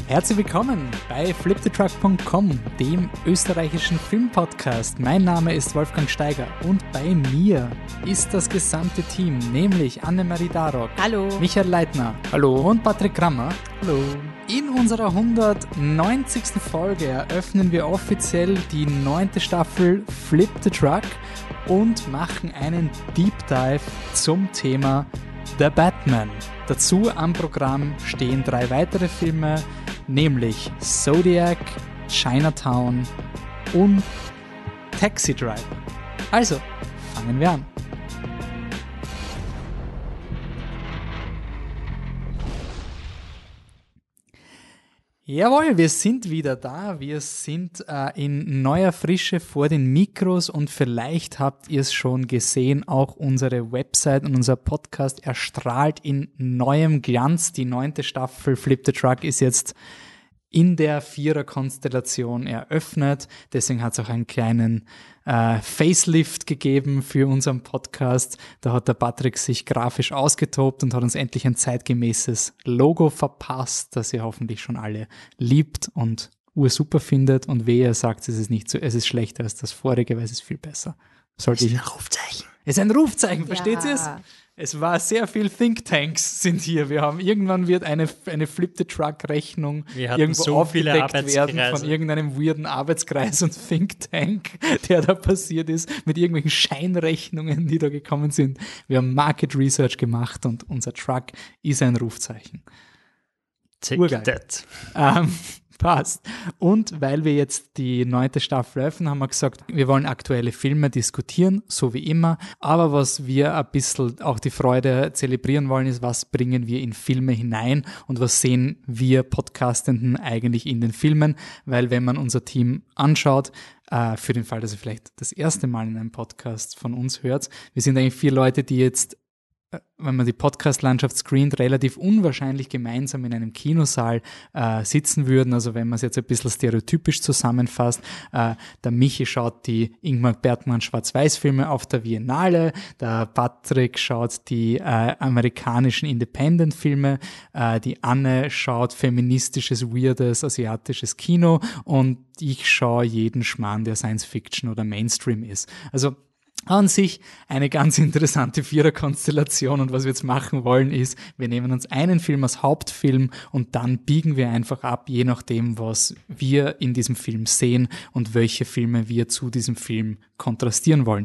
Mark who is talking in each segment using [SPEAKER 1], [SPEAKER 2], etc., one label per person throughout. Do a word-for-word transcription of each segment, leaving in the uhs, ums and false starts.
[SPEAKER 1] Herzlich willkommen bei flip the truck punkt com, dem österreichischen Filmpodcast. Mein Name ist Wolfgang Steiger und bei mir ist das gesamte Team, nämlich Annemarie Darock.
[SPEAKER 2] Hallo.
[SPEAKER 1] Michael Leitner.
[SPEAKER 3] Hallo.
[SPEAKER 1] Und Patrick Grammer.
[SPEAKER 3] Hallo.
[SPEAKER 1] In unserer hundertneunzigsten Folge eröffnen wir offiziell die neunte Staffel Flip the Truck und machen einen Deep Dive zum Thema The Batman. Dazu am Programm stehen drei weitere Filme, nämlich Zodiac, Chinatown und Taxi Driver. Also, fangen wir an. Jawohl, wir sind wieder da. Wir sind äh, in neuer Frische vor den Mikros und vielleicht habt ihr es schon gesehen, auch unsere Website und unser Podcast erstrahlt in neuem Glanz. Die neunte Staffel Flip the Truck ist jetzt in der Vierer-Konstellation eröffnet. Deswegen hat es auch einen kleinen äh, Facelift gegeben für unseren Podcast. Da hat der Patrick sich grafisch ausgetobt und hat uns endlich ein zeitgemäßes Logo verpasst, das ihr hoffentlich schon alle liebt und ursuper findet. Und wehe, ihr sagt, es ist nicht so, es ist schlechter als das vorige, weil es ist viel besser. Sollte
[SPEAKER 3] ist
[SPEAKER 1] ich.
[SPEAKER 3] ein Rufzeichen.
[SPEAKER 1] Es ist ein Rufzeichen, versteht
[SPEAKER 2] Ja.
[SPEAKER 1] ihr es? Es war sehr viel Thinktanks sind hier. Wir haben irgendwann wird eine, eine Flip the Truck Rechnung
[SPEAKER 3] Wir hatten
[SPEAKER 1] irgendwo
[SPEAKER 3] so viele
[SPEAKER 1] aufgedeckt werden von
[SPEAKER 3] Arbeitskreise.
[SPEAKER 1] irgendeinem weirden Arbeitskreis und Thinktank, der da passiert ist, mit irgendwelchen Scheinrechnungen, die da gekommen sind. Wir haben Market Research gemacht und unser Truck ist ein Rufzeichen. Urgeil.
[SPEAKER 3] Take that.
[SPEAKER 1] Ähm, passt. Und weil wir jetzt die neunte Staffel öffnen, haben wir gesagt, wir wollen aktuelle Filme diskutieren, so wie immer. Aber was wir ein bisschen auch die Freude zelebrieren wollen, ist, was bringen wir in Filme hinein und was sehen wir Podcastenden eigentlich in den Filmen. Weil wenn man unser Team anschaut, äh, für den Fall, dass ihr vielleicht das erste Mal in einem Podcast von uns hört, wir sind eigentlich vier Leute, die jetzt, wenn man die Podcast-Landschaft screent, relativ unwahrscheinlich gemeinsam in einem Kinosaal äh, sitzen würden. Also wenn man es jetzt ein bisschen stereotypisch zusammenfasst, äh, der Michi schaut die Ingmar Bergman Schwarz-Weiß-Filme auf der Biennale, der Patrick schaut die äh, amerikanischen Independent-Filme, äh, die Anne schaut feministisches, weirdes, asiatisches Kino und ich schaue jeden Schmarrn, der Science-Fiction oder Mainstream ist. Also an sich eine ganz interessante Vierer-Konstellation und was wir jetzt machen wollen ist, wir nehmen uns einen Film als Hauptfilm und dann biegen wir einfach ab, je nachdem, was wir in diesem Film sehen und welche Filme wir zu diesem Film kontrastieren wollen.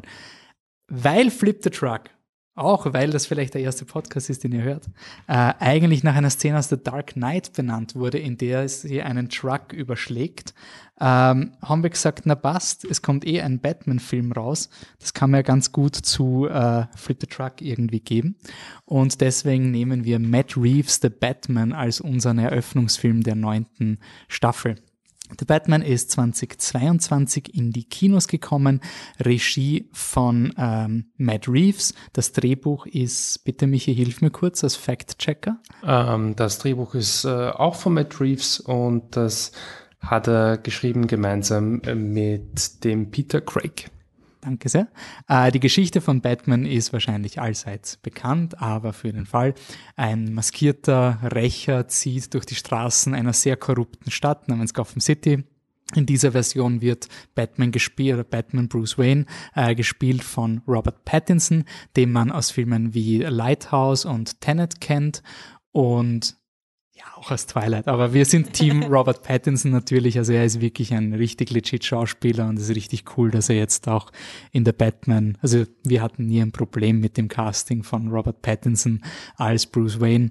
[SPEAKER 1] Weil Flip the Truck, auch weil das vielleicht der erste Podcast ist, den ihr hört, äh, eigentlich nach einer Szene aus The Dark Knight benannt wurde, in der sie einen Truck überschlägt, ähm, haben wir gesagt, na passt, es kommt eh ein Batman-Film raus. Das kann man ja ganz gut zu äh, Flip the Truck irgendwie geben. Und deswegen nehmen wir Matt Reeves' The Batman als unseren Eröffnungsfilm der neunten Staffel. The Batman ist zweitausendzweiundzwanzig in die Kinos gekommen, Regie von ähm, Matt Reeves. Das Drehbuch ist, bitte Michi, hilf mir kurz, als Fact-Checker.
[SPEAKER 3] Ähm, das Drehbuch ist äh, auch von Matt Reeves und das hat er geschrieben gemeinsam äh, mit dem Peter Craig.
[SPEAKER 1] Danke sehr. Äh, die Geschichte von Batman ist wahrscheinlich allseits bekannt, aber für den Fall. Ein maskierter Rächer zieht durch die Straßen einer sehr korrupten Stadt namens Gotham City. In dieser Version wird Batman gespielt, oder Batman Bruce Wayne, äh, gespielt von Robert Pattinson, den man aus Filmen wie Lighthouse und Tenet kennt und ja, auch als Twilight, aber wir sind Team Robert Pattinson natürlich, also er ist wirklich ein richtig legit Schauspieler und es ist richtig cool, dass er jetzt auch in der Batman, also wir hatten nie ein Problem mit dem Casting von Robert Pattinson als Bruce Wayne.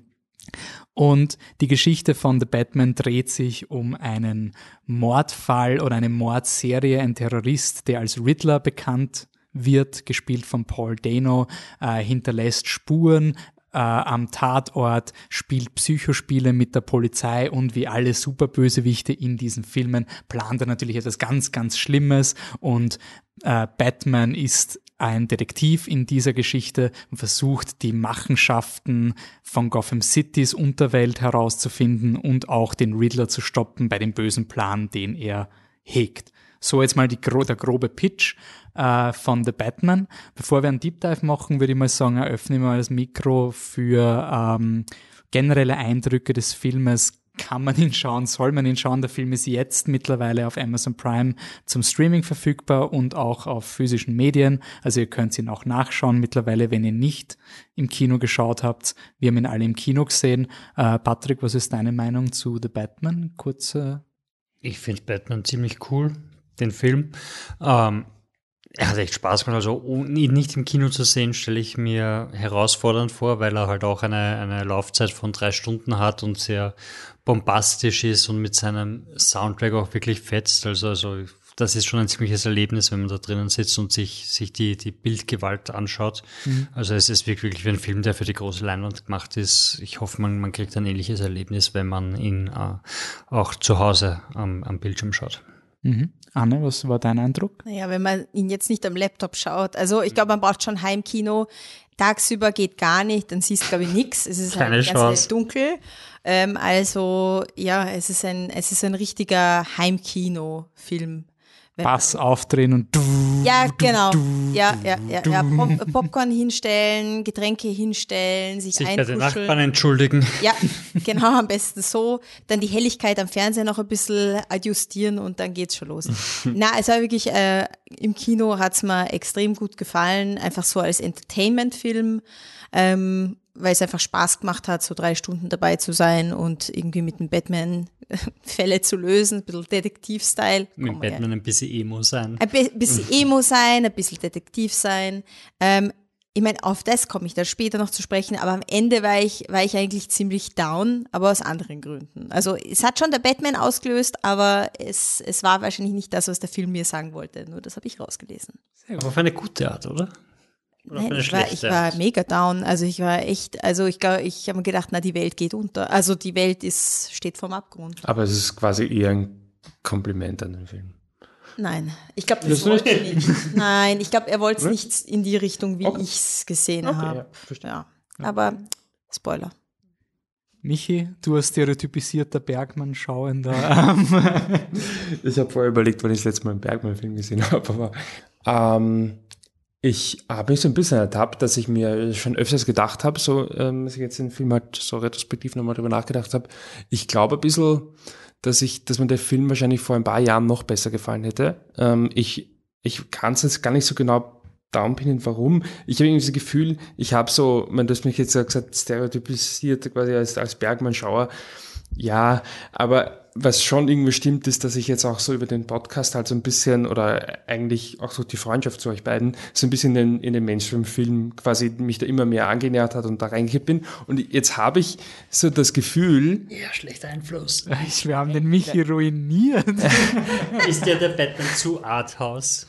[SPEAKER 1] Und die Geschichte von The Batman dreht sich um einen Mordfall oder eine Mordserie, ein Terrorist, der als Riddler bekannt wird, gespielt von Paul Dano, äh, hinterlässt Spuren, Äh, am Tatort, spielt Psychospiele mit der Polizei und wie alle Superbösewichte in diesen Filmen plant er natürlich etwas ganz, ganz Schlimmes und äh, Batman ist ein Detektiv in dieser Geschichte und versucht, die Machenschaften von Gotham Citys Unterwelt herauszufinden und auch den Riddler zu stoppen bei dem bösen Plan, den er hegt. So jetzt mal die, der grobe Pitch äh, von The Batman. Bevor wir einen Deep Dive machen, würde ich mal sagen, eröffne ich mal das Mikro für ähm, generelle Eindrücke des Filmes kann man ihn schauen, soll man ihn schauen. Der Film ist jetzt mittlerweile auf Amazon Prime zum Streaming verfügbar und auch auf physischen Medien. Also ihr könnt ihn auch nachschauen mittlerweile, wenn ihr nicht im Kino geschaut habt. Wir haben ihn alle im Kino gesehen. Äh, Patrick, was ist deine Meinung zu The Batman? Kurze.
[SPEAKER 2] Ich finde Batman ziemlich cool, den Film. Ähm, er hat echt Spaß gemacht. Also ihn nicht im Kino zu sehen, stelle ich mir herausfordernd vor, weil er halt auch eine, eine Laufzeit von drei Stunden hat und sehr bombastisch ist und mit seinem Soundtrack auch wirklich fetzt. Also, also das ist schon ein ziemliches Erlebnis, wenn man da drinnen sitzt und sich, sich die, die Bildgewalt anschaut. Mhm. Also es ist wirklich wie ein Film, der für die große Leinwand gemacht ist. Ich hoffe, man, man kriegt ein ähnliches Erlebnis, wenn man ihn äh, auch zu Hause am, am Bildschirm schaut.
[SPEAKER 1] Mhm. Anne, was war dein Eindruck?
[SPEAKER 4] Naja, wenn man ihn jetzt nicht am Laptop schaut, also ich glaube, man braucht schon Heimkino. Tagsüber geht gar nicht, dann siehst du, glaube ich, nichts. Es ist
[SPEAKER 2] Keine
[SPEAKER 4] halt
[SPEAKER 2] Chance.
[SPEAKER 4] ganz dunkel. Ähm, also ja, es ist ein, es ist ein richtiger Heimkino-Film.
[SPEAKER 1] Bass aufdrehen und du.
[SPEAKER 4] Ja, genau.
[SPEAKER 1] Du,
[SPEAKER 4] ja, ja, ja, ja. Pop- Popcorn hinstellen, Getränke hinstellen, sich,
[SPEAKER 2] sich
[SPEAKER 4] einkuscheln.
[SPEAKER 2] bei den Nachbarn entschuldigen.
[SPEAKER 4] Ja, genau, am besten so. Dann die Helligkeit am Fernseher noch ein bisschen adjustieren und dann geht's schon los. Na, es war wirklich, äh, im Kino hat's mir extrem gut gefallen, einfach so als Entertainment-Film, ähm, weil es einfach Spaß gemacht hat, so drei Stunden dabei zu sein und irgendwie mit dem Batman Fälle zu lösen, ein bisschen Detektiv-Style.
[SPEAKER 2] Mit Batman ja. ein bisschen Emo sein.
[SPEAKER 4] Ein bi- bisschen Emo sein, ein bisschen Detektiv sein. Ähm, ich meine, auf das komme ich dann später noch zu sprechen, aber am Ende war ich, war ich eigentlich ziemlich down, aber aus anderen Gründen. Also es hat schon der Batman ausgelöst, aber es, es war wahrscheinlich nicht das, was der Film mir sagen wollte. Nur das habe ich rausgelesen.
[SPEAKER 2] Aber auf eine gute Art, oder? Oder
[SPEAKER 4] Nein, ich war, ich war mega down. Also ich war echt, also ich glaube, ich habe mir gedacht, na, die Welt geht unter. Also die Welt ist, steht vorm Abgrund.
[SPEAKER 3] Aber es ist quasi eher ein Kompliment an den Film.
[SPEAKER 4] Nein, ich glaube, das, das wollte er nicht. Nein, ich glaube, er wollte es nicht in die Richtung, wie okay. ich es gesehen okay, habe. Ja, ja. Aber Spoiler.
[SPEAKER 1] Michi, du als stereotypisierter Bergmann-Schauender.
[SPEAKER 3] Ich habe vorher überlegt, wann ich das letzte Mal einen Bergmann-Film gesehen habe, aber ähm, ich habe mich so ein bisschen ertappt, dass ich mir schon öfters gedacht habe, so, ähm, dass ich jetzt den Film halt so retrospektiv nochmal drüber nachgedacht habe. Ich glaube ein bisschen, dass ich, dass mir der Film wahrscheinlich vor ein paar Jahren noch besser gefallen hätte. Ähm, ich, ich kann es jetzt gar nicht so genau downpinnen, warum. Ich habe irgendwie das Gefühl, ich habe so, man, du hast mich jetzt ja gesagt, stereotypisiert quasi als, als Bergmann-Schauer. Ja, aber was schon irgendwie stimmt, ist, dass ich jetzt auch so über den Podcast halt so ein bisschen, oder eigentlich auch so die Freundschaft zu euch beiden, so ein bisschen in, in den Mainstream-Film quasi mich da immer mehr angenähert hat und da reingekippt bin. Und jetzt habe ich so das Gefühl...
[SPEAKER 2] Ja, schlechter Einfluss.
[SPEAKER 1] Wir haben den Michi ruiniert.
[SPEAKER 2] Ist ja der Batman zu Arthouse?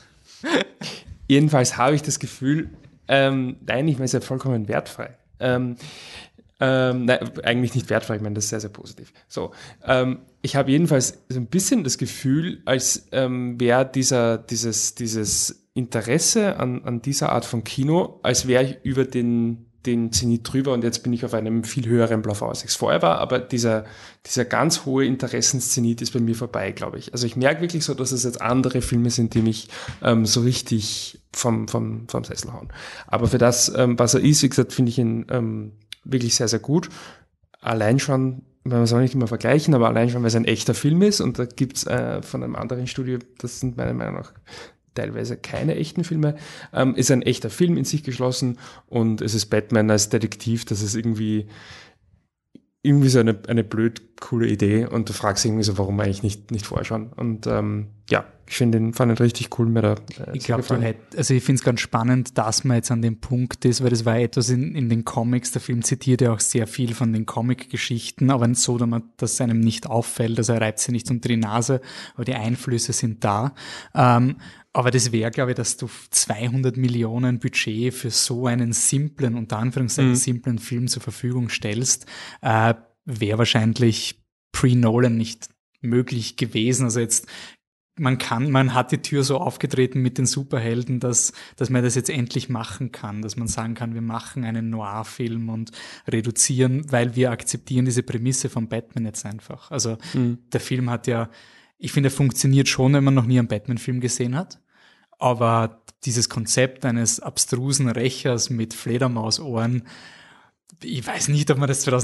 [SPEAKER 3] Jedenfalls habe ich das Gefühl, ähm, nein, ich meine, es ist ja vollkommen wertfrei. Ähm, Ähm, nein, eigentlich nicht wertfrei, ich meine, das ist sehr, sehr positiv. So, ähm, ich habe jedenfalls so ein bisschen das Gefühl, als ähm, wäre dieser, dieses, dieses Interesse an, an dieser Art von Kino, als wäre ich über den, den Zenit drüber und jetzt bin ich auf einem viel höheren Blaufrau, als ich es vorher war, aber dieser, dieser ganz hohe Interessenszenit ist bei mir vorbei, glaube ich. Also ich merke wirklich so, dass es jetzt andere Filme sind, die mich ähm, so richtig vom, vom, vom Sessel hauen. Aber für das, ähm, was er ist, wie gesagt, finde ich ihn ähm, wirklich sehr, sehr gut. Allein schon, man soll nicht immer vergleichen, aber allein schon, weil es ein echter Film ist und da gibt's äh, von einem anderen Studio, das sind meiner Meinung nach teilweise keine echten Filme, ähm, ist ein echter Film in sich geschlossen und es ist Batman als Detektiv, das ist irgendwie irgendwie so eine, eine blöd coole Idee und du fragst irgendwie so, warum eigentlich nicht, nicht vorher schon. Und ähm, ja, ich finde den, fand den richtig cool. Mir da, äh,
[SPEAKER 1] ich glaube, du hätt, also ich finde es ganz spannend, dass man jetzt an dem Punkt ist, weil das war etwas in, in den Comics, der Film zitiert ja auch sehr viel von den Comic-Geschichten, aber so, dass, man, dass einem nicht auffällt, also er reibt sie nicht unter die Nase, aber die Einflüsse sind da. Ähm, aber das wäre, glaube ich, dass du zweihundert Millionen Budget für so einen simplen, unter Anführungszeichen mhm. simplen Film zur Verfügung stellst, äh, wäre wahrscheinlich pre-Nolan nicht möglich gewesen. Also jetzt, man kann, man hat die Tür so aufgetreten mit den Superhelden, dass, dass man das jetzt endlich machen kann, dass man sagen kann, wir machen einen Noir-Film und reduzieren, weil wir akzeptieren diese Prämisse von Batman jetzt einfach. Also mhm. der Film hat ja, ich finde, er funktioniert schon, wenn man noch nie einen Batman-Film gesehen hat. Aber dieses Konzept eines abstrusen Rächers mit Fledermausohren, ich weiß nicht, ob man das zwanzig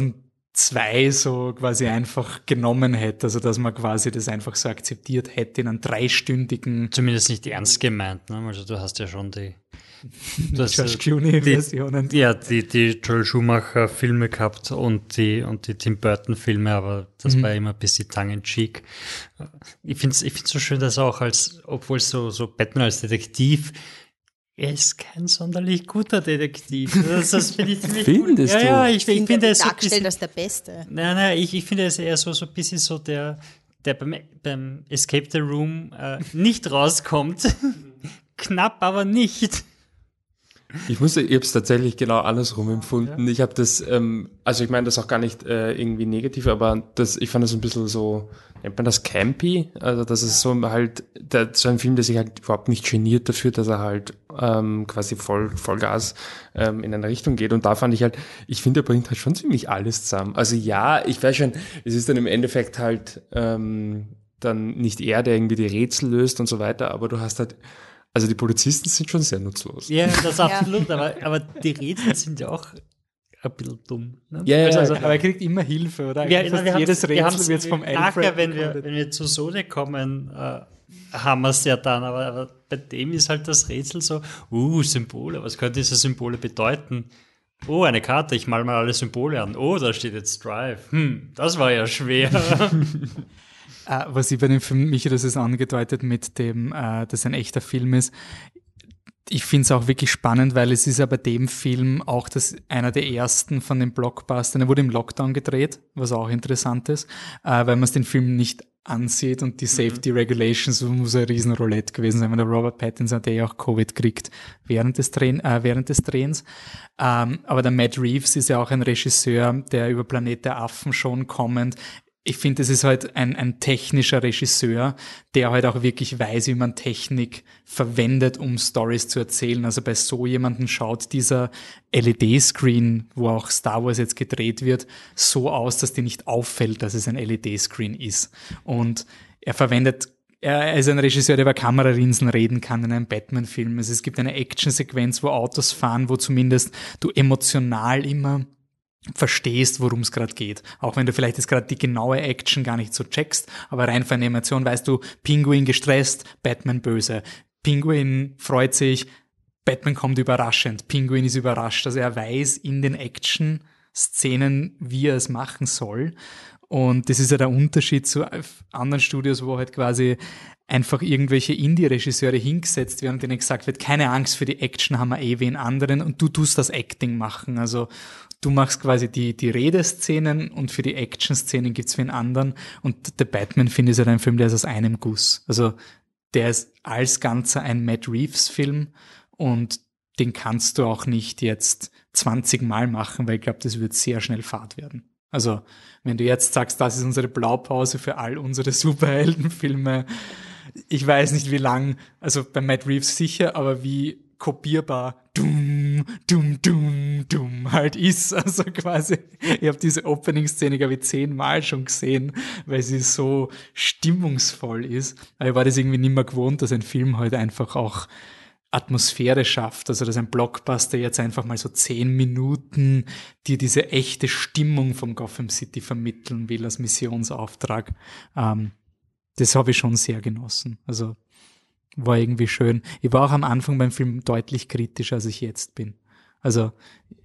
[SPEAKER 1] zwei so quasi einfach genommen hätte, also dass man quasi das einfach so akzeptiert hätte in einem dreistündigen...
[SPEAKER 2] Zumindest nicht ernst gemeint, ne? Also du hast ja schon die... Du hast
[SPEAKER 1] George Clooney-Versionen.
[SPEAKER 2] Ja, die, die Joel Schumacher-Filme gehabt und die, und die Tim Burton-Filme, aber das mhm. war immer ein bisschen tongue-in-cheek. Ich finde es ich find's so schön, dass auch als, obwohl so, so Batman als Detektiv, er ist kein sonderlich guter Detektiv. Das, das finde ich ziemlich
[SPEAKER 3] Findest
[SPEAKER 2] cool.
[SPEAKER 3] du?
[SPEAKER 2] Ja, ja, ich, ich
[SPEAKER 4] finde,
[SPEAKER 2] finde
[SPEAKER 4] er
[SPEAKER 2] es so
[SPEAKER 4] dargestellt als der Beste.
[SPEAKER 2] Nein, nein, ich, ich finde es eher so, so ein bisschen so der, der beim, beim Escape the Room äh, nicht rauskommt. Knapp, aber nicht.
[SPEAKER 3] Ich muss, ich habe es tatsächlich genau andersrum empfunden. Ja. Ich habe das, ähm, also ich meine das auch gar nicht äh, irgendwie negativ, aber das, ich fand das ein bisschen so, nennt man das campy? Also das ist so halt, der, so ein Film, der sich halt überhaupt nicht geniert dafür, dass er halt ähm, quasi voll Vollgas ähm, in eine Richtung geht. Und da fand ich halt, ich finde, er bringt halt schon ziemlich alles zusammen. Also ja, ich weiß schon, es ist dann im Endeffekt halt ähm, dann nicht er, der irgendwie die Rätsel löst und so weiter, aber du hast halt, also die Polizisten sind schon sehr nutzlos.
[SPEAKER 2] Ja, das absolut, ja. aber, aber die Rätsel sind ja auch ein bisschen dumm. Ne?
[SPEAKER 1] Ja,
[SPEAKER 2] also,
[SPEAKER 1] also, aber er kriegt immer Hilfe, oder?
[SPEAKER 2] Ja, na, wir
[SPEAKER 1] jedes
[SPEAKER 2] wir
[SPEAKER 1] Rätsel wird vom Alfred
[SPEAKER 2] nachher, wenn wir, wenn wir zu Sode kommen, äh, haben wir es ja dann, aber, aber bei dem ist halt das Rätsel so, uh, Symbole, was könnte diese Symbole bedeuten? Oh, eine Karte, ich mal mal alle Symbole an. Oh, da steht jetzt Drive. Hm, das war ja schwer.
[SPEAKER 1] Uh, was ich bei dem Film, Michi, das ist angedeutet mit dem, uh, dass ein echter Film ist. Ich finde es auch wirklich spannend, weil es ist ja bei dem Film auch das, einer der ersten von den Blockbustern. Er wurde im Lockdown gedreht, was auch interessant ist, uh, weil man es den Film nicht ansieht und die Safety Regulations muss ein riesen Roulette gewesen sein, weil der Robert Pattinson hat ja auch Covid kriegt während des, Dreh, äh, während des Drehens. Um, aber der Matt Reeves ist ja auch ein Regisseur, der über Planet der Affen schon kommend. Ich finde, es ist halt ein, ein technischer Regisseur, der halt auch wirklich weiß, wie man Technik verwendet, um Stories zu erzählen. Also bei so jemandem schaut dieser L E D-Screen, wo auch Star Wars jetzt gedreht wird, so aus, dass dir nicht auffällt, dass es ein L E D-Screen ist. Und er verwendet, er ist ein Regisseur, der über Kameralinsen reden kann in einem Batman-Film. Also es gibt eine Actionsequenz, wo Autos fahren, wo zumindest du emotional immer verstehst, worum es gerade geht. Auch wenn du vielleicht jetzt gerade die genaue Action gar nicht so checkst, aber rein von der Emotion weißt du, Pinguin gestresst, Batman böse. Pinguin freut sich, Batman kommt überraschend, Pinguin ist überrascht. Also er weiß in den Action-Szenen, wie er es machen soll. Und das ist ja der Unterschied zu anderen Studios, wo halt quasi einfach irgendwelche Indie-Regisseure hingesetzt werden und denen gesagt wird, keine Angst, für die Action haben wir eh wen anderen und du tust das Acting machen. Also du machst quasi die, die Redeszenen und für die Action-Szenen gibt's wen anderen. Und der Batman, finde ich, ist halt ein Film, der ist aus einem Guss. Also der ist als Ganzer ein Matt Reeves-Film und den kannst du auch nicht jetzt zwanzig Mal machen, weil ich glaube, das wird sehr schnell Fahrt werden. Also wenn du jetzt sagst, das ist unsere Blaupause für all unsere Superheldenfilme, ich weiß nicht wie lang, also bei Matt Reeves sicher, aber wie kopierbar dumm, dumm, dumm, dumm halt ist. Also quasi, ich habe diese Opening-Szene, glaube ich, zehnmal schon gesehen, weil sie so stimmungsvoll ist. Aber ich war das irgendwie nicht mehr gewohnt, dass ein Film halt einfach auch Atmosphäre schafft, also dass ein Blockbuster jetzt einfach mal so zehn Minuten dir diese echte Stimmung von Gotham City vermitteln will als Missionsauftrag. Ähm, das habe ich schon sehr genossen. Also war irgendwie schön. Ich war auch am Anfang beim Film deutlich kritischer, als ich jetzt bin. Also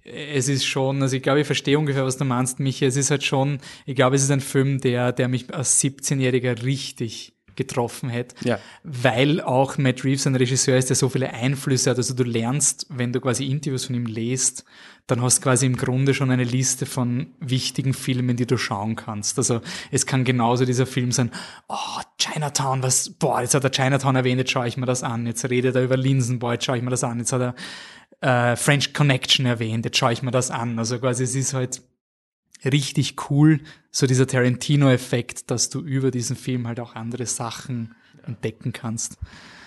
[SPEAKER 1] es ist schon, also ich glaube, ich verstehe ungefähr, was du meinst, Michi. Es ist halt schon, ich glaube, es ist ein Film, der, der mich als siebzehnjähriger richtig getroffen hätte, ja. Weil auch Matt Reeves ein Regisseur ist, der so viele Einflüsse hat. Also du lernst, wenn du quasi Interviews von ihm liest, dann hast du quasi im Grunde schon eine Liste von wichtigen Filmen, die du schauen kannst. Also es kann genauso dieser Film sein, oh, Chinatown, was, boah, jetzt hat er Chinatown erwähnt, jetzt schaue ich mir das an. Jetzt redet er über Linsenboy, jetzt schaue ich mir das an. Jetzt hat er äh, French Connection erwähnt, jetzt schaue ich mir das an. Also quasi es ist halt richtig cool, so dieser Tarantino-Effekt, dass du über diesen Film halt auch andere Sachen entdecken kannst.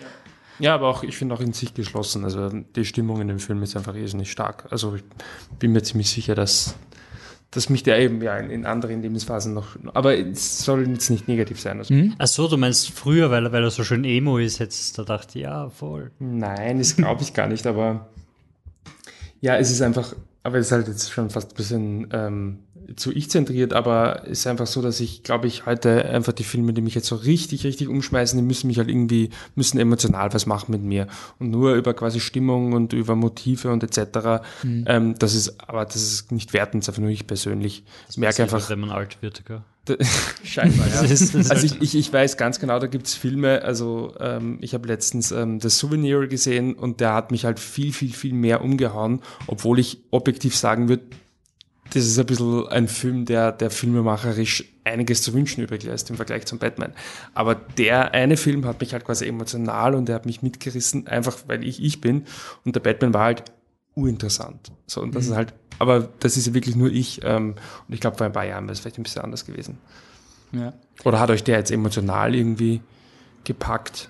[SPEAKER 3] Ja, aber auch, ich finde auch in sich geschlossen. Also die Stimmung in dem Film ist einfach irrsinnig stark. Also ich bin mir ziemlich sicher, dass, dass mich der eben ja in, in anderen Lebensphasen noch, aber es soll jetzt nicht negativ sein. Also.
[SPEAKER 2] Mhm. Ach so, du meinst früher, weil, weil er so schön emo ist, hättest du gedacht, ja, voll.
[SPEAKER 3] Nein, das glaube ich gar nicht, aber ja, es ist einfach, aber es ist halt jetzt schon fast ein bisschen ähm, zu ich-zentriert, aber es ist einfach so, dass ich, glaube ich, heute einfach die Filme, die mich jetzt so richtig, richtig umschmeißen, die müssen mich halt irgendwie, müssen emotional was machen mit mir. Und nur über quasi Stimmung und über Motive und et cetera. Mhm. Ähm, das ist, aber das ist nicht wertend, einfach nur ich persönlich. Ich merke einfach,
[SPEAKER 2] wenn man alt wird, gell?
[SPEAKER 3] Scheinbar, ja. Also ich, ich, ich weiß ganz genau, da gibt's Filme, also ähm, ich habe letztens ähm, das Souvenir gesehen und der hat mich halt viel, viel, viel mehr umgehauen, obwohl ich objektiv sagen würde, das ist ein bisschen ein Film, der, der filmemacherisch einiges zu wünschen übrig lässt im Vergleich zum Batman. Aber der eine Film hat mich halt quasi emotional und der hat mich mitgerissen, einfach weil ich ich bin. Und der Batman war halt urinteressant. So, und das mhm. ist halt, aber das ist ja wirklich nur ich. Ähm, und ich glaube, vor ein paar Jahren wäre es vielleicht ein bisschen anders gewesen.
[SPEAKER 1] Ja.
[SPEAKER 3] Oder hat euch der jetzt emotional irgendwie gepackt?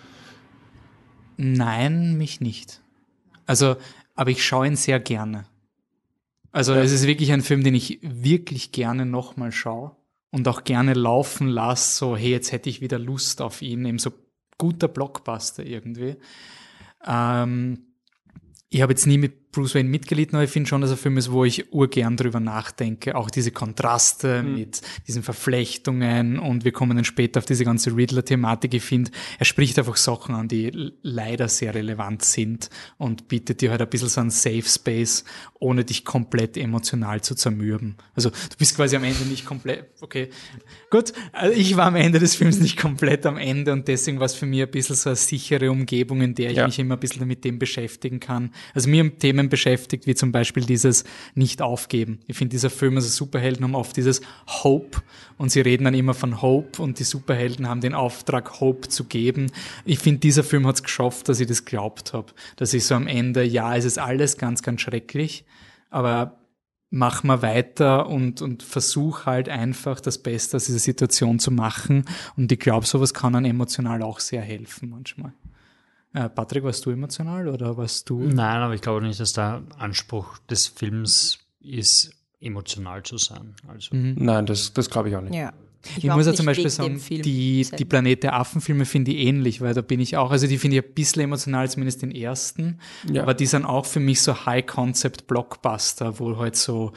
[SPEAKER 1] Nein, mich nicht. Also, aber ich schaue ihn sehr gerne. Also
[SPEAKER 3] ja.
[SPEAKER 1] es ist wirklich ein Film, den ich wirklich gerne nochmal schaue und auch gerne laufen lasse, so hey, jetzt hätte ich wieder Lust auf ihn, eben so guter Blockbuster irgendwie. Ähm, ich habe jetzt nie mit Bruce Wayne mitgelitten, aber ich finde schon, dass er ein Film ist, wo ich urgern drüber nachdenke. Auch diese Kontraste mhm. mit diesen Verflechtungen und wir kommen dann später auf diese ganze Riddler-Thematik. Ich finde, er spricht einfach Sachen an, die leider sehr relevant sind und bietet dir halt ein bisschen so einen Safe Space, ohne dich komplett emotional zu zermürben. Also du bist quasi am Ende nicht komplett, okay, gut, also ich war am Ende des Films nicht komplett am Ende und deswegen war es für mich ein bisschen so eine sichere Umgebung, in der ich ja. mich immer ein bisschen mit dem beschäftigen kann. Also mir im Thema beschäftigt, wie zum Beispiel dieses Nicht-Aufgeben. Ich finde, dieser Film, also Superhelden haben oft dieses Hope und sie reden dann immer von Hope und die Superhelden haben den Auftrag, Hope zu geben. Ich finde, dieser Film hat es geschafft, dass ich das geglaubt habe. Dass ich so am Ende, ja, es ist alles ganz, ganz schrecklich, aber mach mal weiter und, und versuch halt einfach das Beste aus dieser Situation zu machen. Und ich glaube, sowas kann einem emotional auch sehr helfen manchmal. Äh, Patrick, warst du emotional oder warst du?
[SPEAKER 2] Nein, aber ich glaube nicht, dass der Anspruch des Films ist, emotional zu sein. Also.
[SPEAKER 3] Mhm. Nein, das, das glaube ich auch nicht.
[SPEAKER 4] Ja.
[SPEAKER 1] Ich, ich muss ja zum Beispiel sagen, die, die Planet der Affen-Filme finde ich ähnlich, weil da bin ich auch, also die finde ich ein bisschen emotional, zumindest den ersten, ja. aber die sind auch für mich so High-Concept-Blockbuster, wo halt so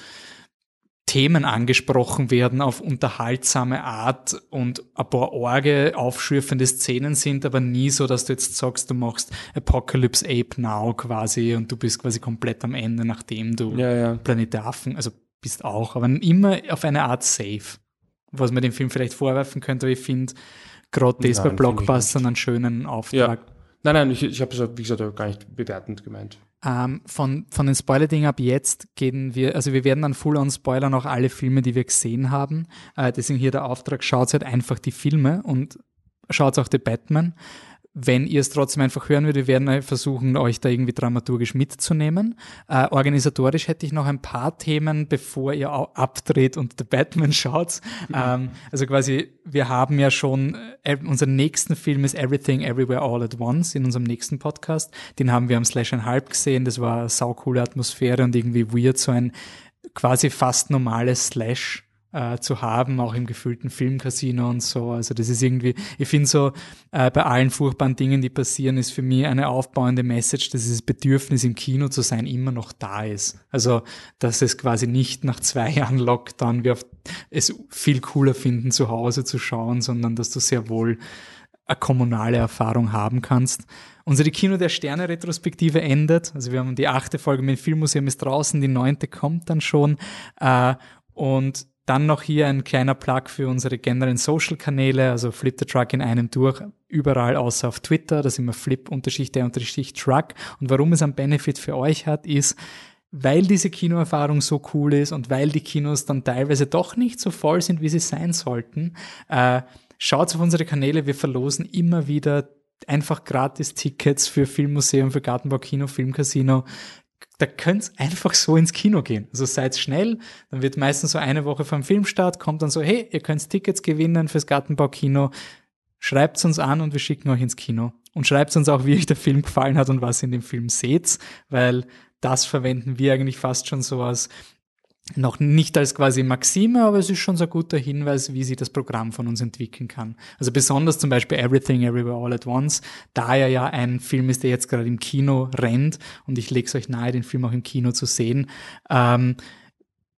[SPEAKER 1] Themen angesprochen werden auf unterhaltsame Art und ein paar arge, aufschürfende Szenen sind, aber nie so, dass du jetzt sagst, du machst Apocalypse Ape Now quasi und du bist quasi komplett am Ende, nachdem du
[SPEAKER 3] ja, ja.
[SPEAKER 1] Planet der Affen, also bist auch, aber immer auf eine Art safe. Was man dem Film vielleicht vorwerfen könnte, aber ich finde gerade das bei Blockbustern einen schönen Auftrag.
[SPEAKER 3] Ja. Nein, nein, ich, ich habe es, wie gesagt, gar nicht bewertend gemeint.
[SPEAKER 1] Ähm, von, von den Spoiler-Dingen ab jetzt gehen wir, also wir werden dann full on spoilern auch alle Filme, die wir gesehen haben. Äh, deswegen hier der Auftrag, schaut halt einfach die Filme und schaut auch The Batman. Wenn ihr es trotzdem einfach hören würdet, wir werden versuchen, euch da irgendwie dramaturgisch mitzunehmen. Äh, organisatorisch hätte ich noch ein paar Themen, bevor ihr abdreht und The Batman schaut. Mhm. Ähm, also quasi, wir haben ja schon, äh, unser nächsten Film ist Everything Everywhere All at Once in unserem nächsten Podcast. Den haben wir am Slash and Halb gesehen. Das war eine saucoole Atmosphäre und irgendwie weird, so ein quasi fast normales Slash Äh, zu haben, auch im gefüllten Filmcasino und so. Also das ist irgendwie, ich finde so, äh, bei allen furchtbaren Dingen, die passieren, ist für mich eine aufbauende Message, dass dieses Bedürfnis im Kino zu sein immer noch da ist. Also, dass es quasi nicht nach zwei Jahren Lockdown wir auf, es viel cooler finden, zu Hause zu schauen, sondern dass du sehr wohl eine kommunale Erfahrung haben kannst. Unsere Kino der Sterne Retrospektive endet. Also wir haben die achte Folge mit dem Filmmuseum ist draußen, die neunte kommt dann schon. Äh, und dann noch hier ein kleiner Plug für unsere generellen Social-Kanäle, also Flip the Truck in einem durch, überall außer auf Twitter, da sind wir Flip-der-Truck. Und warum es einen Benefit für euch hat, ist, weil diese Kinoerfahrung so cool ist und weil die Kinos dann teilweise doch nicht so voll sind, wie sie sein sollten, äh, schaut auf unsere Kanäle, wir verlosen immer wieder einfach gratis Tickets für Filmmuseum, für Gartenbau Kino, Filmcasino. Da könnt's einfach so ins Kino gehen. Also seid schnell, dann wird meistens so eine Woche vor dem Filmstart, kommt dann so, hey, ihr könnt Tickets gewinnen fürs Gartenbau-Kino, schreibt's uns an und wir schicken euch ins Kino. Und schreibt uns auch, wie euch der Film gefallen hat und was ihr in dem Film seht, weil das verwenden wir eigentlich fast schon so als, noch nicht als quasi Maxime, aber es ist schon so ein guter Hinweis, wie sich das Programm von uns entwickeln kann. Also besonders zum Beispiel Everything Everywhere All at Once, da er ja ein Film ist, der jetzt gerade im Kino rennt und ich lege es euch nahe, den Film auch im Kino zu sehen, ähm,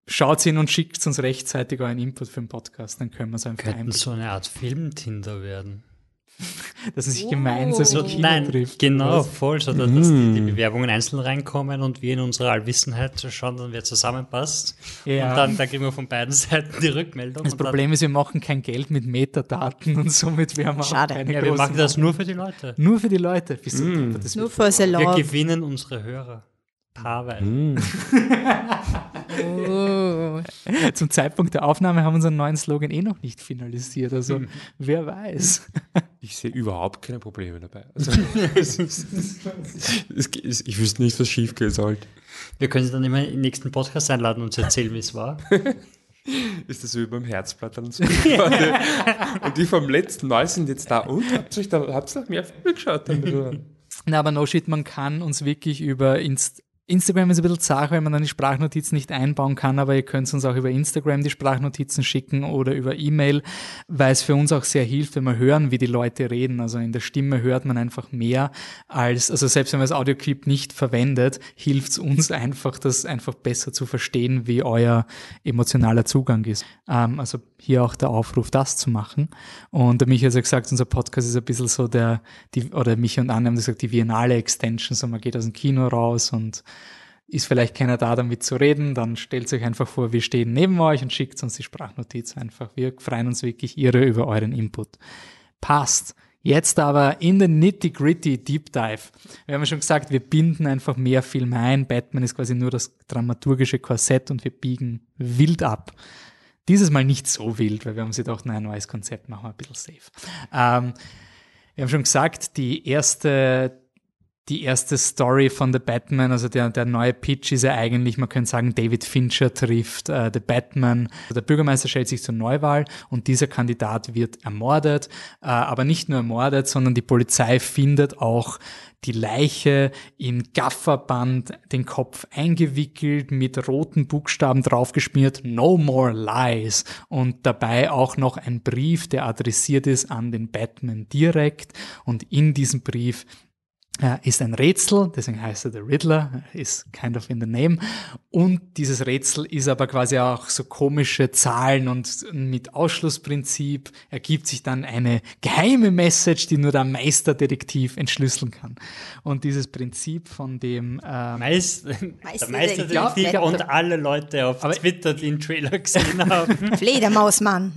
[SPEAKER 1] schaut hin und schickt uns rechtzeitig euren Input für den Podcast, dann können wir es einfach
[SPEAKER 2] Könnten
[SPEAKER 1] einbinden.
[SPEAKER 2] so eine Art Film-Tinder werden.
[SPEAKER 1] Dass man sich gemeinsam
[SPEAKER 2] So,
[SPEAKER 1] im Kino
[SPEAKER 2] nein,
[SPEAKER 1] trifft.
[SPEAKER 2] genau, voll, so dass, dass die, die Bewerbungen einzeln reinkommen und wir in unserer Allwissenheit schauen, dann wer zusammenpasst.
[SPEAKER 1] Ja.
[SPEAKER 2] Und dann, dann kriegen wir von beiden Seiten die Rückmeldung.
[SPEAKER 1] Das
[SPEAKER 2] und
[SPEAKER 1] Problem ist, wir machen kein Geld mit Metadaten und somit werden wir auch
[SPEAKER 4] Schade.
[SPEAKER 1] keine
[SPEAKER 2] dann, ja, wir
[SPEAKER 1] großen
[SPEAKER 2] machen das nur für die Leute.
[SPEAKER 1] Nur für die Leute. Wieso? Das
[SPEAKER 4] Nur
[SPEAKER 1] wird-
[SPEAKER 4] for the
[SPEAKER 2] Wir
[SPEAKER 4] love.
[SPEAKER 2] gewinnen unsere Hörer. Paarweise.
[SPEAKER 4] Oh.
[SPEAKER 1] Zum Zeitpunkt der Aufnahme haben wir unseren neuen Slogan eh noch nicht finalisiert. Also wer weiß.
[SPEAKER 3] Ich sehe überhaupt keine Probleme dabei. Also, es ist, es, es, ich wüsste nicht, was schief gehen sollte.
[SPEAKER 2] Wir können sie dann immer in den nächsten Podcast einladen und uns erzählen, wie es war.
[SPEAKER 3] Ist das so wie beim Herzblatt und so? Und die vom letzten Mal sind jetzt da. Und habt ihr euch da, habt ihr noch mehr Filme geschaut? Damit?
[SPEAKER 1] Na, aber no shit, man kann uns wirklich über Inst Instagram ist ein bisschen zart, weil man dann die Sprachnotizen nicht einbauen kann, aber ihr könnt uns auch über Instagram die Sprachnotizen schicken oder über E-Mail, weil es für uns auch sehr hilft, wenn wir hören, wie die Leute reden. Also in der Stimme hört man einfach mehr als, also selbst wenn man das Audioclip nicht verwendet, hilft es uns einfach, das einfach besser zu verstehen, wie euer emotionaler Zugang ist. Ähm, also hier auch der Aufruf, das zu machen. Und der Michi hat ja gesagt, unser Podcast ist ein bisschen so der, die, oder Michi und Anne haben gesagt, die Biennale Extension, so man geht aus dem Kino raus und ist vielleicht keiner da, damit zu reden, dann stellt euch einfach vor, wir stehen neben euch und schickt uns die Sprachnotiz einfach. Wir freuen uns wirklich irre über euren Input. Passt. Jetzt aber in den nitty-gritty Deep Dive. Wir haben ja schon gesagt, wir binden einfach mehr Filme ein. Batman ist quasi nur das dramaturgische Korsett und wir biegen wild ab. Dieses Mal nicht so wild, weil wir haben sich gedacht, nein, neues Konzept, machen wir ein bisschen safe. Ähm, wir haben schon gesagt, die erste Die erste Story von The Batman, also der, der neue Pitch ist ja eigentlich, man könnte sagen, David Fincher trifft äh, The Batman. Der Bürgermeister stellt sich zur Neuwahl und dieser Kandidat wird ermordet, äh, aber nicht nur ermordet, sondern die Polizei findet auch die Leiche in Gafferband, den Kopf eingewickelt, mit roten Buchstaben draufgeschmiert, No more lies. Und dabei auch noch ein Brief, der adressiert ist an den Batman direkt. Und in diesem Brief Uh, ist ein Rätsel, deswegen heißt er The Riddler, ist kind of in the name. Und dieses Rätsel ist aber quasi auch so komische Zahlen und mit Ausschlussprinzip ergibt sich dann eine geheime Message, die nur der Meisterdetektiv entschlüsseln kann. Und dieses Prinzip von dem ähm,
[SPEAKER 2] Meist, der Meisterdetektiv
[SPEAKER 4] Ja,
[SPEAKER 2] und alle Leute auf
[SPEAKER 1] Aber-
[SPEAKER 2] Twitter, die den Trailer gesehen haben.
[SPEAKER 4] Fledermausmann.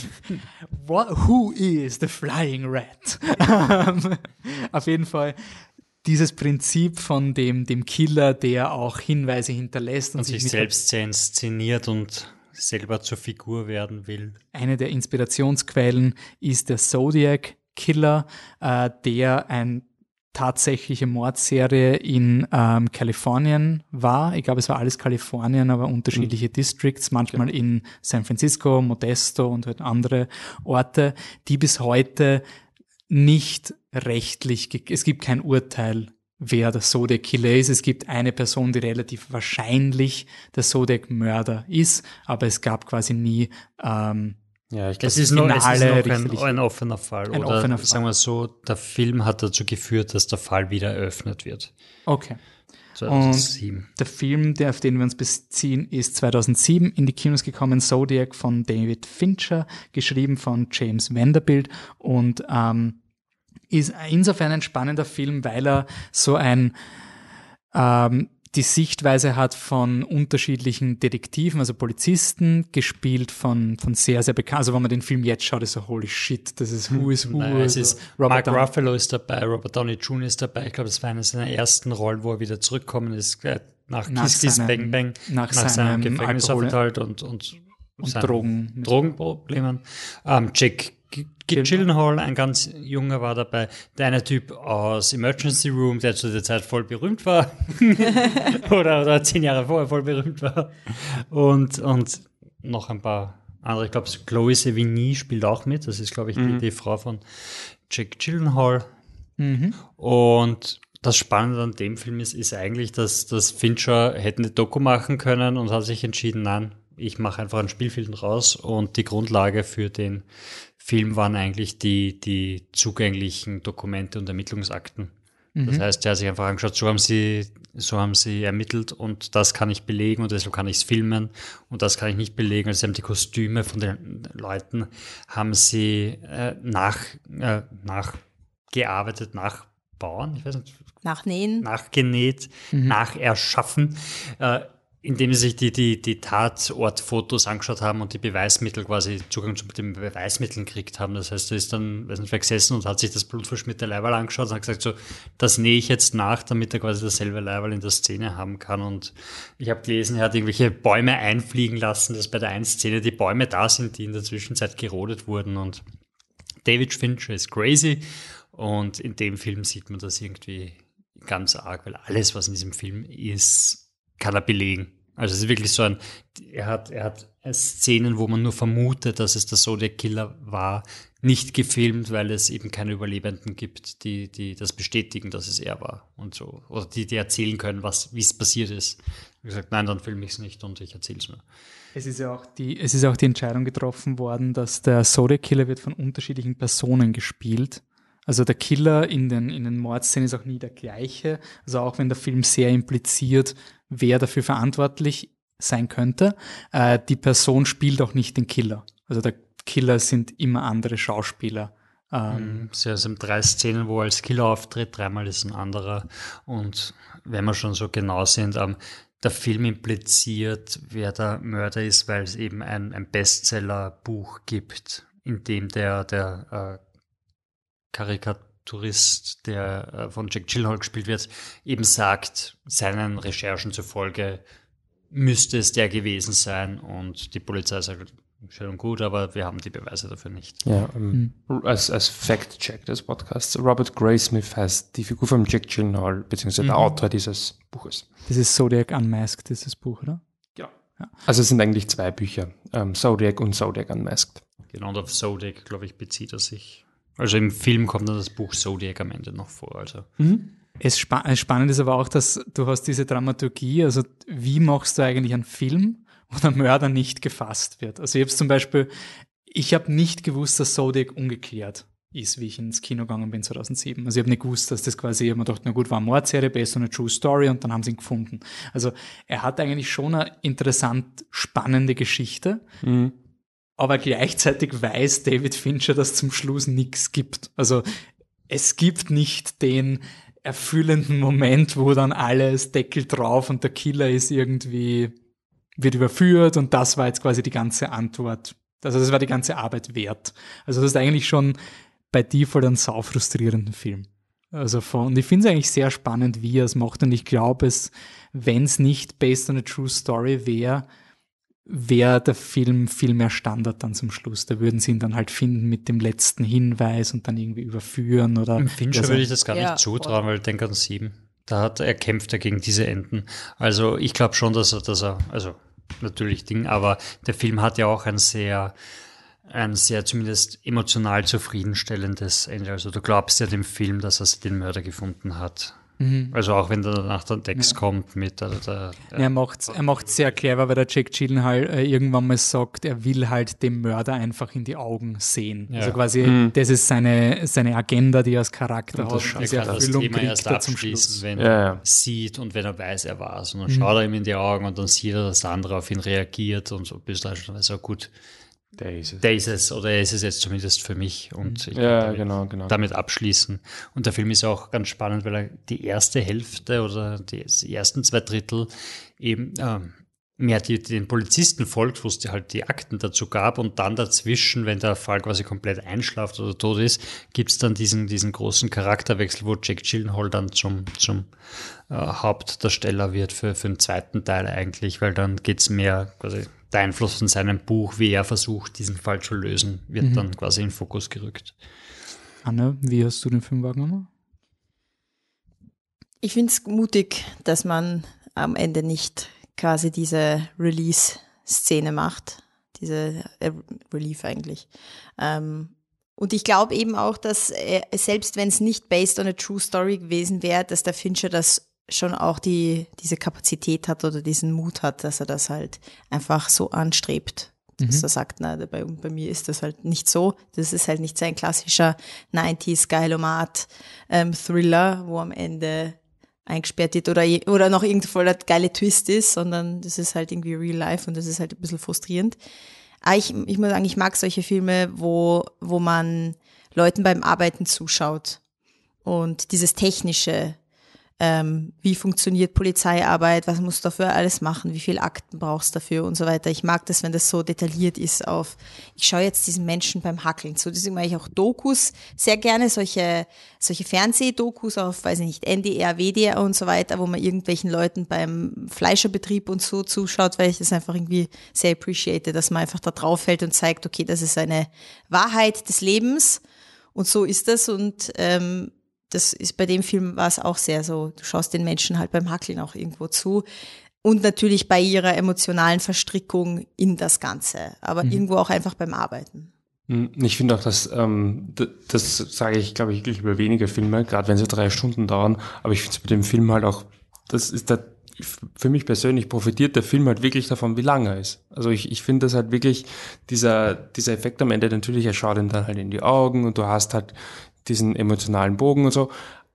[SPEAKER 1] What, who is the Flying Rat? Ähm, Auf jeden Fall dieses Prinzip von dem, dem Killer, der auch Hinweise hinterlässt und,
[SPEAKER 2] Und sich
[SPEAKER 1] mit
[SPEAKER 2] selbst sehr inszeniert und selber zur Figur werden will.
[SPEAKER 1] Eine der Inspirationsquellen ist der Zodiac Killer, äh, der ein tatsächliche Mordserie in ähm, Kalifornien war. Ich glaube, es war alles Kalifornien, aber unterschiedliche mhm. Districts, manchmal genau. in San Francisco, Modesto und halt andere Orte, die bis heute nicht rechtlich, ge- es gibt kein Urteil, wer der Zodiac-Killer ist. Es gibt eine Person, die relativ wahrscheinlich der Zodiac-Mörder ist, aber es gab quasi nie ähm,
[SPEAKER 3] Ja, ich
[SPEAKER 2] Es
[SPEAKER 3] glaube,
[SPEAKER 2] ist noch, es ist
[SPEAKER 1] Finale
[SPEAKER 2] noch ein,
[SPEAKER 1] richterliche-
[SPEAKER 2] ein offener Fall.
[SPEAKER 1] Ein
[SPEAKER 2] Oder
[SPEAKER 1] offener Fall.
[SPEAKER 2] sagen wir so, der Film hat dazu geführt, dass der Fall wieder eröffnet wird.
[SPEAKER 1] okay.
[SPEAKER 2] zweitausendsieben.
[SPEAKER 1] Der Film, der, auf den wir uns beziehen, ist zweitausendsieben in die Kinos gekommen, Zodiac von David Fincher, geschrieben von James Vanderbilt und ähm, ist insofern ein spannender Film, weil er so ein ähm, die Sichtweise hat von unterschiedlichen Detektiven, also Polizisten, gespielt von, von sehr, sehr bekannt. Also wenn man den Film jetzt schaut, ist so, holy shit, das ist Who is Who.
[SPEAKER 2] Nein, es
[SPEAKER 1] also
[SPEAKER 2] ist
[SPEAKER 1] Robert
[SPEAKER 2] Mark
[SPEAKER 1] Downey-
[SPEAKER 2] Ruffalo ist dabei, Robert Downey Junior ist dabei. Ich glaube, das war eine seiner ersten Rollen, wo er wieder zurückgekommen ist, äh, nach,
[SPEAKER 1] Nach
[SPEAKER 2] Kiss Kiss
[SPEAKER 1] seinem-
[SPEAKER 2] Bang Bang,
[SPEAKER 1] nach
[SPEAKER 2] seinem,
[SPEAKER 1] seinem
[SPEAKER 2] Gefängnisaufenthalt und, und,
[SPEAKER 1] und
[SPEAKER 2] seinen
[SPEAKER 1] Drogen.
[SPEAKER 2] Drogenproblemen. Ähm, Jake G- G- Gyllenhaal, ein ganz junger, war dabei. Der eine Typ aus Emergency Room, der zu der Zeit voll berühmt war. oder, oder zehn Jahre vorher voll berühmt war. Und, und noch ein paar andere. Ich glaube, Chloe Sevigny spielt auch mit. Das ist, glaube ich, die, die Frau von Jake Gyllenhaal. Und das Spannende an dem Film ist, ist eigentlich, dass, dass Fincher hätte eine Doku machen können und hat sich entschieden, nein, ich mache einfach einen Spielfilm raus. Und die Grundlage für den Film waren eigentlich die, die zugänglichen Dokumente und Ermittlungsakten, Mhm. Das heißt, er hat sich einfach angeschaut, so haben sie, so haben sie ermittelt und das kann ich belegen und deshalb kann ich es filmen und das kann ich nicht belegen. Also sie haben die Kostüme von den Leuten, haben sie äh, nach, äh, nachgearbeitet, nachbauen, ich weiß nicht.
[SPEAKER 4] Nachnähen.
[SPEAKER 2] Nachgenäht, mhm. nacherschaffen. Äh, indem sie sich die, die, die Tatortfotos angeschaut haben und die Beweismittel quasi Zugang zu den Beweismitteln gekriegt haben. Das heißt, er ist dann, weiß nicht, wer gesessen und hat sich das blutverschmierte Leiberl angeschaut und hat gesagt, so, das nähe ich jetzt nach, damit er quasi dasselbe Leiberl in der Szene haben kann. Und ich habe gelesen, er hat irgendwelche Bäume einfliegen lassen, dass bei der einen Szene die Bäume da sind, die in der Zwischenzeit gerodet wurden. Und David Fincher ist crazy. Und in dem Film sieht man das irgendwie ganz arg, weil alles, was in diesem Film ist, kann er belegen. Also es ist wirklich so ein, er hat, er hat Szenen, wo man nur vermutet, dass es der Zodiac Killer war, nicht gefilmt, weil es eben keine Überlebenden gibt, die, die das bestätigen, dass es er war und so. Oder die, die erzählen können, was, wie es passiert ist. Ich habe gesagt, nein, dann filme ich es nicht und ich erzähle es mir.
[SPEAKER 1] Es ist ja auch die, es ist auch die Entscheidung getroffen worden, dass der Zodiac Killer wird von unterschiedlichen Personen gespielt. Also der Killer in den, in den Mordszenen ist auch nie der gleiche. Also auch wenn der Film sehr impliziert, wer dafür verantwortlich sein könnte, äh, die Person spielt auch nicht den Killer. Also der Killer sind immer andere Schauspieler.
[SPEAKER 2] Ähm, Sie haben drei Szenen, wo er als Killer auftritt, dreimal ist ein anderer. Und wenn wir schon so genau sind, ähm, der Film impliziert, wer der Mörder ist, weil es eben ein, ein Bestseller-Buch gibt, in dem der, der äh, Karikaturist, der äh, von Jake Gyllenhaal gespielt wird, eben sagt, seinen Recherchen zufolge müsste es der gewesen sein und die Polizei sagt, schön und gut, aber wir haben die Beweise dafür nicht.
[SPEAKER 3] Ja, um, mhm. als, als Fact-Check des Podcasts, Robert Graysmith heißt die Figur von Jake Gyllenhaal, beziehungsweise mhm. der Autor dieses Buches.
[SPEAKER 1] Das ist Zodiac Unmasked, dieses Buch, oder?
[SPEAKER 3] Genau. Ja. Also es sind eigentlich zwei Bücher, ähm, Zodiac und Zodiac Unmasked.
[SPEAKER 2] Genau, und auf Zodiac, glaube ich, bezieht er sich. Also im Film kommt dann das Buch Zodiac am Ende noch vor. Also.
[SPEAKER 1] Mhm. Es spa- spannend ist aber auch, dass du hast diese Dramaturgie, also wie machst du eigentlich einen Film, wo der Mörder nicht gefasst wird? Also ich habe zum Beispiel, ich habe nicht gewusst, dass Zodiac ungeklärt ist, wie ich ins Kino gegangen bin zweitausendsieben. Also ich habe nicht gewusst, dass das quasi, ich habe mir gedacht, na gut, war eine Mordserie, based on a true story und dann haben sie ihn gefunden. Also er hat eigentlich schon eine interessant spannende Geschichte, mhm. aber gleichzeitig weiß David Fincher, dass zum Schluss nichts gibt. Also es gibt nicht den erfüllenden Moment, wo dann alles Deckel drauf und der Killer ist irgendwie, wird überführt und das war jetzt quasi die ganze Antwort. Also das war die ganze Arbeit wert. Also das ist eigentlich schon bei Default ein sau frustrierenden Film. Also von, und ich finde es eigentlich sehr spannend, wie er es macht und ich glaube es, wenn es nicht based on a true story wäre, wäre der Film viel mehr Standard dann zum Schluss. Da würden sie ihn dann halt finden mit dem letzten Hinweis und dann irgendwie überführen oder.
[SPEAKER 2] Im Fincher also, würde ich das gar ja, nicht zutrauen, weil ich denke an sieben. Da hat er kämpft er gegen diese Enden. Also ich glaube schon, dass er, dass er, also natürlich Ding, aber der Film hat ja auch ein sehr, ein sehr zumindest emotional zufriedenstellendes Ende. Also du glaubst ja dem Film, dass er den Mörder gefunden hat. Mhm. Also auch wenn danach der Text ja. kommt mit der, der, der
[SPEAKER 1] er macht er macht's sehr clever, weil der Jake Gyllenhaal äh, irgendwann mal sagt, er will halt dem Mörder einfach in die Augen sehen. Ja. Also quasi, mhm. das ist seine, seine Agenda, die er als Charakter
[SPEAKER 2] und
[SPEAKER 1] hat.
[SPEAKER 2] Diese Erfüllung kriegt erst er zum Schluss. Wenn ja, ja. er sieht und wenn er weiß, er war es. Und dann mhm. schaut er ihm in die Augen und dann sieht er, dass der andere auf ihn reagiert und so bis da schon so gut. Der ist es. Der ist es, oder er ist es jetzt zumindest für mich. Und ich
[SPEAKER 3] ja,
[SPEAKER 2] damit,
[SPEAKER 3] genau, genau.
[SPEAKER 2] damit abschließen. Und der Film ist auch ganz spannend, weil er die erste Hälfte oder die, die ersten zwei Drittel eben äh, mehr die, den Polizisten folgt, wo es halt die Akten dazu gab und dann dazwischen, wenn der Fall quasi komplett einschlaft oder tot ist, gibt es dann diesen, diesen großen Charakterwechsel, wo Jake Gyllenhaal dann zum, zum äh, Hauptdarsteller wird für, für den zweiten Teil eigentlich, weil dann geht es mehr quasi der Einfluss von seinem Buch, wie er versucht, diesen Fall zu lösen, wird mhm. dann quasi in den Fokus gerückt.
[SPEAKER 1] Anne, wie hast du den Film wahrgenommen?
[SPEAKER 4] Ich finde es mutig, dass man am Ende nicht quasi diese Release-Szene macht, diese äh, Relief eigentlich. Ähm, und ich glaube eben auch, dass äh, selbst wenn es nicht based on a true story gewesen wäre, dass der Fincher das schon auch die diese Kapazität hat oder diesen Mut hat, dass er das halt einfach so anstrebt, dass er sagt, na, bei, bei mir ist das halt nicht so. Das ist halt nicht sein klassischer neunziger Geilomat ähm, Thriller, wo am Ende eingesperrt wird oder, oder noch irgendwo voll der geile Twist ist, sondern das ist halt irgendwie real life und das ist halt ein bisschen frustrierend. Aber ich, ich muss sagen, ich mag solche Filme, wo, wo man Leuten beim Arbeiten zuschaut und dieses Technische, ähm, wie funktioniert Polizeiarbeit, was musst du dafür alles machen, wie viele Akten brauchst du dafür und so weiter. Ich mag das, wenn das so detailliert ist auf, ich schaue jetzt diesen Menschen beim Hackeln zu. Deswegen mache ich auch Dokus sehr gerne, solche, solche Fernsehdokus auf, weiß ich nicht, N D R, W D R und so weiter, wo man irgendwelchen Leuten beim Fleischerbetrieb und so zuschaut, weil ich das einfach irgendwie sehr appreciate, dass man einfach da drauf hält und zeigt, okay, das ist eine Wahrheit des Lebens und so ist das und ähm, das ist bei dem Film war es auch sehr so, du schaust den Menschen halt beim Hackeln auch irgendwo zu und natürlich bei ihrer emotionalen Verstrickung in das Ganze, aber mhm. irgendwo auch einfach beim Arbeiten.
[SPEAKER 3] Ich finde auch, dass, ähm, das, das sage ich, glaube ich, wirklich über wenige Filme, gerade wenn sie drei Stunden dauern, aber ich finde es bei dem Film halt auch, das ist der, für mich persönlich profitiert der Film halt wirklich davon, wie lang er ist. Also ich, ich finde das halt wirklich, dieser, dieser Effekt am Ende, natürlich, er schaut ihm dann halt in die Augen und du hast halt diesen emotionalen Bogen und so.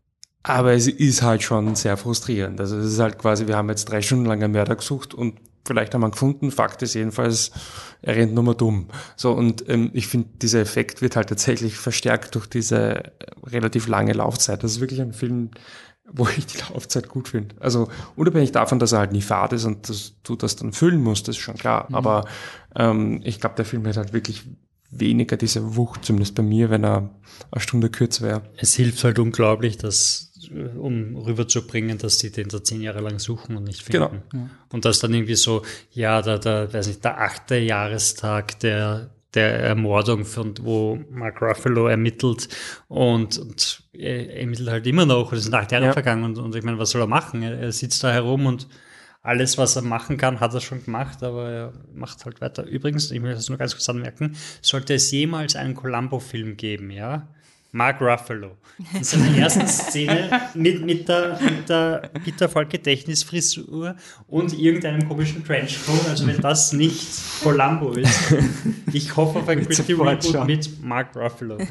[SPEAKER 3] Aber es ist halt schon sehr frustrierend. Also es ist halt quasi, wir haben jetzt drei Stunden lang einen Mörder gesucht und vielleicht haben wir ihn gefunden. Fakt ist jedenfalls, er rennt nur mal dumm. So, und ähm, ich finde, dieser Effekt wird halt tatsächlich verstärkt durch diese relativ lange Laufzeit. Das ist wirklich ein Film, wo ich die Laufzeit gut finde. Also unabhängig davon, dass er halt nie fad ist und dass du das dann füllen musst, das ist schon klar. Mhm. Aber ähm, ich glaube, der Film hat halt wirklich weniger diese Wucht, zumindest bei mir, wenn er eine Stunde kürzer wäre.
[SPEAKER 2] Es hilft halt unglaublich, dass, um rüberzubringen, dass die den da zehn Jahre lang suchen und nicht finden.
[SPEAKER 3] Genau.
[SPEAKER 2] Ja. Und das dann irgendwie so, ja, der, der, weiß nicht, der achte Jahrestag der, der Ermordung, von, wo Mark Ruffalo ermittelt und, und er ermittelt halt immer noch, es sind acht Jahre ja. vergangen und, und ich meine, was soll er machen? Er, er sitzt da herum und alles, was er machen kann, hat er schon gemacht, aber er macht halt weiter. Übrigens, ich will das nur ganz kurz anmerken, sollte es jemals einen Columbo-Film geben, ja, Mark Ruffalo. In seiner ersten Szene mit, mit der, mit der Peter Falk Gedächtnisfrisur und irgendeinem komischen Trenchcoat, also wenn das nicht Columbo ist. Ich hoffe auf ein Pretty Reboot mit Mark Ruffalo.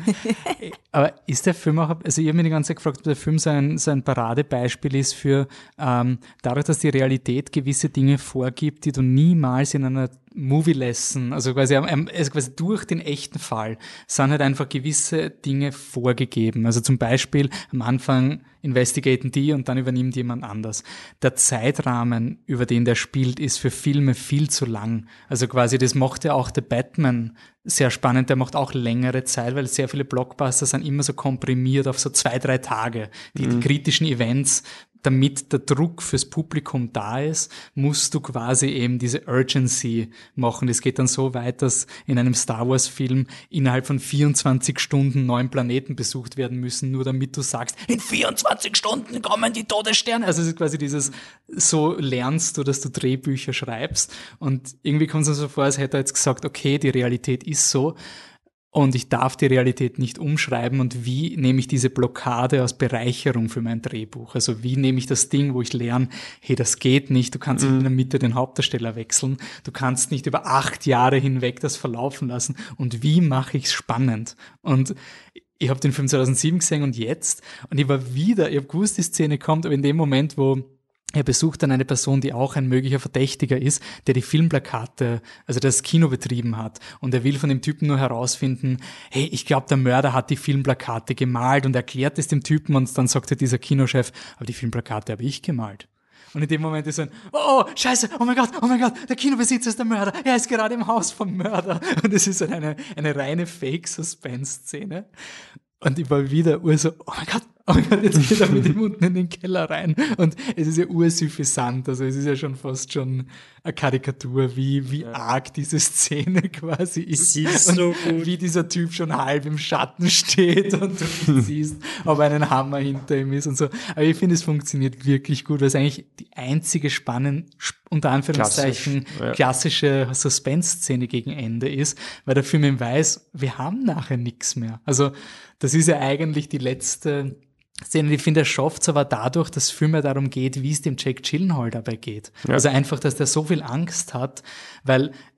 [SPEAKER 1] Aber ist der Film auch, also ich habe mir die ganze Zeit gefragt, ob der Film so ein, so ein Paradebeispiel ist für ähm, dadurch, dass die Realität gewisse Dinge vorgibt, die du niemals in einer Movie Lesson, also quasi, also quasi durch den echten Fall sind halt einfach gewisse Dinge vorgegeben. Also zum Beispiel am Anfang investigaten die und dann übernimmt jemand anders. Der Zeitrahmen, über den der spielt, ist für Filme viel zu lang. Also quasi, das macht ja auch der Batman sehr spannend. Der macht auch längere Zeit, weil sehr viele Blockbuster sind immer so komprimiert auf so zwei, drei Tage. Die, mhm. die kritischen Events, damit der Druck fürs Publikum da ist, musst du quasi eben diese Urgency machen. Das geht dann so weit, dass in einem Star Wars Film innerhalb von vierundzwanzig Stunden neun Planeten besucht werden müssen, nur damit du sagst, in vierundzwanzig Stunden kommen die Todessterne. Also es ist quasi dieses, so lernst du, dass du Drehbücher schreibst. Und irgendwie kommt es mir so vor, als hätte er jetzt gesagt, okay, die Realität ist so, und ich darf die Realität nicht umschreiben und wie nehme ich diese Blockade als Bereicherung für mein Drehbuch? Also wie nehme ich das Ding, wo ich lerne, hey, das geht nicht, du kannst nicht in der Mitte den Hauptdarsteller wechseln, du kannst nicht über acht Jahre hinweg das verlaufen lassen und wie mache ich es spannend? Und ich habe den Film zweitausendsieben gesehen und jetzt und ich war wieder, ich habe gewusst, die Szene kommt, aber in dem Moment, wo er besucht dann eine Person, die auch ein möglicher Verdächtiger ist, der die Filmplakate, also das Kino betrieben hat. Und er will von dem Typen nur herausfinden, hey, ich glaube, der Mörder hat die Filmplakate gemalt und erklärt es dem Typen und dann sagt er dieser Kinochef, aber die Filmplakate habe ich gemalt. Und in dem Moment ist er, oh, oh, scheiße, oh mein Gott, oh mein Gott, der Kinobesitzer ist der Mörder, er ist gerade im Haus vom Mörder. Und es ist eine, eine reine Fake-Suspense-Szene. Und ich war wieder ur so, oh mein Gott, oh mein Gott, jetzt geht er mit ihm unten in den Keller rein. Und es ist ja ursuffisant, also es ist ja schon fast schon eine Karikatur, wie, wie ja. arg diese Szene quasi ist.
[SPEAKER 2] Sie ist so
[SPEAKER 1] gut. Wie dieser Typ schon halb im Schatten steht und du siehst, ob ein Hammer hinter ihm ist und so. Aber ich finde, es funktioniert wirklich gut, weil es eigentlich die einzige spannende, unter Anführungszeichen, Klassisch, ja. klassische Suspense-Szene gegen Ende ist, weil der Film eben weiß, wir haben nachher nichts mehr. Also das ist ja eigentlich die letzte Szene, ich finde, er schafft es aber dadurch, dass es viel mehr darum geht, wie es dem Jake Gyllenhaal dabei geht. Ja. Also einfach, dass der so viel Angst hat, weil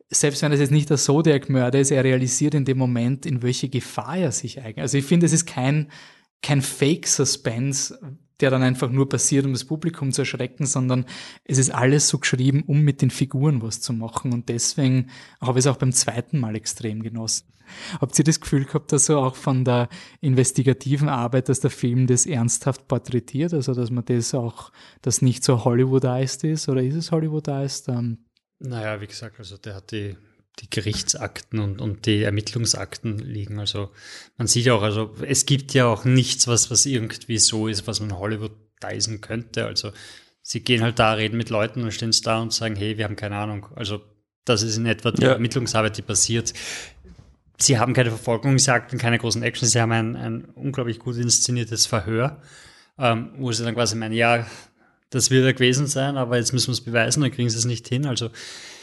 [SPEAKER 1] selbst wenn es jetzt nicht der Zodiac-Mörder ist, er realisiert in dem Moment, in welche Gefahr er sich eigentlich, also ich finde, es ist kein, kein Fake-Suspense, der dann einfach nur passiert, um das Publikum zu erschrecken, sondern es ist alles so geschrieben, um mit den Figuren was zu machen und deswegen habe ich es auch beim zweiten Mal extrem genossen. Habt ihr das Gefühl gehabt, dass so auch von der investigativen Arbeit, dass der Film das ernsthaft porträtiert, also dass man das auch, das nicht so Hollywoodized ist, oder ist es Hollywoodized? Ähm,
[SPEAKER 2] Naja, wie gesagt, also der hat die, die Gerichtsakten und, und die Ermittlungsakten liegen. Also man sieht ja auch, also es gibt ja auch nichts, was, was irgendwie so ist, was man Hollywoodisen könnte. Also sie gehen halt da, reden mit Leuten und stehen da und sagen, hey, wir haben keine Ahnung. Also das ist in etwa die ja. Ermittlungsarbeit, die passiert. Sie haben keine Verfolgungsjagden, keine großen Actions, sie haben ein, ein unglaublich gut inszeniertes Verhör, ähm, wo sie dann quasi meinen, ja, das wird er gewesen sein, aber jetzt müssen wir es beweisen, dann kriegen sie es nicht hin. Also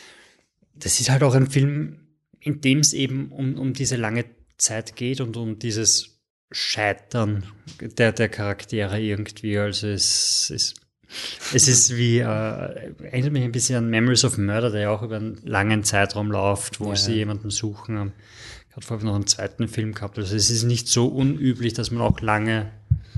[SPEAKER 2] das ist halt auch ein Film, in dem es eben um, um diese lange Zeit geht und um dieses Scheitern der, der Charaktere irgendwie. Also es ist, es ist wie, äh, erinnert mich ein bisschen an Memories of Murder, der ja auch über einen langen Zeitraum läuft, wo ja. sie jemanden suchen. Ich habe vorher noch einen zweiten Film gehabt. Also es ist nicht so unüblich, dass man auch lange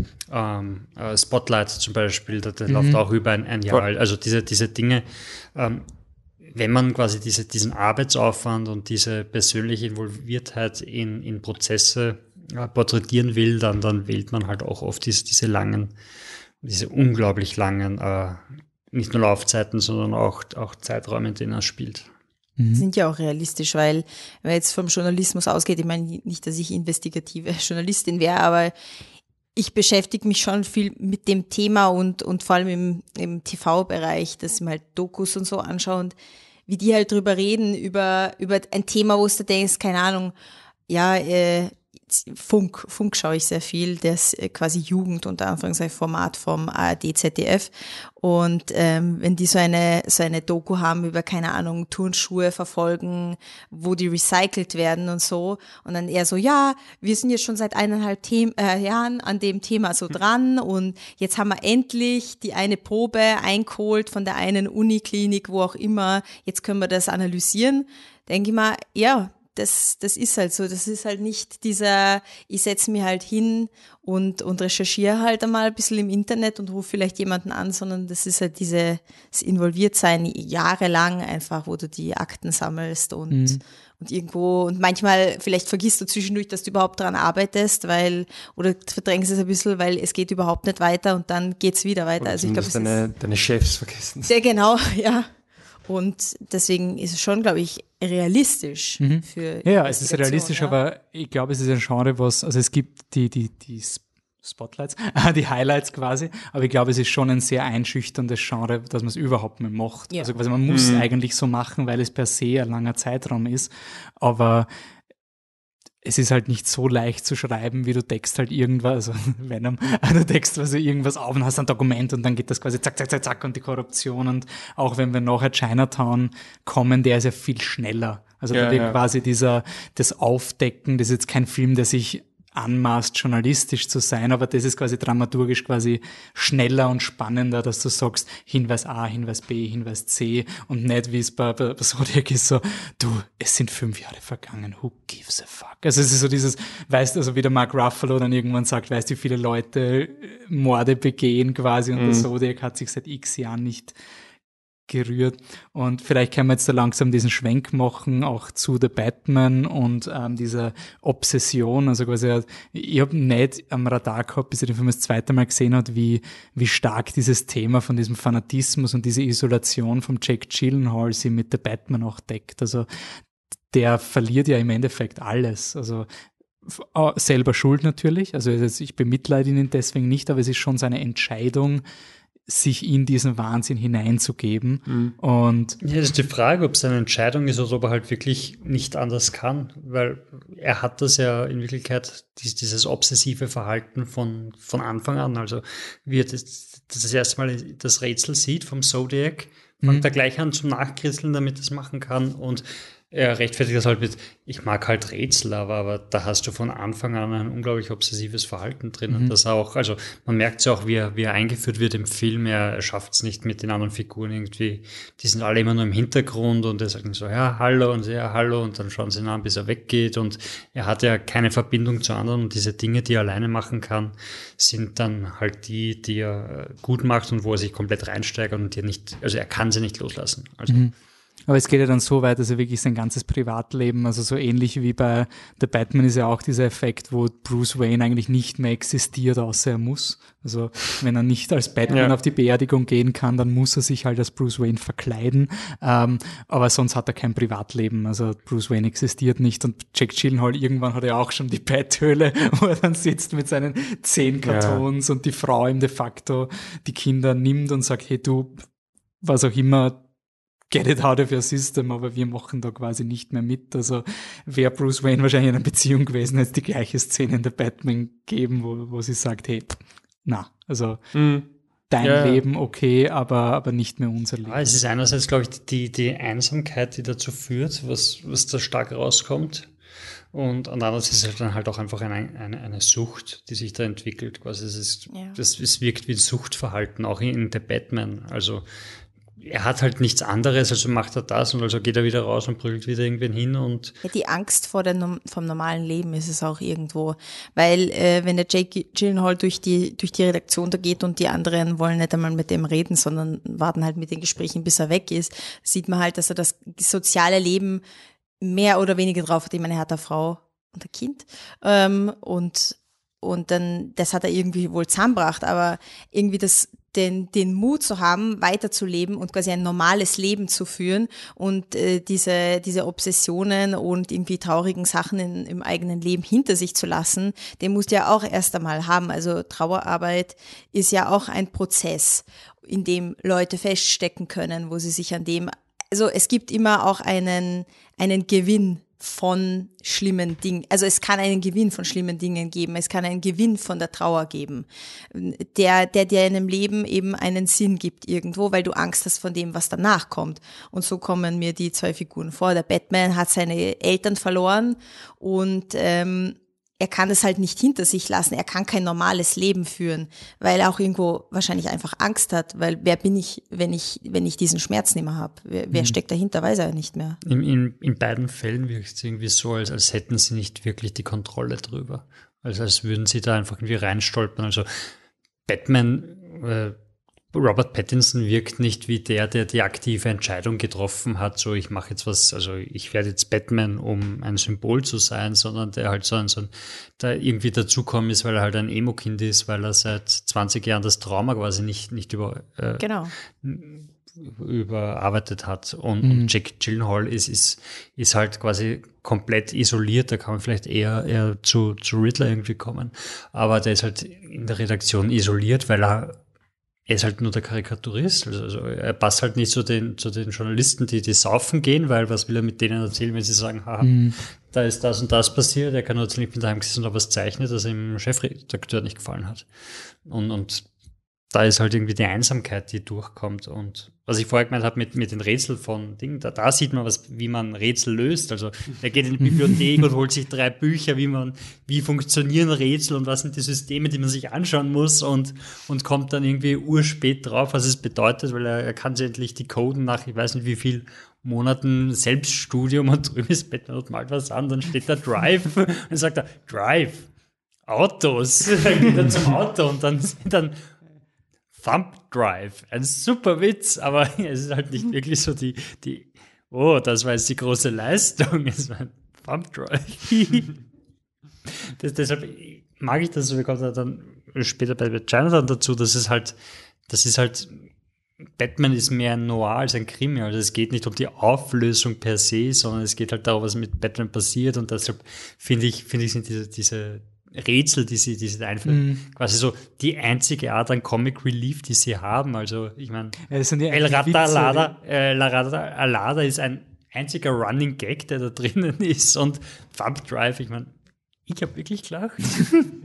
[SPEAKER 2] ähm, äh, Spotlight zum Beispiel, der, der mhm. läuft auch über ein, ein Jahr alt. Also diese, diese Dinge, ähm, wenn man quasi diese, diesen Arbeitsaufwand und diese persönliche Involviertheit in, in Prozesse äh, porträtieren will, dann, dann wählt man halt auch oft diese, diese langen, diese unglaublich langen, äh, nicht nur Laufzeiten, sondern auch, auch Zeiträume, in denen er spielt.
[SPEAKER 4] Sind ja auch realistisch, weil wenn man jetzt vom Journalismus ausgeht, ich meine nicht, dass ich investigative Journalistin wäre, aber ich beschäftige mich schon viel mit dem Thema und, und vor allem im, im T V-Bereich, dass ich mir halt Dokus und so anschaue und wie die halt drüber reden, über, über ein Thema, wo du denkst, keine Ahnung, ja, äh, Funk, Funk schaue ich sehr viel, das ist quasi Jugend, unter Anführungszeichen Format vom A R D, Z D F und ähm, wenn die so eine so eine Doku haben über, keine Ahnung, Turnschuhe verfolgen, wo die recycelt werden und so und dann eher so, ja, wir sind jetzt schon seit eineinhalb The- äh, Jahren an dem Thema so dran und jetzt haben wir endlich die eine Probe eingeholt von der einen Uniklinik, wo auch immer, jetzt können wir das analysieren, denke ich mal, ja, Das, das ist halt so, das ist halt nicht dieser, ich setze mich halt hin und, und recherchiere halt einmal ein bisschen im Internet und rufe vielleicht jemanden an, sondern das ist halt diese, das Involviertsein jahrelang einfach, wo du die Akten sammelst und, mhm. und irgendwo, und manchmal vielleicht vergisst du zwischendurch, dass du überhaupt dran arbeitest, weil, oder verdrängst es ein bisschen, weil es geht überhaupt nicht weiter und dann geht's wieder weiter.
[SPEAKER 3] Oder
[SPEAKER 4] also ich glaube,
[SPEAKER 3] deine, deine Chefs vergessen.
[SPEAKER 4] Sehr genau, ja. Und deswegen ist es schon, glaube ich, realistisch
[SPEAKER 1] mhm.
[SPEAKER 4] für
[SPEAKER 1] Ja, es ist realistisch,
[SPEAKER 4] ja.
[SPEAKER 1] aber ich glaube, es ist ein Genre, was, also es gibt die, die, die Spotlights, die Highlights quasi, aber ich glaube, es ist schon ein sehr einschüchterndes Genre, dass man es überhaupt nicht macht. Ja. Also quasi man muss mhm. eigentlich so machen, weil es per se ein langer Zeitraum ist, aber es ist halt nicht so leicht zu schreiben, wie du deckst halt irgendwas, also Venom, du deckst also irgendwas auf und hast ein Dokument und dann geht das quasi zack, zack, zack, zack und die Korruption und auch wenn wir nachher Chinatown kommen, der ist ja viel schneller. Also ja, da wird ja. quasi dieser, das Aufdecken, das ist jetzt kein Film, der sich anmaßt, journalistisch zu sein, aber das ist quasi dramaturgisch quasi schneller und spannender, dass du sagst, Hinweis A, Hinweis B, Hinweis C und nicht, wie es bei, bei, bei Zodiac ist, so, du, es sind fünf Jahre vergangen, who gives a fuck? Also es ist so dieses, weißt du, also wie der Mark Ruffalo dann irgendwann sagt, weißt du, wie viele Leute Morde begehen quasi und mhm. der Zodiac hat sich seit x Jahren nicht gerührt. Und vielleicht können wir jetzt da langsam diesen Schwenk machen, auch zu The Batman und ähm, dieser Obsession. Also quasi, ich habe nicht am Radar gehabt, bis ich den Film das zweite Mal gesehen habe, wie, wie stark dieses Thema von diesem Fanatismus und diese Isolation vom Jake Gyllenhaal sie mit The Batman auch deckt. Also der verliert ja im Endeffekt alles. Also selber schuld natürlich. Also ich bemitleide ihn deswegen nicht, aber es ist schon seine Entscheidung, sich in diesen Wahnsinn hineinzugeben. Mhm. Und
[SPEAKER 2] ja, das ist die Frage, ob es eine Entscheidung ist oder ob er halt wirklich nicht anders kann, weil er hat das ja in Wirklichkeit, dieses obsessive Verhalten von, von Anfang an. Also wie er das, das erste Mal das Rätsel sieht vom Zodiac, fängt mhm. er gleich an zum Nachkritzeln, damit er es machen kann und er rechtfertigt das halt mit, ich mag halt Rätsel, aber, aber da hast du von Anfang an ein unglaublich obsessives Verhalten drin. Und das auch, also man merkt es ja auch, wie er, wie er eingeführt wird im Film, er, er schafft es nicht mit den anderen Figuren irgendwie, die sind alle immer nur im Hintergrund und er sagt dann so, ja, hallo und ja, hallo und dann schauen sie ihn an, bis er weggeht und er hat ja keine Verbindung zu anderen und diese Dinge, die er alleine machen kann, sind dann halt die, die er gut macht und wo er sich komplett reinsteigert und die er nicht, also er kann sie nicht loslassen. Also
[SPEAKER 1] mhm. Aber es geht ja dann so weit, dass er wirklich sein ganzes Privatleben, also so ähnlich wie bei The Batman ist ja auch dieser Effekt, wo Bruce Wayne eigentlich nicht mehr existiert, außer er muss. Also wenn er nicht als Batman ja. auf die Beerdigung gehen kann, dann muss er sich halt als Bruce Wayne verkleiden. Ähm, aber sonst hat er kein Privatleben. Also Bruce Wayne existiert nicht und Jake Gyllenhaal, irgendwann hat er auch schon die Betthöhle, wo er dann sitzt mit seinen zehn Kartons ja. und die Frau ihm de facto die Kinder nimmt und sagt, hey du, was auch immer, get it out of your system, aber wir machen da quasi nicht mehr mit. Also wäre Bruce Wayne wahrscheinlich in einer Beziehung gewesen, hätte es die gleiche Szene in der Batman geben, wo, wo sie sagt, hey, na, also mhm. dein ja. Leben okay, aber, aber nicht mehr unser Leben.
[SPEAKER 2] Ja, es ist einerseits, glaube ich, die, die Einsamkeit, die dazu führt, was, was da stark rauskommt. Und andererseits ist es dann halt auch einfach eine, eine, eine Sucht, die sich da entwickelt. Quasi es ist, ja. das, es wirkt wie ein Suchtverhalten, auch in The Batman. Also er hat halt nichts anderes, also macht er das und also geht er wieder raus und prügelt wieder irgendwen hin und
[SPEAKER 4] ja, die Angst vor der, vom normalen Leben ist es auch irgendwo, weil äh, wenn der Jake Gyllenhaal durch die durch die Redaktion da geht und die anderen wollen nicht einmal mit dem reden, sondern warten halt mit den Gesprächen, bis er weg ist, sieht man halt, dass er das soziale Leben mehr oder weniger drauf hat. Ich meine, er hat eine Frau und ein Kind ähm, und und dann, das hat er irgendwie wohl zusammengebracht, aber irgendwie das, den, den Mut zu haben, weiterzuleben und quasi ein normales Leben zu führen und äh, diese, diese Obsessionen und irgendwie traurigen Sachen in, im eigenen Leben hinter sich zu lassen, den musst du ja auch erst einmal haben. Also Trauerarbeit ist ja auch ein Prozess, in dem Leute feststecken können, wo sie sich an dem, also es gibt immer auch einen, einen Gewinn von schlimmen Dingen. Also es kann einen Gewinn von schlimmen Dingen geben. Es kann einen Gewinn von der Trauer geben, der, der dir in einem Leben eben einen Sinn gibt irgendwo, weil du Angst hast von dem, was danach kommt. Und so kommen mir die zwei Figuren vor. Der Batman hat seine Eltern verloren und ähm, er kann es halt nicht hinter sich lassen. Er kann kein normales Leben führen, weil er auch irgendwo wahrscheinlich einfach Angst hat, weil wer bin ich, wenn ich, wenn ich diesen Schmerz nicht mehr habe? Wer, wer steckt dahinter, weiß er nicht mehr.
[SPEAKER 2] In, in, in beiden Fällen wirkt es irgendwie so, als, als hätten sie nicht wirklich die Kontrolle drüber. Also als würden sie da einfach irgendwie reinstolpern. Also Batman, äh, Robert Pattinson wirkt nicht wie der, der die aktive Entscheidung getroffen hat, so ich mache jetzt was, also ich werde jetzt Batman, um ein Symbol zu sein, sondern der halt so ein, so ein da irgendwie dazukommen ist, weil er halt ein Emo-Kind ist, weil er seit zwanzig Jahren das Trauma quasi nicht, nicht über, äh,
[SPEAKER 4] genau.
[SPEAKER 2] überarbeitet hat. Und,
[SPEAKER 1] Mhm.
[SPEAKER 2] und Jake Gyllenhaal ist, ist, ist halt quasi komplett isoliert, da kann man vielleicht eher, eher zu, zu Riddler irgendwie kommen, aber der ist halt in der Redaktion isoliert, weil er Er ist halt nur der Karikaturist, also, also er passt halt nicht zu den, zu den Journalisten, die, die saufen gehen, weil was will er mit denen erzählen, wenn sie sagen, haha, mhm. da ist das und das passiert, er kann nur erzählen, ich bin daheim gesessen und habe was zeichnet, das dem Chefredakteur nicht gefallen hat. Und, und da ist halt irgendwie die Einsamkeit, die durchkommt. Und was ich vorher gemeint habe mit, mit den Rätseln von Dingen, da, da sieht man, was, wie man Rätsel löst. Also er geht in die Bibliothek und holt sich drei Bücher, wie man, wie funktionieren Rätsel und was sind die Systeme, die man sich anschauen muss und, und kommt dann irgendwie urspät drauf, was es bedeutet, weil er, er kann sich endlich die Coden nach, ich weiß nicht wie viel Monaten Selbststudium und drüben ist Batman und malt was an, dann steht da Drive und dann sagt er, Drive, Autos. Dann geht er zum Auto und dann, dann Thumb Drive, ein super Witz, aber es ist halt nicht wirklich so die, die oh, das war jetzt die große Leistung, es war ein Thumb Drive. das, deshalb mag ich das so, wir kommen dann später bei Jonathan dazu, dass es halt, das ist halt, Batman ist mehr ein Noir als ein Krimi, also es geht nicht um die Auflösung per se, sondern es geht halt darum, was mit Batman passiert und deshalb finde ich, finde ich, sind diese, diese Rätsel, die sie, die sie einführen, mm. quasi so die einzige Art an Comic Relief, die sie haben. Also ich meine,
[SPEAKER 1] ja,
[SPEAKER 2] El Rata Alada, äh, La Rata Alada ist ein einziger Running Gag, der da drinnen ist und Thumb Drive, ich meine, ich habe wirklich gelacht.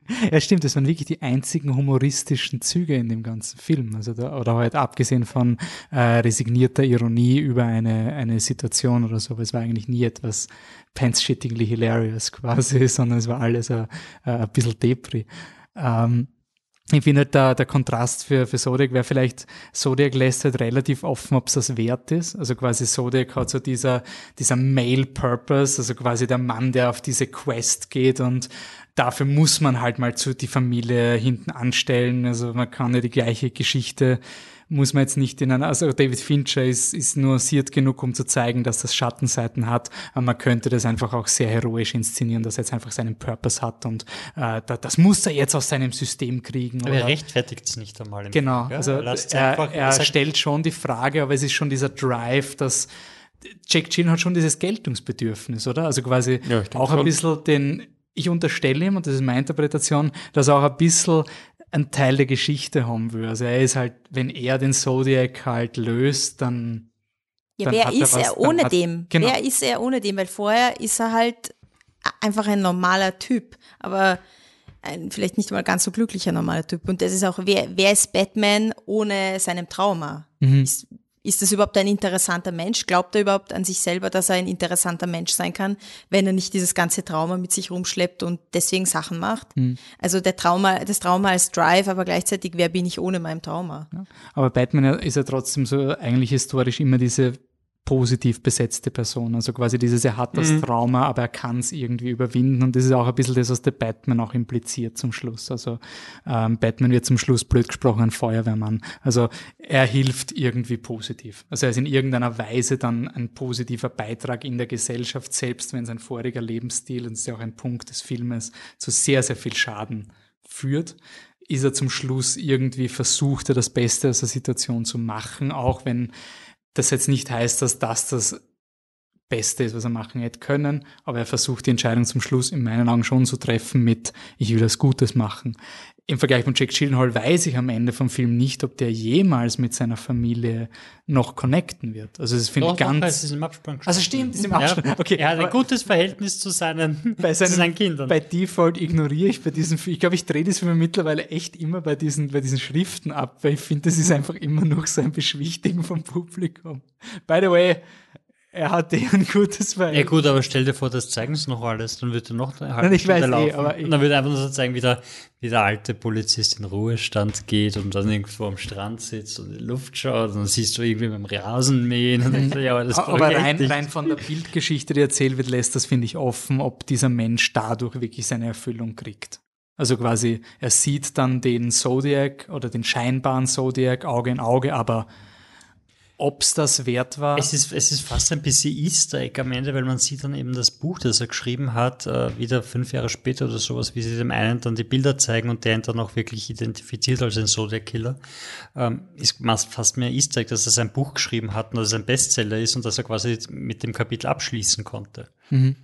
[SPEAKER 1] Ja, stimmt, das waren wirklich die einzigen humoristischen Züge in dem ganzen Film. Also da, oder halt abgesehen von äh, resignierter Ironie über eine, eine Situation oder so, aber es war eigentlich nie etwas pants-shittingly hilarious quasi, sondern es war alles ein, ein bisschen Depri. Ähm, ich finde halt der, der Kontrast für, für Zodiac wäre vielleicht, Zodiac lässt halt relativ offen, ob es das wert ist. Also quasi Zodiac hat so dieser, dieser Male Purpose, also quasi der Mann, der auf diese Quest geht und dafür muss man halt mal zu die Familie hinten anstellen. Also man kann ja die gleiche Geschichte, muss man jetzt nicht in einer, also David Fincher ist, ist nuanciert genug, um zu zeigen, dass das Schattenseiten hat, aber man könnte das einfach auch sehr heroisch inszenieren, dass er jetzt einfach seinen Purpose hat und äh, da, das muss er jetzt aus seinem System kriegen.
[SPEAKER 2] Aber er rechtfertigt es nicht einmal. Im
[SPEAKER 1] genau,
[SPEAKER 2] Film,
[SPEAKER 1] also
[SPEAKER 2] er,
[SPEAKER 1] er,
[SPEAKER 2] einfach,
[SPEAKER 1] er stellt schon die Frage, aber es ist schon dieser Drive, dass Jake Gyllenhaal hat schon dieses Geltungsbedürfnis, oder? Also quasi
[SPEAKER 3] ja,
[SPEAKER 1] auch ein
[SPEAKER 3] schon.
[SPEAKER 1] bisschen den, ich unterstelle ihm, und das ist meine Interpretation, dass er auch ein bisschen einen Teil der Geschichte haben will. Also er ist halt, wenn er den Zodiac halt löst, dann
[SPEAKER 4] Ja,
[SPEAKER 1] dann
[SPEAKER 4] wer
[SPEAKER 1] hat
[SPEAKER 4] ist
[SPEAKER 1] er, was,
[SPEAKER 4] er ohne
[SPEAKER 1] hat,
[SPEAKER 4] dem?
[SPEAKER 1] Genau.
[SPEAKER 4] Wer ist er ohne dem? Weil vorher ist er halt einfach ein normaler Typ, aber ein vielleicht nicht mal ganz so glücklicher normaler Typ. Und das ist auch, wer, wer ist Batman ohne seinem Trauma?
[SPEAKER 1] Mhm.
[SPEAKER 4] Ist, ist das überhaupt ein interessanter Mensch? Glaubt er überhaupt an sich selber, dass er ein interessanter Mensch sein kann, wenn er nicht dieses ganze Trauma mit sich rumschleppt und deswegen Sachen macht?
[SPEAKER 1] Mhm.
[SPEAKER 4] Also der Trauma, das Trauma als Drive, aber gleichzeitig, wer bin ich ohne mein Trauma?
[SPEAKER 1] Ja. Aber Batman ist ja trotzdem so eigentlich historisch immer diese positiv besetzte Person. Also quasi dieses, er hat das
[SPEAKER 3] Mhm.
[SPEAKER 1] Trauma, aber er kann es irgendwie überwinden und das ist auch ein bisschen das, was der Batman auch impliziert zum Schluss. Also ähm, Batman wird zum Schluss blöd gesprochen ein Feuerwehrmann. Also er hilft irgendwie positiv. Also er ist in irgendeiner Weise dann ein positiver Beitrag in der Gesellschaft, selbst wenn sein voriger Lebensstil, und das ist ja auch ein Punkt des Filmes, zu sehr, sehr viel Schaden führt, ist er zum Schluss irgendwie versucht, er das Beste aus der Situation zu machen, auch wenn das jetzt nicht heißt, dass das das Beste ist, was er machen hätte können, aber er versucht die Entscheidung zum Schluss in meinen Augen schon zu treffen mit, ich will was Gutes machen. Im Vergleich mit Jake Gyllenhaal weiß ich am Ende vom Film nicht, ob der jemals mit seiner Familie noch connecten wird. Also das finde ich
[SPEAKER 2] Doch, doch,
[SPEAKER 1] ganz...
[SPEAKER 2] es ist im Abspann
[SPEAKER 1] Also stimmt, ist im Abspann.
[SPEAKER 2] Ja,
[SPEAKER 1] Okay,
[SPEAKER 2] er hat ein
[SPEAKER 1] aber
[SPEAKER 2] gutes Verhältnis zu seinen,
[SPEAKER 1] bei seinen,
[SPEAKER 2] zu seinen Kindern.
[SPEAKER 1] Bei Default ignoriere ich bei diesen, ich glaube, ich drehe das für mich mittlerweile echt immer bei diesen, bei diesen Schriften ab, weil ich finde, das ist einfach immer noch so ein Beschwichtigen vom Publikum. By the way, er hatte ein gutes Verhältnis.
[SPEAKER 2] Ja gut, aber stell dir vor, das zeigen sie noch alles, dann wird er noch eine halbe
[SPEAKER 1] Nein, ich
[SPEAKER 2] Stunde
[SPEAKER 1] weiß eh,
[SPEAKER 2] laufen.
[SPEAKER 1] aber ich-
[SPEAKER 2] und dann wird er einfach nur so zeigen, wie der, wie der alte Polizist in Ruhestand geht und dann irgendwo am Strand sitzt und in die Luft schaut und dann siehst du irgendwie beim Rasenmähen und denkst, ja, aber das
[SPEAKER 1] Aber
[SPEAKER 2] brauche ich
[SPEAKER 1] rein,
[SPEAKER 2] echt nicht.
[SPEAKER 1] rein von der Bildgeschichte, die erzählt wird, lässt das, finde ich, offen, ob dieser Mensch dadurch wirklich seine Erfüllung kriegt. Also quasi, er sieht dann den Zodiac oder den scheinbaren Zodiac Auge in Auge, aber ob's das wert war...
[SPEAKER 2] Es ist, es ist fast ein bisschen Easter Egg am Ende, weil man sieht dann eben das Buch, das er geschrieben hat, äh, wieder fünf Jahre später oder sowas, wie sie dem einen dann die Bilder zeigen und der ihn dann auch wirklich identifiziert als ein Zodiac-Killer. Ähm, ist fast mehr Easter Egg, dass er sein Buch geschrieben hat und dass es ein Bestseller ist und dass er quasi mit dem Kapitel abschließen konnte.
[SPEAKER 1] Mhm.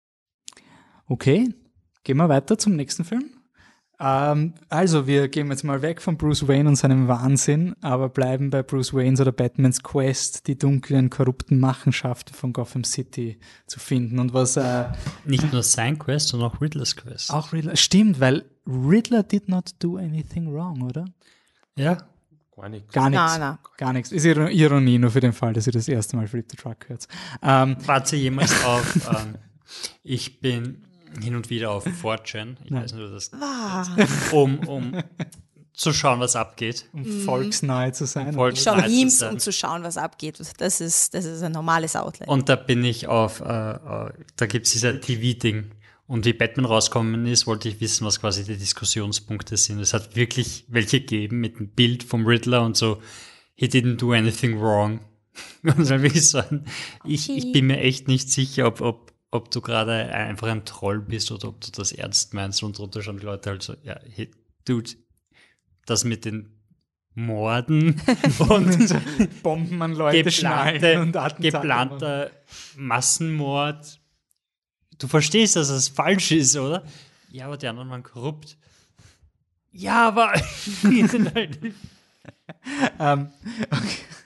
[SPEAKER 1] Okay, gehen wir weiter zum nächsten Film. Ähm, also, wir gehen jetzt mal weg von Bruce Wayne und seinem Wahnsinn, aber bleiben bei Bruce Waynes oder Batmans Quest, die dunklen, korrupten Machenschaften von Gotham City zu finden. Und was äh,
[SPEAKER 2] Nicht nur sein Quest, sondern auch Riddlers Quest.
[SPEAKER 1] auch Riddler, stimmt, weil Riddler did not do anything wrong, oder?
[SPEAKER 2] Ja.
[SPEAKER 3] Gar nichts.
[SPEAKER 1] Gar nichts.
[SPEAKER 4] Na, na.
[SPEAKER 1] Gar nichts. Ist Iro- Ironie, nur für den Fall, dass ihr das erste Mal Flip the Truck hört. Ähm,
[SPEAKER 2] Warte jemals auf, ähm, ich bin hin und wieder auf four chan, ich
[SPEAKER 1] Nein.
[SPEAKER 2] weiß nicht, ob das
[SPEAKER 4] Ah,
[SPEAKER 2] um, um zu schauen, was abgeht.
[SPEAKER 1] um volksnahe zu sein.
[SPEAKER 2] Volks-
[SPEAKER 4] schau
[SPEAKER 2] Nein,
[SPEAKER 4] Memes,
[SPEAKER 2] das ist,
[SPEAKER 4] um zu schauen, was abgeht. Das ist, das ist ein normales Outlet.
[SPEAKER 2] Und da bin ich auf, äh, äh, da gibt es dieser T V-Ding. Und wie Batman rausgekommen ist, wollte ich wissen, was quasi die Diskussionspunkte sind. Es hat wirklich welche gegeben mit einem Bild vom Riddler und so, he didn't do anything wrong. Und dann will ich sagen, ich, ich bin mir echt nicht sicher, ob, ob, ob du gerade einfach ein Troll bist oder ob du das ernst meinst. Und drunter schauen die Leute halt so, ja, hey, dude, das mit den Morden und
[SPEAKER 1] Bomben an Leute schnallen
[SPEAKER 2] geplante,
[SPEAKER 1] und Attentate.
[SPEAKER 2] geplanter Massenmord. Du verstehst, dass das falsch ist, oder? Ja, aber die anderen waren korrupt. Ja, aber die sind halt
[SPEAKER 1] Ähm, okay.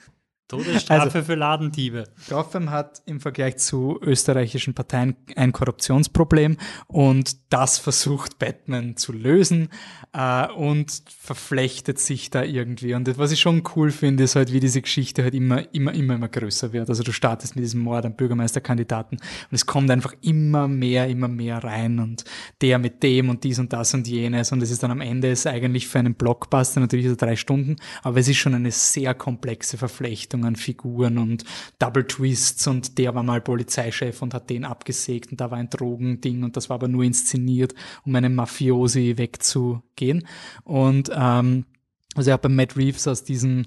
[SPEAKER 2] Todesstrafe
[SPEAKER 1] Also-
[SPEAKER 2] für Ladendiebe.
[SPEAKER 1] Gotham hat im Vergleich zu österreichischen Parteien ein Korruptionsproblem und das versucht Batman zu lösen äh, und verflechtet sich da irgendwie. Und was ich schon cool finde, ist halt, wie diese Geschichte halt immer, immer, immer, immer größer wird. Also du startest mit diesem Mord am Bürgermeisterkandidaten und es kommt einfach immer mehr, immer mehr rein und der mit dem und dies und das und jenes und es ist dann am Ende ist eigentlich für einen Blockbuster natürlich so drei Stunden, aber es ist schon eine sehr komplexe Verflechtung an Figuren und Double Twists und der war mal Polizeichef und hat den abgesägt und da war ein Drogending und das war aber nur inszeniert, um einen Mafiosi wegzugehen. Und ähm, also ja, bei Matt Reeves aus diesem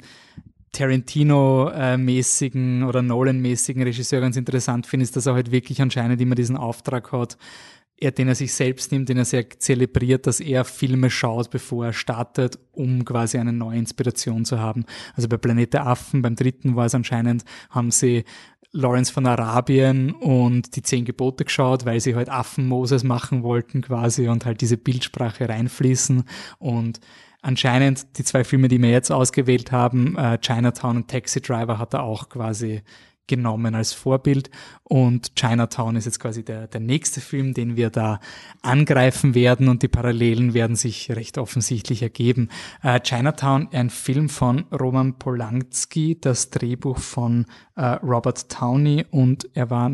[SPEAKER 1] Tarantino-mäßigen oder Nolan-mäßigen Regisseur ganz interessant finde, ist, dass er halt wirklich anscheinend immer diesen Auftrag hat, er, den er sich selbst nimmt, den er sehr zelebriert, dass er Filme schaut, bevor er startet, um quasi eine neue Inspiration zu haben. Also bei Planet der Affen, beim dritten war es anscheinend, haben sie Lawrence von Arabien und die Zehn Gebote geschaut, weil sie halt Affen-Moses machen wollten quasi und halt diese Bildsprache reinfließen und anscheinend die zwei Filme, die wir jetzt ausgewählt haben, äh, Chinatown und Taxi Driver, hat er auch quasi genommen als Vorbild und Chinatown ist jetzt quasi der, der nächste Film, den wir da angreifen werden und die Parallelen werden sich recht offensichtlich ergeben. Äh, Chinatown, ein Film von Roman Polanski, das Drehbuch von äh, Robert Downey und er war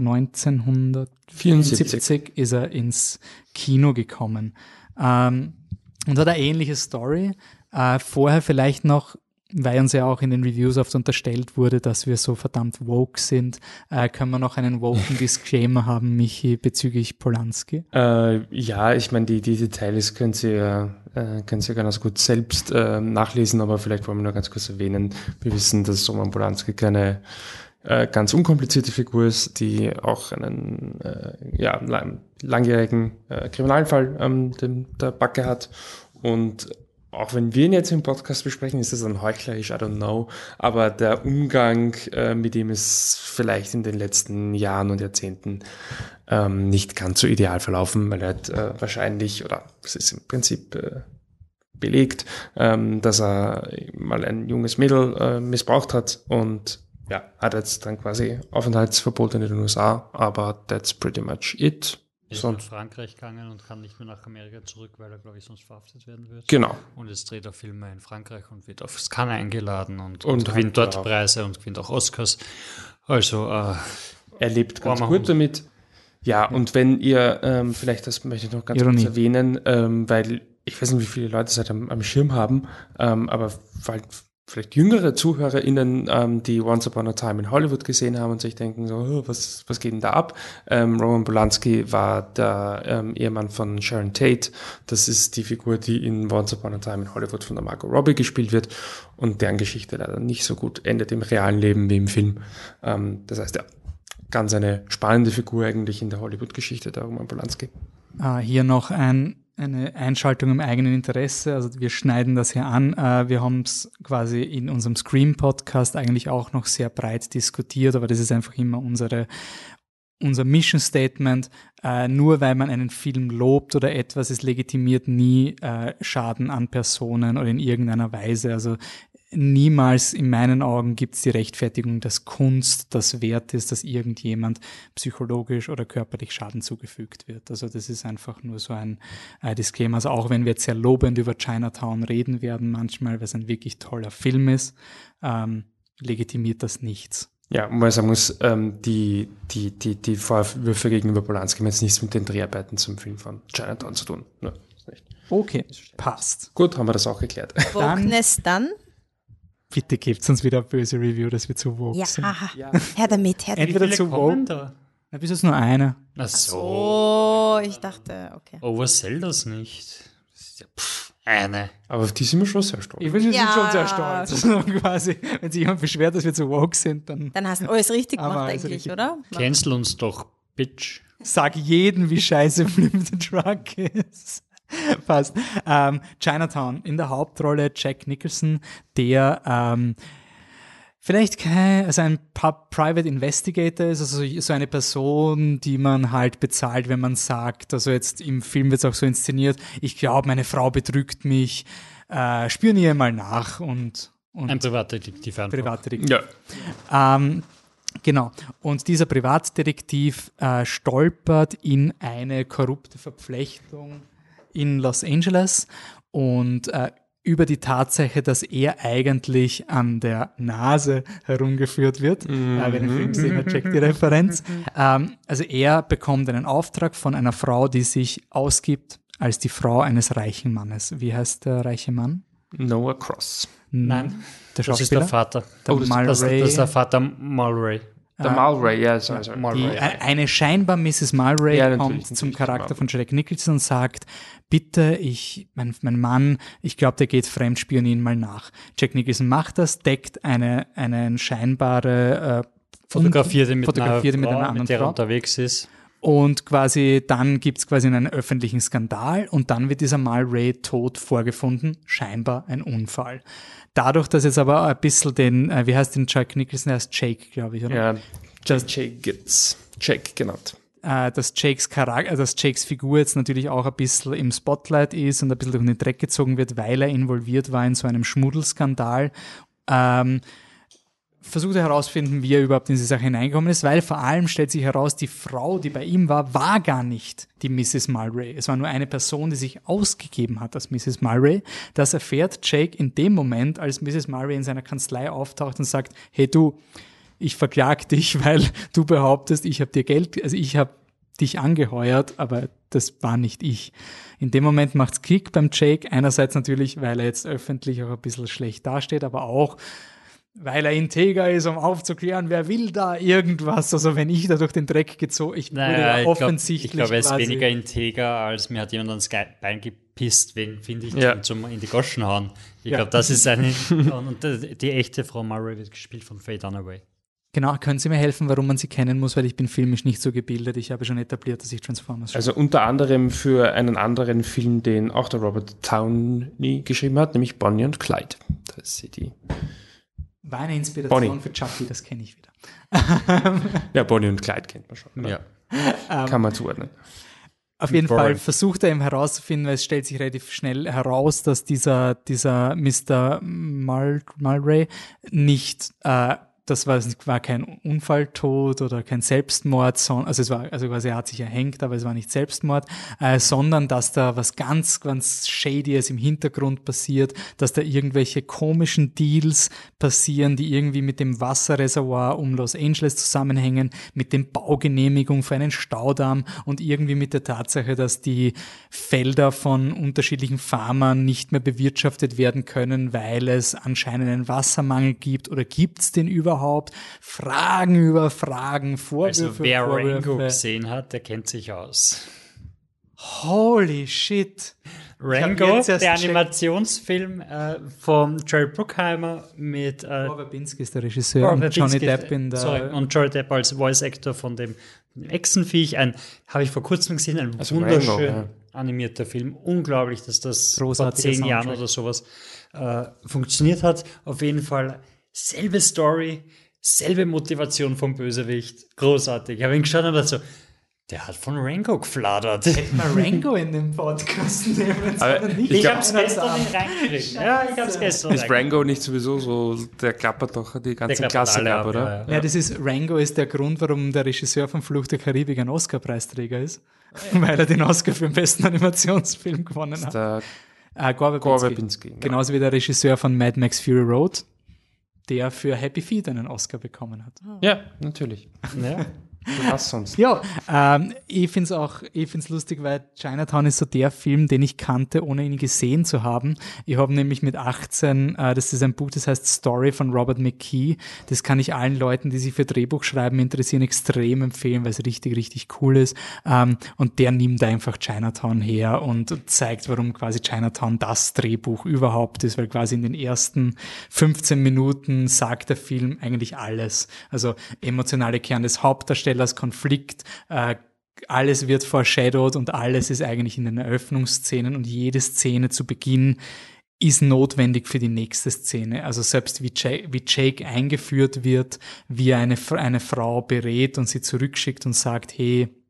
[SPEAKER 1] neunzehnhundertvierundsiebzig ist er ins Kino gekommen. Ähm, und hat eine ähnliche Story. Äh, vorher vielleicht noch, weil uns ja auch in den Reviews oft unterstellt wurde, dass wir so verdammt woke sind, äh, können wir noch einen woken Disclaimer haben, Michi, bezüglich Polanski?
[SPEAKER 3] Äh, ja, ich meine, die, die Details können Sie ja äh, können Sie ja ganz gut selbst äh, nachlesen, aber vielleicht wollen wir nur ganz kurz erwähnen, wir wissen, dass Roman Polanski keine äh, ganz unkomplizierte Figur ist, die auch einen äh, ja, lang, langjährigen äh, Kriminalfall ähm, dem, der Backe hat und auch wenn wir ihn jetzt im Podcast besprechen, ist das dann heuchlerisch, I don't know, aber der Umgang äh, mit ihm ist vielleicht in den letzten Jahren und Jahrzehnten ähm, nicht ganz so ideal verlaufen, weil er hat äh, wahrscheinlich, oder es ist im Prinzip äh, belegt, ähm, dass er mal ein junges Mädel äh, missbraucht hat und ja, hat jetzt dann quasi Aufenthaltsverbot in den U S A, aber that's pretty much it.
[SPEAKER 2] Ist nach Frankreich gegangen und kann nicht mehr nach Amerika zurück, weil er, glaube ich, sonst verhaftet werden wird.
[SPEAKER 3] Genau.
[SPEAKER 2] Und jetzt dreht er Filme in Frankreich und wird auf Cannes eingeladen und,
[SPEAKER 3] Und
[SPEAKER 2] und gewinnt
[SPEAKER 3] hat,
[SPEAKER 2] dort
[SPEAKER 3] ja.
[SPEAKER 2] Preise und gewinnt auch Oscars. Also, äh,
[SPEAKER 3] Er lebt ganz
[SPEAKER 2] Warmer
[SPEAKER 3] gut
[SPEAKER 2] Hund.
[SPEAKER 3] damit. Ja, und wenn ihr, ähm, vielleicht das möchte ich noch ganz
[SPEAKER 1] Ironie.
[SPEAKER 3] kurz erwähnen, ähm, weil ich weiß nicht, wie viele Leute es halt am, am Schirm haben, ähm, aber weil vielleicht jüngere ZuhörerInnen, ähm, die Once Upon a Time in Hollywood gesehen haben und sich denken, so, oh, was, was geht denn da ab? Ähm, Roman Polanski war der ähm, Ehemann von Sharon Tate. Das ist die Figur, die in Once Upon a Time in Hollywood von der Margot Robbie gespielt wird und deren Geschichte leider nicht so gut endet im realen Leben wie im Film. Ähm, das heißt, ja, ganz eine spannende Figur eigentlich in der Hollywood-Geschichte, der Roman Polanski.
[SPEAKER 1] Äh, hier noch ein eine Einschaltung im eigenen Interesse, also wir schneiden das hier an. Äh, wir haben es quasi in unserem Scream-Podcast eigentlich auch noch sehr breit diskutiert, aber das ist einfach immer unsere, unser Mission Statement. Äh, nur weil man einen Film lobt oder etwas, es legitimiert nie äh, Schaden an Personen oder in irgendeiner Weise. Also niemals in meinen Augen gibt es die Rechtfertigung, dass Kunst das wert ist, dass irgendjemand psychologisch oder körperlich Schaden zugefügt wird. Also das ist einfach nur so ein äh, Disclaimer. Also auch wenn wir jetzt sehr lobend über Chinatown reden werden manchmal, weil es ein wirklich toller Film ist, ähm, legitimiert das nichts.
[SPEAKER 3] Ja, und man sagen muss, ähm, die, die, die, die Vorwürfe gegenüber Polanski haben jetzt nichts mit den Dreharbeiten zum Film von Chinatown zu tun. No, ist nicht.
[SPEAKER 1] Okay, passt.
[SPEAKER 3] Gut, haben wir das auch geklärt.
[SPEAKER 4] Wokeness dann?
[SPEAKER 1] Bitte gebt uns wieder eine böse Review, dass wir zu woke
[SPEAKER 4] Ja,
[SPEAKER 1] sind.
[SPEAKER 4] aha. Her damit, her damit.
[SPEAKER 1] Entweder zu woke,
[SPEAKER 2] da?
[SPEAKER 1] na, bis jetzt nur eine.
[SPEAKER 2] Ach so.
[SPEAKER 4] Oh, ich dachte, okay.
[SPEAKER 2] Oversell das nicht. Das ist ja, pff, eine.
[SPEAKER 3] Aber auf die sind wir schon sehr stolz.
[SPEAKER 1] Ich bin wir
[SPEAKER 4] Ja.
[SPEAKER 1] sind schon sehr stolz. Also quasi, wenn sich jemand beschwert, dass wir zu woke sind, dann
[SPEAKER 4] Dann hast du alles richtig
[SPEAKER 1] Aber
[SPEAKER 4] gemacht
[SPEAKER 1] alles
[SPEAKER 4] eigentlich,
[SPEAKER 1] richtig.
[SPEAKER 4] oder?
[SPEAKER 2] Cancel uns doch, Bitch.
[SPEAKER 1] sag jeden, wie scheiße Flip the Truck ist. Passt. Ähm, Chinatown, in der Hauptrolle Jack Nicholson, der ähm, vielleicht kein, also ein Pub Private Investigator ist, also so eine Person, die man halt bezahlt, wenn man sagt, also jetzt im Film wird es auch so inszeniert, ich glaube, meine Frau betrügt mich, äh, spioniere mal nach und Und
[SPEAKER 2] Ein Privatdetektiv einfach.
[SPEAKER 1] Privatdetektiv.
[SPEAKER 3] Ja.
[SPEAKER 1] Ähm, genau. Und dieser Privatdetektiv äh, stolpert in eine korrupte Verflechtung in Los Angeles und äh, über die Tatsache, dass er eigentlich an der Nase herumgeführt wird. Mhm. Äh, wer den Film gesehen hat, checkt die Referenz. Ähm, also er bekommt einen Auftrag von einer Frau, die sich ausgibt als die Frau eines reichen Mannes. Wie heißt der reiche Mann?
[SPEAKER 3] Noah Cross.
[SPEAKER 2] Nein,
[SPEAKER 1] Der
[SPEAKER 2] das ist der
[SPEAKER 1] Schauspieler?
[SPEAKER 2] Vater.
[SPEAKER 1] Der
[SPEAKER 2] Oh, das,
[SPEAKER 1] Mulray.
[SPEAKER 2] das, das ist der Vater Mulray.
[SPEAKER 3] Der Mulray, ja, sorry, sorry.
[SPEAKER 1] Die,
[SPEAKER 2] Mulray.
[SPEAKER 1] äh, eine scheinbar Misses Mulray
[SPEAKER 3] Ja, natürlich,
[SPEAKER 1] kommt
[SPEAKER 3] natürlich,
[SPEAKER 1] zum Charakter
[SPEAKER 3] genau.
[SPEAKER 1] von Jack Nicholson und sagt, bitte, ich, mein, mein Mann, ich glaube, der geht fremdspionieren mal nach. Jack Nicholson macht das, deckt eine, eine scheinbare äh,
[SPEAKER 2] Fotografiert ihn mit,
[SPEAKER 1] fotografiert ihn
[SPEAKER 2] einer
[SPEAKER 1] mit
[SPEAKER 2] Frau,
[SPEAKER 1] einer anderen
[SPEAKER 2] mit der er
[SPEAKER 1] Frau.
[SPEAKER 2] unterwegs ist.
[SPEAKER 1] Und quasi dann gibt es quasi einen öffentlichen Skandal und dann wird dieser Mulray tot vorgefunden, scheinbar ein Unfall. Dadurch, dass jetzt aber ein bisschen den, äh, wie heißt den Jack Nicholson, der heißt Jake, glaube ich, oder?
[SPEAKER 3] Ja,
[SPEAKER 1] Just,
[SPEAKER 3] Jake Gitz. Jake genannt.
[SPEAKER 1] äh, dass Jakes Charakter, dass Jakes Figur jetzt natürlich auch ein bisschen im Spotlight ist und ein bisschen durch den Dreck gezogen wird, weil er involviert war in so einem Schmuddelskandal. Ähm, versucht er herausfinden, wie er überhaupt in diese Sache hineingekommen ist, weil vor allem stellt sich heraus, die Frau, die bei ihm war, war gar nicht die Misses Mulray. Es war nur eine Person, die sich ausgegeben hat als Misses Mulray. Das erfährt Jake in dem Moment, als Misses Mulray in seiner Kanzlei auftaucht und sagt, hey du, ich verklag dich, weil du behauptest, ich habe dir Geld, also ich habe dich angeheuert, aber das war nicht ich. In dem Moment macht's Kick beim Jake, einerseits natürlich, weil er jetzt öffentlich auch ein bisschen schlecht dasteht, aber auch, weil er integer ist, um aufzuklären, wer will da irgendwas. Also wenn ich da durch den Dreck gezogen, ich
[SPEAKER 2] Naja,
[SPEAKER 1] wurde ja
[SPEAKER 2] ich glaub-
[SPEAKER 1] offensichtlich
[SPEAKER 2] Ich glaube, er ist
[SPEAKER 1] quasi-
[SPEAKER 2] weniger integer, als mir hat jemand ans Ge- Bein gepisst, wen finde ich
[SPEAKER 3] Ja.
[SPEAKER 2] zum, zum in die Goschen hauen. Ich
[SPEAKER 1] Ja.
[SPEAKER 2] glaube, das ist eine. Und die, die echte Frau Murray wird gespielt von Faye Dunaway.
[SPEAKER 1] Genau, können Sie mir helfen, warum man sie kennen muss, weil ich bin filmisch nicht so gebildet. Ich habe schon etabliert, dass ich Transformers schaue.
[SPEAKER 3] Also unter anderem für einen anderen Film, den auch der Robert Downey geschrieben hat, nämlich Bonnie und Clyde. Da ist sie die.
[SPEAKER 1] War eine Inspiration
[SPEAKER 3] Bonnie.
[SPEAKER 1] für Chucky, das kenne ich wieder.
[SPEAKER 3] Ja, Bonnie und Clyde kennt man schon.
[SPEAKER 2] Ja.
[SPEAKER 3] Kann man zuordnen.
[SPEAKER 1] Auf jeden
[SPEAKER 2] Warren.
[SPEAKER 1] Fall versucht er eben herauszufinden, weil es stellt sich relativ schnell heraus, dass dieser, dieser Mister Mul Mulray nicht, äh, das war, war kein Unfalltod oder kein Selbstmord, sondern, also es war, also quasi er hat sich erhängt, aber es war nicht Selbstmord, äh, sondern dass da was ganz, ganz Shadyes im Hintergrund passiert, dass da irgendwelche komischen Deals passieren, die irgendwie mit dem Wasserreservoir um Los Angeles zusammenhängen, mit dem Baugenehmigung für einen Staudamm und irgendwie mit der Tatsache, dass die Felder von unterschiedlichen Farmern nicht mehr bewirtschaftet werden können, weil es anscheinend einen Wassermangel gibt oder gibt es den überhaupt? Fragen über Fragen, Vorwürfe,
[SPEAKER 2] Also wer
[SPEAKER 1] Vorwürfe.
[SPEAKER 2] Rango gesehen hat, der kennt sich aus.
[SPEAKER 1] Holy shit.
[SPEAKER 2] Rango,
[SPEAKER 1] jetzt erst
[SPEAKER 2] der
[SPEAKER 1] checkt-
[SPEAKER 2] Animationsfilm äh, von Jerry Bruckheimer mit äh,
[SPEAKER 1] Robert Verbinski ist der Regisseur
[SPEAKER 2] Robert
[SPEAKER 1] und Johnny
[SPEAKER 2] Verbinski,
[SPEAKER 1] Depp in der...
[SPEAKER 2] sorry, und Johnny Depp als Voice Actor von dem Echsenviech. Ein, habe ich vor kurzem gesehen, ein
[SPEAKER 3] Also
[SPEAKER 2] wunderschön
[SPEAKER 3] Rango, ja.
[SPEAKER 2] animierter Film. Unglaublich, dass das vor
[SPEAKER 1] Großartiger
[SPEAKER 2] zehn Jahren
[SPEAKER 1] Soundtrack.
[SPEAKER 2] oder sowas äh, funktioniert hat. Auf jeden Fall selbe Story, selbe Motivation vom Bösewicht. Großartig. Ich habe ihn geschaut und dachte so, der hat von Rango gefladert.
[SPEAKER 1] mal Rango in den Podcast nehmen,
[SPEAKER 3] Aber
[SPEAKER 1] sondern nicht
[SPEAKER 3] ich
[SPEAKER 2] Ich
[SPEAKER 3] glaub-
[SPEAKER 2] habe es gestern nicht reingekriegt. Ja, ich habe es gestern
[SPEAKER 3] Ist Rango nicht sowieso so, der klappert doch die ganzen
[SPEAKER 2] klappert
[SPEAKER 3] Klassiker
[SPEAKER 2] alle
[SPEAKER 3] ab,
[SPEAKER 2] ab,
[SPEAKER 3] oder?
[SPEAKER 2] ja, ja.
[SPEAKER 1] Ja, das ist, Rango ist der Grund, warum der Regisseur von Fluch der Karibik ein Oscar-Preisträger ist. Weil er den Oscar für den besten Animationsfilm gewonnen hat.
[SPEAKER 3] Der
[SPEAKER 1] Äh, Gore
[SPEAKER 3] Gore
[SPEAKER 1] Verbinski.
[SPEAKER 3] Verbinski. Ja.
[SPEAKER 1] Genauso wie der Regisseur von Mad Max Fury Road, der für Happy Feet einen Oscar bekommen hat.
[SPEAKER 3] Ja, natürlich.
[SPEAKER 2] Ja.
[SPEAKER 3] Was sonst?
[SPEAKER 1] Ja, ähm, ich finde es auch, ich find's lustig, weil Chinatown ist so der Film, den ich kannte, ohne ihn gesehen zu haben. Ich habe nämlich mit achtzehn, äh, das ist ein Buch, das heißt Story von Robert McKee. Das kann ich allen Leuten, die sich für Drehbuchschreiben interessieren, extrem empfehlen, weil es richtig, richtig cool ist. Ähm, und der nimmt einfach Chinatown her und zeigt, warum quasi Chinatown das Drehbuch überhaupt ist, weil quasi in den ersten fünfzehn Minuten sagt der Film eigentlich alles. Also emotionale Kern des Hauptdarstellers, Konflikt, äh, alles wird foreshadowed und alles ist eigentlich in den Eröffnungsszenen und jede Szene zu Beginn ist notwendig für die nächste Szene. Also selbst wie Jake, wie Jake eingeführt wird, wie er eine, eine Frau berät und sie zurückschickt und sagt, hey,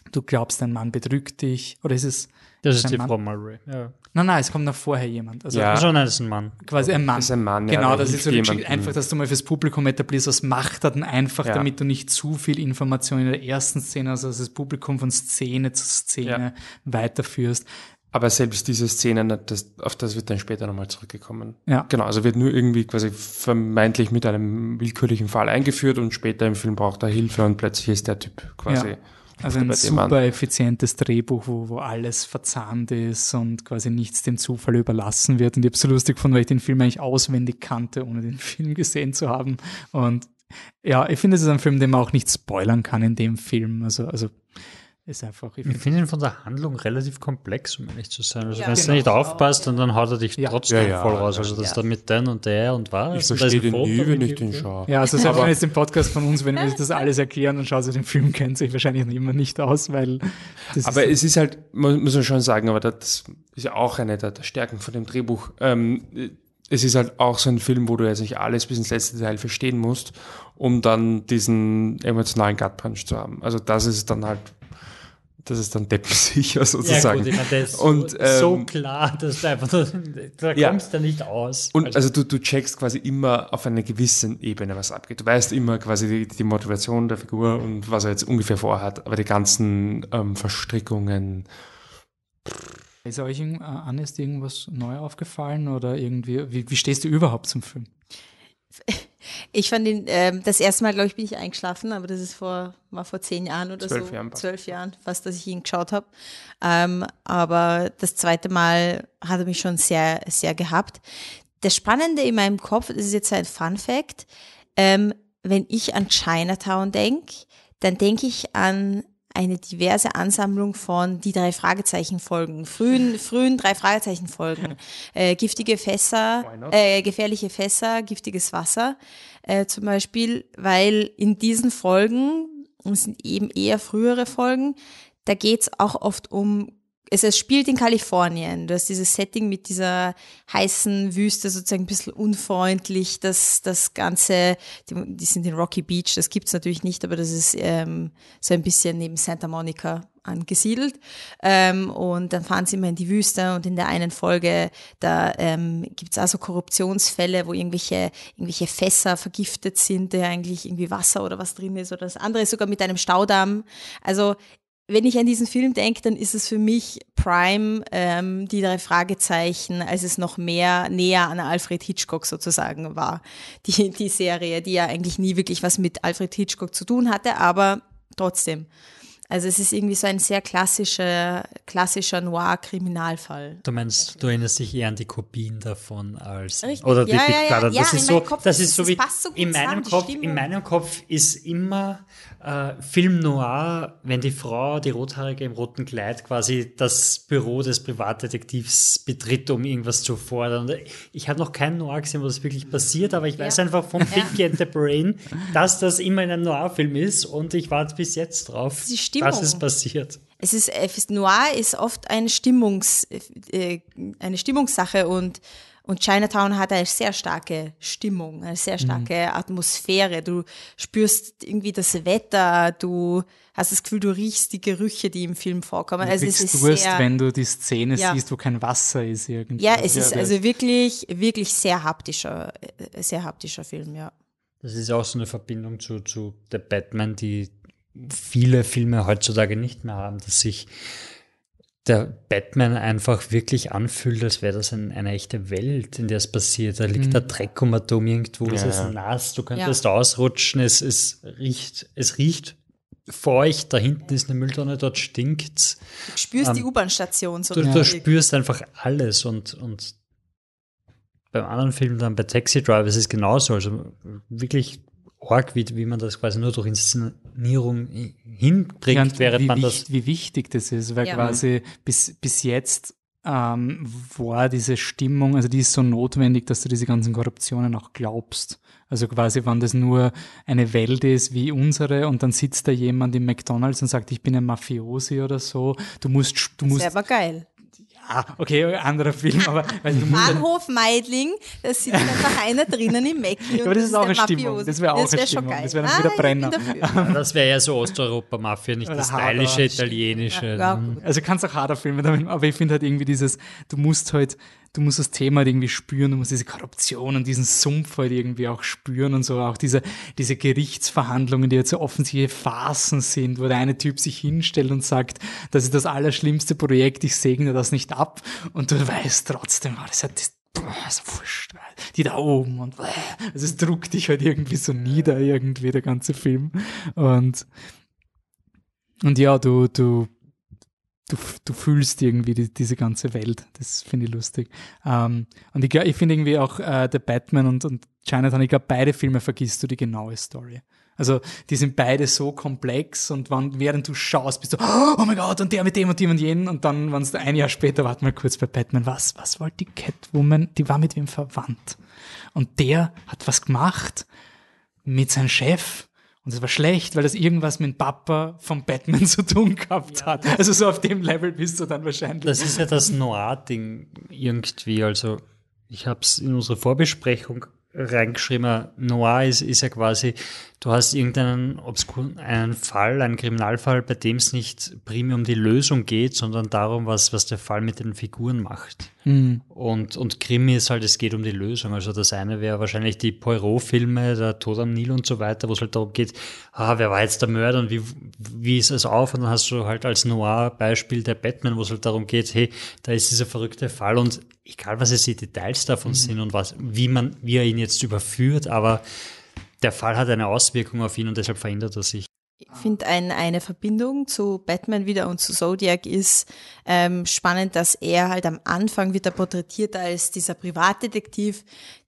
[SPEAKER 1] du glaubst, dein Mann betrügt dich, oder ist es
[SPEAKER 2] Das ist
[SPEAKER 1] ein
[SPEAKER 2] die
[SPEAKER 1] Mann?
[SPEAKER 2] Frau Mulray. Ja.
[SPEAKER 1] Nein, nein, es kommt noch vorher jemand. Also
[SPEAKER 3] Ja.
[SPEAKER 2] Also, nein, das ist ein Mann.
[SPEAKER 1] quasi ein Mann.
[SPEAKER 3] Das ist ein Mann, ja,
[SPEAKER 1] Genau,
[SPEAKER 3] der
[SPEAKER 1] das ist
[SPEAKER 3] hilft
[SPEAKER 1] so die Geschichte,
[SPEAKER 3] jemandem.
[SPEAKER 1] einfach, dass du mal fürs Publikum etablierst, was macht er denn einfach,
[SPEAKER 3] Ja.
[SPEAKER 1] damit du nicht zu viel Information in der ersten Szene, also dass das Publikum von Szene zu Szene weiterführst.
[SPEAKER 3] Aber selbst diese Szenen, das, auf das wird dann später nochmal zurückgekommen.
[SPEAKER 1] Ja.
[SPEAKER 3] Genau, also wird nur irgendwie quasi vermeintlich mit einem willkürlichen Fall eingeführt und später im Film braucht er Hilfe und plötzlich ist der Typ quasi.
[SPEAKER 1] Ja. Also ein
[SPEAKER 3] bei dem an.
[SPEAKER 1] super effizientes Drehbuch, wo, wo alles verzahnt ist und quasi nichts dem Zufall überlassen wird. Und ich habe es so lustig gefunden, weil ich den Film eigentlich auswendig kannte, ohne den Film gesehen zu haben. Und ja, ich finde, es ist ein Film, den man auch nicht spoilern kann in dem Film. Also, also ist einfach. Ich
[SPEAKER 2] Ich
[SPEAKER 1] find,
[SPEAKER 2] finde ihn von der Handlung relativ komplex, um ehrlich zu sein. Also
[SPEAKER 4] Ja.
[SPEAKER 2] wenn du
[SPEAKER 1] Genau.
[SPEAKER 2] nicht aufpasst, und dann haut er dich
[SPEAKER 1] Ja.
[SPEAKER 2] trotzdem
[SPEAKER 3] Ja, ja.
[SPEAKER 2] voll raus. Also das
[SPEAKER 4] Ja.
[SPEAKER 2] da mit den und der und was.
[SPEAKER 3] Ich
[SPEAKER 2] und da ist
[SPEAKER 3] verstehe
[SPEAKER 2] ein
[SPEAKER 3] den
[SPEAKER 2] Foto
[SPEAKER 3] nie, wenn
[SPEAKER 2] mit
[SPEAKER 3] ich den
[SPEAKER 2] ihm.
[SPEAKER 3] schaue.
[SPEAKER 1] ja, also selbst wenn jetzt den Podcast von uns, wenn wir das alles erklären und schaut sich den Film, kennt sich wahrscheinlich immer nicht aus, weil das
[SPEAKER 3] Aber
[SPEAKER 1] ist,
[SPEAKER 3] es ist halt, muss muss man schon sagen, aber das ist ja auch eine der, der Stärken von dem Drehbuch. Ähm, es ist halt auch so ein Film, wo du jetzt nicht alles bis ins letzte Teil verstehen musst, um dann diesen emotionalen Gut-Punch zu haben. Also das ist dann halt, das ist dann deppensicher
[SPEAKER 2] Ja
[SPEAKER 3] sozusagen.
[SPEAKER 2] gut, ich meine, der ist
[SPEAKER 3] Und,
[SPEAKER 2] so,
[SPEAKER 3] ähm,
[SPEAKER 2] so klar, dass du einfach nur, da
[SPEAKER 3] Ja.
[SPEAKER 2] kommst du nicht aus.
[SPEAKER 3] Und also du, du checkst quasi immer auf einer gewissen Ebene, was abgeht. Du weißt immer quasi die, die Motivation der Figur und was er jetzt ungefähr vorhat, aber die ganzen ähm, Verstrickungen.
[SPEAKER 1] ist euch irgend- äh, Anne, ist dir irgendwas neu aufgefallen oder irgendwie, wie, wie stehst du überhaupt zum Film?
[SPEAKER 4] Ich fand ihn, ähm, das erste Mal, glaube ich, bin ich eingeschlafen, aber das ist vor, war vor zehn Jahren oder
[SPEAKER 3] Zwölf
[SPEAKER 4] so.
[SPEAKER 3] Jahren fast.
[SPEAKER 4] Zwölf Jahren fast, dass ich ihn geschaut habe. Ähm, aber das zweite Mal hat er mich schon sehr, sehr gehabt. Das Spannende in meinem Kopf, das ist jetzt ein Fun Fact, ähm, wenn ich an Chinatown denke, dann denke ich an eine diverse Ansammlung von die drei Fragezeichen-Folgen, frühen, frühen drei Fragezeichen-Folgen, äh, giftige Fässer,
[SPEAKER 3] Why not?
[SPEAKER 4] äh, gefährliche Fässer, giftiges Wasser äh, zum Beispiel, weil in diesen Folgen, und es sind eben eher frühere Folgen, da geht's auch oft um, es, es spielt in Kalifornien, du hast dieses Setting mit dieser heißen Wüste, sozusagen ein bisschen unfreundlich, das, das Ganze, die, die sind in Rocky Beach, das gibt's natürlich nicht, aber das ist ähm, so ein bisschen neben Santa Monica angesiedelt. Ähm, und dann fahren sie immer in die Wüste und in der einen Folge, da ähm, gibt's auch so Korruptionsfälle, wo irgendwelche, irgendwelche Fässer vergiftet sind, der eigentlich irgendwie Wasser oder was drin ist oder das andere ist sogar mit einem Staudamm. Also wenn ich an diesen Film denke, dann ist es für mich Prime, ähm, die drei Fragezeichen, als es noch mehr näher an Alfred Hitchcock sozusagen war. Die, die Serie, die ja eigentlich nie wirklich was mit Alfred Hitchcock zu tun hatte, aber trotzdem. Also es ist irgendwie so ein sehr klassischer, klassischer Noir-Kriminalfall.
[SPEAKER 2] Du meinst, du erinnerst dich eher an die Kopien davon als
[SPEAKER 4] Richtig.
[SPEAKER 2] oder die
[SPEAKER 4] Ja,
[SPEAKER 2] Big
[SPEAKER 4] ja, ja.
[SPEAKER 2] Brother. Das
[SPEAKER 4] Ja,
[SPEAKER 2] ist
[SPEAKER 4] in
[SPEAKER 2] so,
[SPEAKER 4] meinem Kopf
[SPEAKER 2] das
[SPEAKER 4] ist-
[SPEAKER 2] ist so
[SPEAKER 4] das
[SPEAKER 2] wie
[SPEAKER 4] passt so gut
[SPEAKER 2] in meinem
[SPEAKER 4] zusammen, die
[SPEAKER 2] Kopf. In
[SPEAKER 4] Stimmung.
[SPEAKER 2] meinem Kopf ist immer äh, Film Noir, wenn die Frau, die Rothaarige im roten Kleid, quasi das Büro des Privatdetektivs betritt, um irgendwas zu fordern. Ich habe noch keinen Noir gesehen, wo das wirklich passiert, aber ich weiß
[SPEAKER 4] Ja.
[SPEAKER 2] einfach vom Pinky and the Brain, dass das immer in einem Noir-Film ist und ich warte bis jetzt drauf,
[SPEAKER 4] Die Stimmung.
[SPEAKER 2] dass es passiert.
[SPEAKER 4] Es ist, äh, Noir ist oft eine Stimmungs, äh, eine Stimmungssache und, und Chinatown hat eine sehr starke Stimmung, eine sehr starke Atmosphäre. Du spürst irgendwie das Wetter, du hast das Gefühl, du riechst die Gerüche, die im Film vorkommen.
[SPEAKER 1] Du
[SPEAKER 4] Also es
[SPEAKER 1] kriegst
[SPEAKER 4] ist
[SPEAKER 1] Durst,
[SPEAKER 4] sehr,
[SPEAKER 1] wenn du die Szene
[SPEAKER 4] Ja.
[SPEAKER 1] siehst, wo kein Wasser ist irgendwie.
[SPEAKER 4] ja, es ist
[SPEAKER 3] der
[SPEAKER 4] also wirklich, wirklich sehr haptischer, äh, sehr haptischer Film, ja.
[SPEAKER 2] Das ist auch so eine Verbindung zu, zu The Batman, die viele Filme heutzutage nicht mehr haben, dass sich der Batman einfach wirklich anfühlt, als wäre das ein, eine echte Welt, in der es passiert. Da liegt der Dreck um Atom irgendwo, es
[SPEAKER 3] Ja.
[SPEAKER 2] ist nass, du könntest ausrutschen, es, es riecht, es riecht feucht, da hinten ist eine Mülltonne, dort stinkt's.
[SPEAKER 4] Du spürst
[SPEAKER 2] Ähm,
[SPEAKER 4] die U-Bahn-Station so
[SPEAKER 2] Du, du
[SPEAKER 4] richtig.
[SPEAKER 2] spürst einfach alles und, und beim anderen Film dann bei Taxi Driver ist es genauso, also wirklich arg, wie, wie man das quasi nur durch Inszenierung hinkriegt,
[SPEAKER 1] Ja, und
[SPEAKER 2] während
[SPEAKER 1] wie,
[SPEAKER 2] man
[SPEAKER 1] wicht-
[SPEAKER 2] das
[SPEAKER 1] wie wichtig das ist, weil
[SPEAKER 4] Ja.
[SPEAKER 1] quasi bis, bis jetzt ähm, war diese Stimmung, also die ist so notwendig, dass du diese ganzen Korruptionen auch glaubst. Also quasi, wenn das nur eine Welt ist wie unsere und dann sitzt da jemand im McDonalds und sagt, ich bin ein Mafiosi oder so, du musst, du
[SPEAKER 4] Das
[SPEAKER 1] musst
[SPEAKER 4] wäre aber geil.
[SPEAKER 1] Ah, okay, anderer Film, aber weil du musst
[SPEAKER 4] Bahnhof Meidling, da sitzt einfach einer drinnen im Mäckli.
[SPEAKER 1] aber das ist auch eine Stimmung. Das wäre auch
[SPEAKER 4] das wär
[SPEAKER 1] eine
[SPEAKER 4] schon
[SPEAKER 1] Stimmung.
[SPEAKER 4] geil.
[SPEAKER 1] Das wäre dann
[SPEAKER 4] Ah,
[SPEAKER 1] wieder
[SPEAKER 4] ich
[SPEAKER 1] Brenner.
[SPEAKER 4] bin dafür.
[SPEAKER 2] Das wäre ja so Osteuropa-Mafia, nicht
[SPEAKER 1] Oder
[SPEAKER 2] das
[SPEAKER 1] Hader.
[SPEAKER 2] stylische italienische.
[SPEAKER 4] Ja, gut.
[SPEAKER 1] Also kannst auch harter Filme damit, aber ich finde halt irgendwie dieses, du musst halt, du musst das Thema halt irgendwie spüren, du musst diese Korruption und diesen Sumpf halt irgendwie auch spüren und so, auch diese, diese Gerichtsverhandlungen, die jetzt so offensichtliche Farcen sind, wo der eine Typ sich hinstellt und sagt, das ist das allerschlimmste Projekt, ich segne das nicht ab und du weißt trotzdem, oh, das hat das boah, so wurscht, die da oben und also es druckt dich halt irgendwie so nieder, irgendwie der ganze Film und und ja, du, du Du, du fühlst irgendwie die, diese ganze Welt. Das finde ich lustig. Ähm, und ich, ich finde irgendwie auch äh, The Batman und, und Chinatown, ich glaube, beide Filme vergisst du die genaue Story. Also die sind beide so komplex und wann, während du schaust, bist du, oh mein Gott, und der mit dem und dem und jenen und dann, wenn es ein Jahr später, warte mal kurz bei Batman, was, was wollte die Catwoman, die war mit wem verwandt? Und der hat was gemacht mit seinem Chef. Und es war schlecht, weil das irgendwas mit dem Papa vom Batman zu tun gehabt hat. Also so auf dem Level bist du dann wahrscheinlich.
[SPEAKER 2] Das ist ja das Noir-Ding irgendwie. Also ich habe es in unserer Vorbesprechung reingeschrieben. Noir ist, ist ja quasi, du hast irgendeinen obskuren einen Fall, einen Kriminalfall, bei dem es nicht primär um die Lösung geht, sondern darum, was, was der Fall mit den Figuren macht. Mhm. Und, und Krimi ist halt, es geht um die Lösung. Also das eine wäre wahrscheinlich die Poirot-Filme, der Tod am Nil und so weiter, wo es halt darum geht, ah, wer war jetzt der Mörder und wie, wie ist es auf? Und dann hast du halt als Noir-Beispiel der Batman, wo es halt darum geht, hey, da ist dieser verrückte Fall und egal, was jetzt die Details davon mhm. sind und was, wie man, wie er ihn jetzt überführt, aber der Fall hat eine Auswirkung auf ihn und deshalb verändert er sich.
[SPEAKER 4] Ich finde ein, eine Verbindung zu Batman wieder und zu Zodiac ist ähm, spannend, dass er halt am Anfang wird er porträtiert als dieser Privatdetektiv,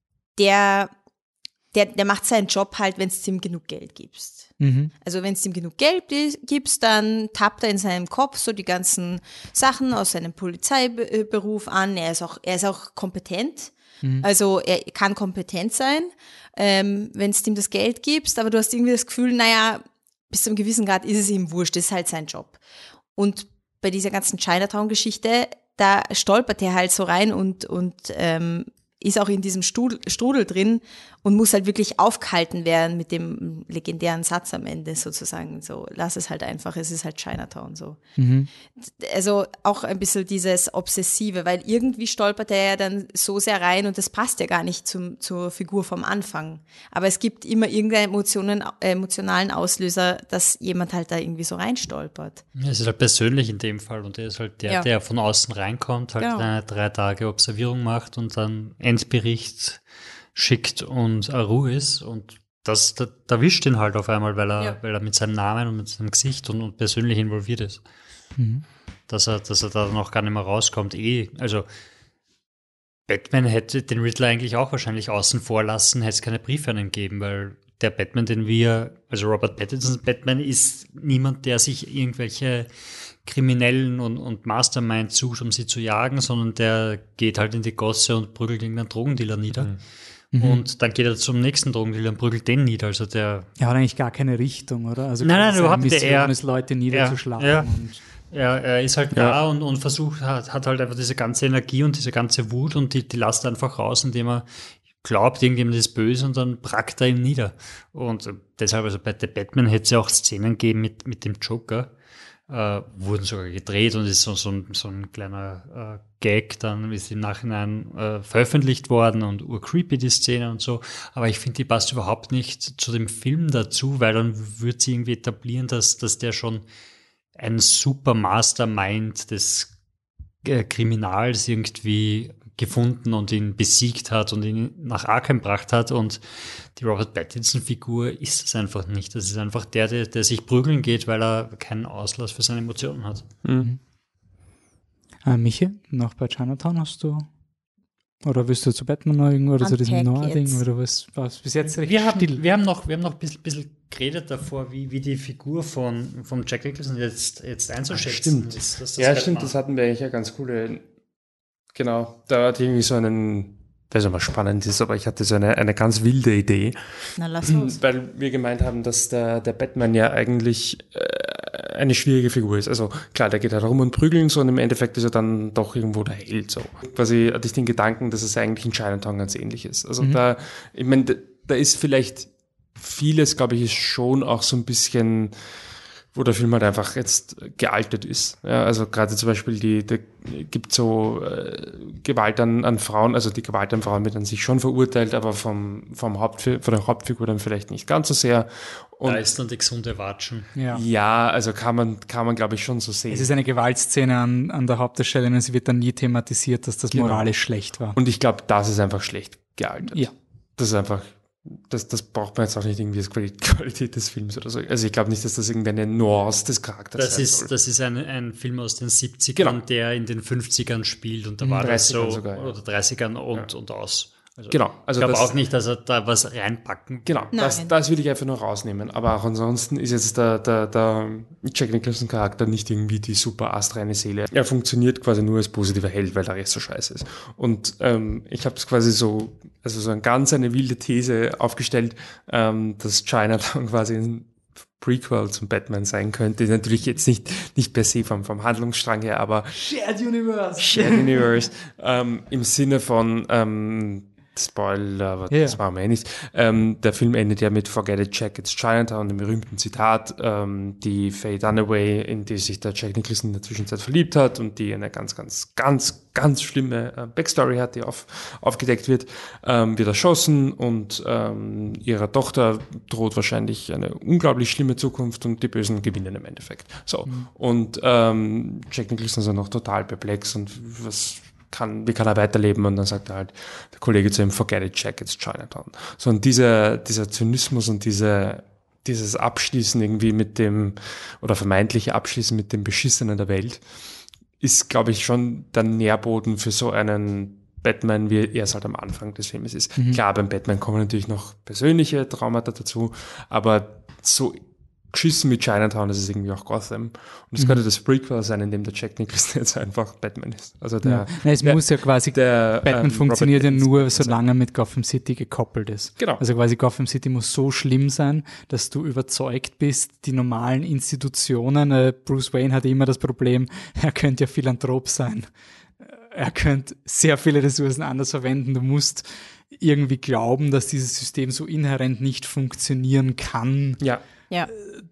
[SPEAKER 4] der, der, der macht seinen Job halt, wenn es ihm genug Geld gibst. Mhm. Also wenn es ihm genug Geld gibst, dann tappt er in seinem Kopf so die ganzen Sachen aus seinem Polizeiberuf an. Er ist auch, er ist auch kompetent. Mhm. Also er kann kompetent sein, ähm, wenn es ihm das Geld gibst, aber du hast irgendwie das Gefühl, naja, bis zu einem gewissen Grad ist es ihm wurscht, das ist halt sein Job. Und bei dieser ganzen Chinatown-Geschichte, da stolpert er halt so rein und, und ähm, ist auch in diesem Strudel drin und muss halt wirklich aufgehalten werden mit dem legendären Satz am Ende sozusagen. So, lass es halt einfach, es ist halt Chinatown so. Mhm. Also auch ein bisschen dieses Obsessive, weil irgendwie stolpert er ja dann so sehr rein und das passt ja gar nicht zum, zur Figur vom Anfang. Aber es gibt immer irgendeinen Emotionen, emotionalen Auslöser, dass jemand halt da irgendwie so reinstolpert.
[SPEAKER 2] Ja, es ist halt persönlich in dem Fall und er ist halt der, ja. der von außen reinkommt, halt genau. eine drei Tage Observierung macht und dann Endbericht schickt und Ruhe ist und das, da, da wischt ihn halt auf einmal, weil er, ja. weil er mit seinem Namen und mit seinem Gesicht und, und persönlich involviert ist. Mhm. Dass er, dass er da noch gar nicht mehr rauskommt. Eh, also Batman hätte den Riddler eigentlich auch wahrscheinlich außen vor lassen, hätte es keine Briefe an ihn geben, weil der Batman, den wir, also Robert Pattinsons Batman ist niemand, der sich irgendwelche Kriminellen und, und Masterminds sucht, um sie zu jagen, sondern der geht halt in die Gosse und prügelt irgendeinen Drogendealer nieder. Mhm. Und dann geht er zum nächsten Drogendealer und prügelt den nieder. Also der
[SPEAKER 1] er hat eigentlich gar keine Richtung, oder? Also
[SPEAKER 2] nein, nein, überhaupt nicht.
[SPEAKER 1] Er ist, Leute niederzuschlagen.
[SPEAKER 2] Er, er, er ist halt da ja. und, und versucht, hat, hat halt einfach diese ganze Energie und diese ganze Wut und die, die lässt er einfach raus, indem er glaubt, irgendjemand ist böse und dann brackt er ihn nieder. Und deshalb, also bei The Batman hätte es ja auch Szenen gegeben mit, mit dem Joker, äh, wurden sogar gedreht und ist so, so, ein, so ein kleiner äh, Gag, dann ist im Nachhinein äh, veröffentlicht worden und urcreepy die Szene und so. Aber ich finde, die passt überhaupt nicht zu dem Film dazu, weil dann würde sie irgendwie etablieren, dass, dass der schon ein super Mastermind des äh, Kriminals irgendwie gefunden und ihn besiegt hat und ihn nach Arkham gebracht hat und die Robert Pattinson-Figur ist es einfach nicht. Das ist einfach der, der, der sich prügeln geht, weil er keinen Auslass für seine Emotionen hat.
[SPEAKER 1] Mhm. Äh, Michi, noch bei Chinatown hast du oder willst du zu Batman noch irgendwo oder zu diesem Noir-Ding oder was, was bis jetzt recht
[SPEAKER 2] wir haben,
[SPEAKER 1] still?
[SPEAKER 2] Wir haben noch, wir haben noch ein bisschen, bisschen geredet davor, wie, wie die Figur von, von Jack Nicholson jetzt, jetzt einzuschätzen
[SPEAKER 3] stimmt.
[SPEAKER 2] ist. Das
[SPEAKER 3] ja, stimmt, das hatten wir eigentlich ja ganz coole. Genau, da hatte irgendwie so einen, weiß nicht, was spannend ist, aber ich hatte so eine, eine ganz wilde Idee.
[SPEAKER 4] Na, lass los.
[SPEAKER 3] Weil wir gemeint haben, dass der, der Batman ja eigentlich äh, eine schwierige Figur ist. Also klar, der geht halt rum und prügeln so und im Endeffekt ist er dann doch irgendwo der Held so. Quasi hatte ich den Gedanken, dass es eigentlich in Chinatown ganz ähnlich ist. Also mhm. da, ich meine, da, da ist vielleicht vieles, glaube ich, ist schon auch so ein bisschen, wo der Film halt einfach jetzt gealtert ist. Ja, also gerade zum Beispiel die, da gibt so äh, Gewalt an, an Frauen, also die Gewalt an Frauen wird an sich schon verurteilt, aber vom, vom Hauptfi- von der Hauptfigur dann vielleicht nicht ganz so sehr. Und
[SPEAKER 2] da ist dann die gesunde Watschen.
[SPEAKER 1] Ja,
[SPEAKER 3] ja also kann man, kann man glaube ich schon so sehen.
[SPEAKER 1] Es ist eine Gewaltszene an, an der Hauptdarstellerin und es wird dann nie thematisiert, dass das moralisch genau. schlecht war.
[SPEAKER 3] Und ich glaube, das ist einfach schlecht gealtert.
[SPEAKER 1] Ja.
[SPEAKER 3] Das ist einfach Das, das braucht man jetzt auch nicht irgendwie als Qualität des Films oder so. Also ich glaube nicht, dass das irgendeine Nuance des Charakters
[SPEAKER 2] das
[SPEAKER 3] sein
[SPEAKER 2] ist.
[SPEAKER 3] soll.
[SPEAKER 2] Das ist ein, ein Film aus den siebzigern, genau. der in den fünfzigern spielt und da war das so,
[SPEAKER 3] sogar, ja.
[SPEAKER 2] oder dreißigern und, ja. und aus. Also
[SPEAKER 3] genau. Also
[SPEAKER 2] ich glaube
[SPEAKER 3] das,
[SPEAKER 2] auch nicht, dass er da was reinpacken.
[SPEAKER 3] Genau, das, das will ich einfach nur rausnehmen. Aber auch ansonsten ist jetzt der, der, der Jack Nicholson Charakter nicht irgendwie die super astreine Seele. Er funktioniert quasi nur als positiver Held, weil der Rest so scheiße ist. Und ähm, ich habe es quasi so, also so eine ganz eine wilde These aufgestellt, ähm, dass Chinatown quasi ein Prequel zum Batman sein könnte. Natürlich jetzt nicht, nicht per se vom, vom Handlungsstrang her, aber
[SPEAKER 1] Shared Universe.
[SPEAKER 3] Shared Universe ähm, im Sinne von ähm, Spoiler, aber
[SPEAKER 1] yeah.
[SPEAKER 3] das machen wir eh nicht. Ähm, der Film endet ja mit Forget it, Jack, it's Chinatown, dem berühmten Zitat, ähm, die Faye Dunaway, in die sich der Jack Nicholson in der Zwischenzeit verliebt hat und die eine ganz, ganz, ganz, ganz schlimme äh, Backstory hat, die auf, aufgedeckt wird, ähm, wird erschossen und ähm, ihrer Tochter droht wahrscheinlich eine unglaublich schlimme Zukunft und die Bösen gewinnen im Endeffekt. So. Mhm. Und ähm, Jack Nicholson ist dann noch total perplex und was kann, wie kann er weiterleben? Und dann sagt er halt, der Kollege zu ihm, forget it, Jack, it's Chinatown. So, und dieser, dieser Zynismus und diese, dieses Abschließen irgendwie mit dem, oder vermeintliche Abschließen mit dem Beschissenen der Welt, ist, glaube ich, schon der Nährboden für so einen Batman, wie er es halt am Anfang des Filmes ist. Mhm. Klar, beim Batman kommen natürlich noch persönliche Traumata dazu, aber so geschissen mit Chinatown, das ist irgendwie auch Gotham. Und es mhm. könnte das Prequel sein, in dem der Jack Nicholson jetzt einfach Batman ist. Also der,
[SPEAKER 1] ja. Nein, es der, muss ja quasi, der, Batman ähm, funktioniert Robert ja nur, solange er mit Gotham City gekoppelt ist.
[SPEAKER 3] Genau.
[SPEAKER 1] Also quasi Gotham City muss so schlimm sein, dass du überzeugt bist, die normalen Institutionen, äh, Bruce Wayne hat immer das Problem, er könnte ja Philanthrop sein. Er könnte sehr viele Ressourcen anders verwenden. Du musst irgendwie glauben, dass dieses System so inhärent nicht funktionieren kann.
[SPEAKER 3] Ja.
[SPEAKER 4] Ja.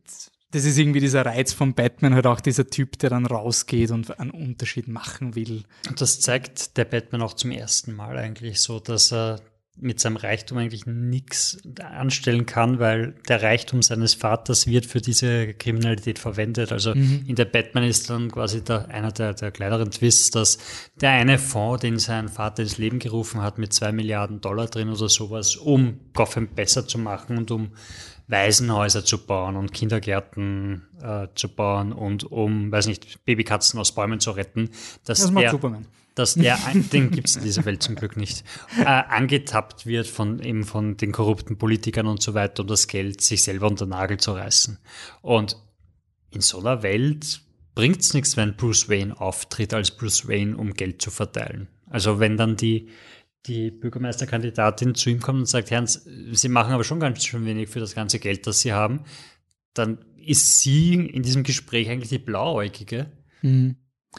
[SPEAKER 1] Das ist irgendwie dieser Reiz von Batman, halt auch dieser Typ, der dann rausgeht und einen Unterschied machen will.
[SPEAKER 2] Und das zeigt der Batman auch zum ersten Mal eigentlich so, dass er mit seinem Reichtum eigentlich nichts anstellen kann, weil der Reichtum seines Vaters wird für diese Kriminalität verwendet. Also mhm. in der Batman ist dann quasi der, einer der, der kleineren Twists, dass der eine Fonds, den sein Vater ins Leben gerufen hat, mit zwei Milliarden Dollar drin oder sowas, um Gotham besser zu machen und um Waisenhäuser zu bauen und Kindergärten äh, zu bauen und um, weiß nicht, Babykatzen aus Bäumen zu retten, dass
[SPEAKER 1] das macht
[SPEAKER 2] der,
[SPEAKER 1] Superman.
[SPEAKER 2] dass der, den gibt's in dieser Welt zum Glück nicht, äh, angetappt wird von eben von den korrupten Politikern und so weiter, um das Geld sich selber unter den Nagel zu reißen. Und in so einer Welt bringt's nichts, wenn Bruce Wayne auftritt als Bruce Wayne, um Geld zu verteilen. Also wenn dann die die Bürgermeisterkandidatin zu ihm kommt und sagt, Herrn, Sie machen aber schon ganz schön wenig für das ganze Geld, das Sie haben, dann ist sie in diesem Gespräch eigentlich die Blauäugige.
[SPEAKER 1] Mhm.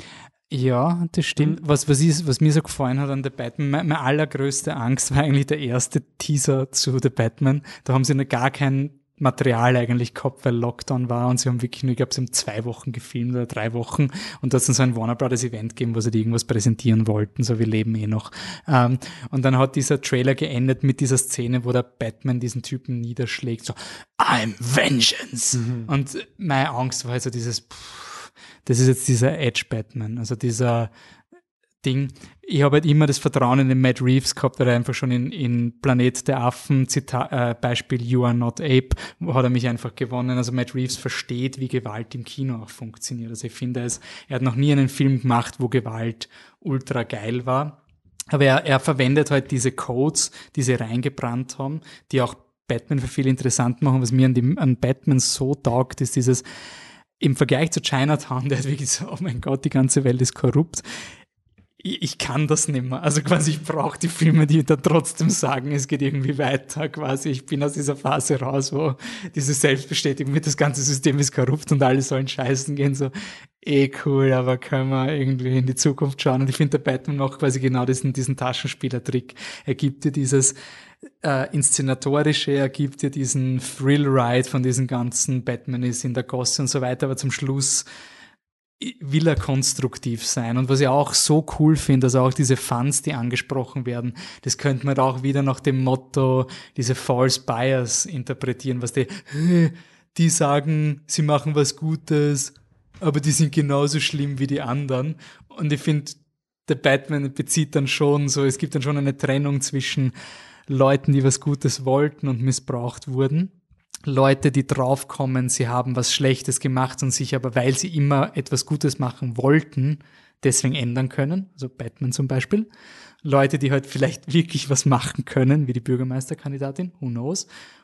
[SPEAKER 1] Ja, das stimmt. Mhm. Was, was, ist, was mir so gefallen hat an The Batman, meine, meine allergrößte Angst war eigentlich der erste Teaser zu The Batman. Da haben sie noch gar kein Material eigentlich gehabt, weil Lockdown war und sie haben wirklich nur, ich glaube, sie haben zwei Wochen gefilmt oder drei Wochen und da hat es dann so ein Warner Brothers Event gegeben, wo sie irgendwas präsentieren wollten, so wir leben eh noch. Ähm, und dann hat dieser Trailer geendet mit dieser Szene, wo der Batman diesen Typen niederschlägt, so I'm Vengeance! Mhm. Und meine Angst war halt so dieses, pff, das ist jetzt dieser Edge-Batman, also dieser Ding. Ich habe halt immer das Vertrauen in den Matt Reeves gehabt, weil er einfach schon in, in Planet der Affen, Zita- äh, Beispiel You Are Not Ape, hat er mich einfach gewonnen. Also Matt Reeves versteht, wie Gewalt im Kino auch funktioniert. Also ich finde, es, er hat noch nie einen Film gemacht, wo Gewalt ultra geil war. Aber er, er verwendet halt diese Codes, die sie reingebrannt haben, die auch Batman für viele interessant machen. Was mir an, dem, an Batman so taugt, ist dieses, im Vergleich zu Chinatown, der hat wirklich so, oh mein Gott, die ganze Welt ist korrupt. ich, ich kann das nicht mehr. Also quasi, ich brauche die Filme, die da trotzdem sagen, es geht irgendwie weiter. Quasi, ich bin aus dieser Phase raus, wo diese Selbstbestätigung mit, das ganze System ist korrupt und alle sollen scheißen gehen. So, eh cool, aber können wir irgendwie in die Zukunft schauen. Und ich finde, der Batman macht quasi genau diesen, diesen Taschenspielertrick. Er gibt dir dieses äh, Inszenatorische, er gibt dir diesen Thrill-Ride von diesen ganzen Batman ist in der Gosse und so weiter, aber zum Schluss will er konstruktiv sein. Und was ich auch so cool finde, also auch diese Fans, die angesprochen werden, das könnte man auch wieder nach dem Motto, diese False Bias interpretieren, was die, die sagen, sie machen was Gutes, aber die sind genauso schlimm wie die anderen. Und ich finde, der Batman bezieht dann schon so, es gibt dann schon eine Trennung zwischen Leuten, die was Gutes wollten und missbraucht wurden, Leute, die draufkommen, sie haben was Schlechtes gemacht und sich aber, weil sie immer etwas Gutes machen wollten, deswegen ändern können, also Batman zum Beispiel. Leute, die halt vielleicht wirklich was machen können, wie die Bürgermeisterkandidatin, who knows.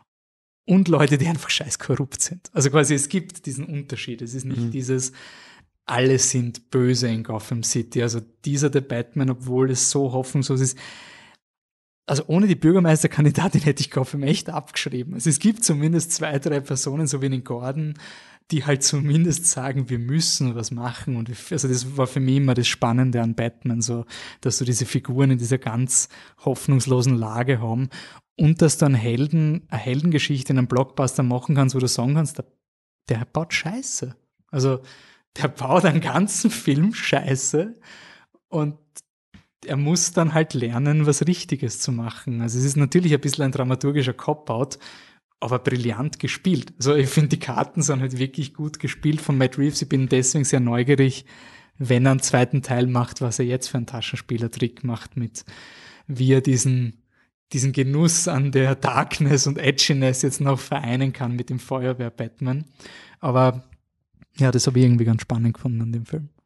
[SPEAKER 1] Und Leute, die einfach scheiß korrupt sind. Also quasi, es gibt diesen Unterschied. Es ist nicht mhm. dieses, alle sind böse in Gotham City. Also dieser der Batman, obwohl es so hoffnungslos ist. Also ohne die Bürgermeisterkandidatin hätte ich Gotham echt abgeschrieben. Also es gibt zumindest zwei, drei Personen, so wie den Gordon, die halt zumindest sagen, wir müssen was machen. Und also das war für mich immer das Spannende an Batman, so, dass du diese Figuren in dieser ganz hoffnungslosen Lage haben und dass du einen Helden, eine Heldengeschichte in einem Blockbuster machen kannst, wo du sagen kannst, der, der baut Scheiße. Also der baut einen ganzen Film Scheiße und er muss dann halt lernen, was Richtiges zu machen. Also es ist natürlich ein bisschen ein dramaturgischer Cop-Out, aber brillant gespielt. Also ich finde, die Karten sind halt wirklich gut gespielt von Matt Reeves. Ich bin deswegen sehr neugierig, wenn er einen zweiten Teil macht, was er jetzt für einen Taschenspielertrick macht, mit wie er diesen, diesen Genuss an der Darkness und Edginess jetzt noch vereinen kann mit dem Feuerwehr-Batman. Aber ja, das habe ich irgendwie ganz spannend gefunden an dem Film.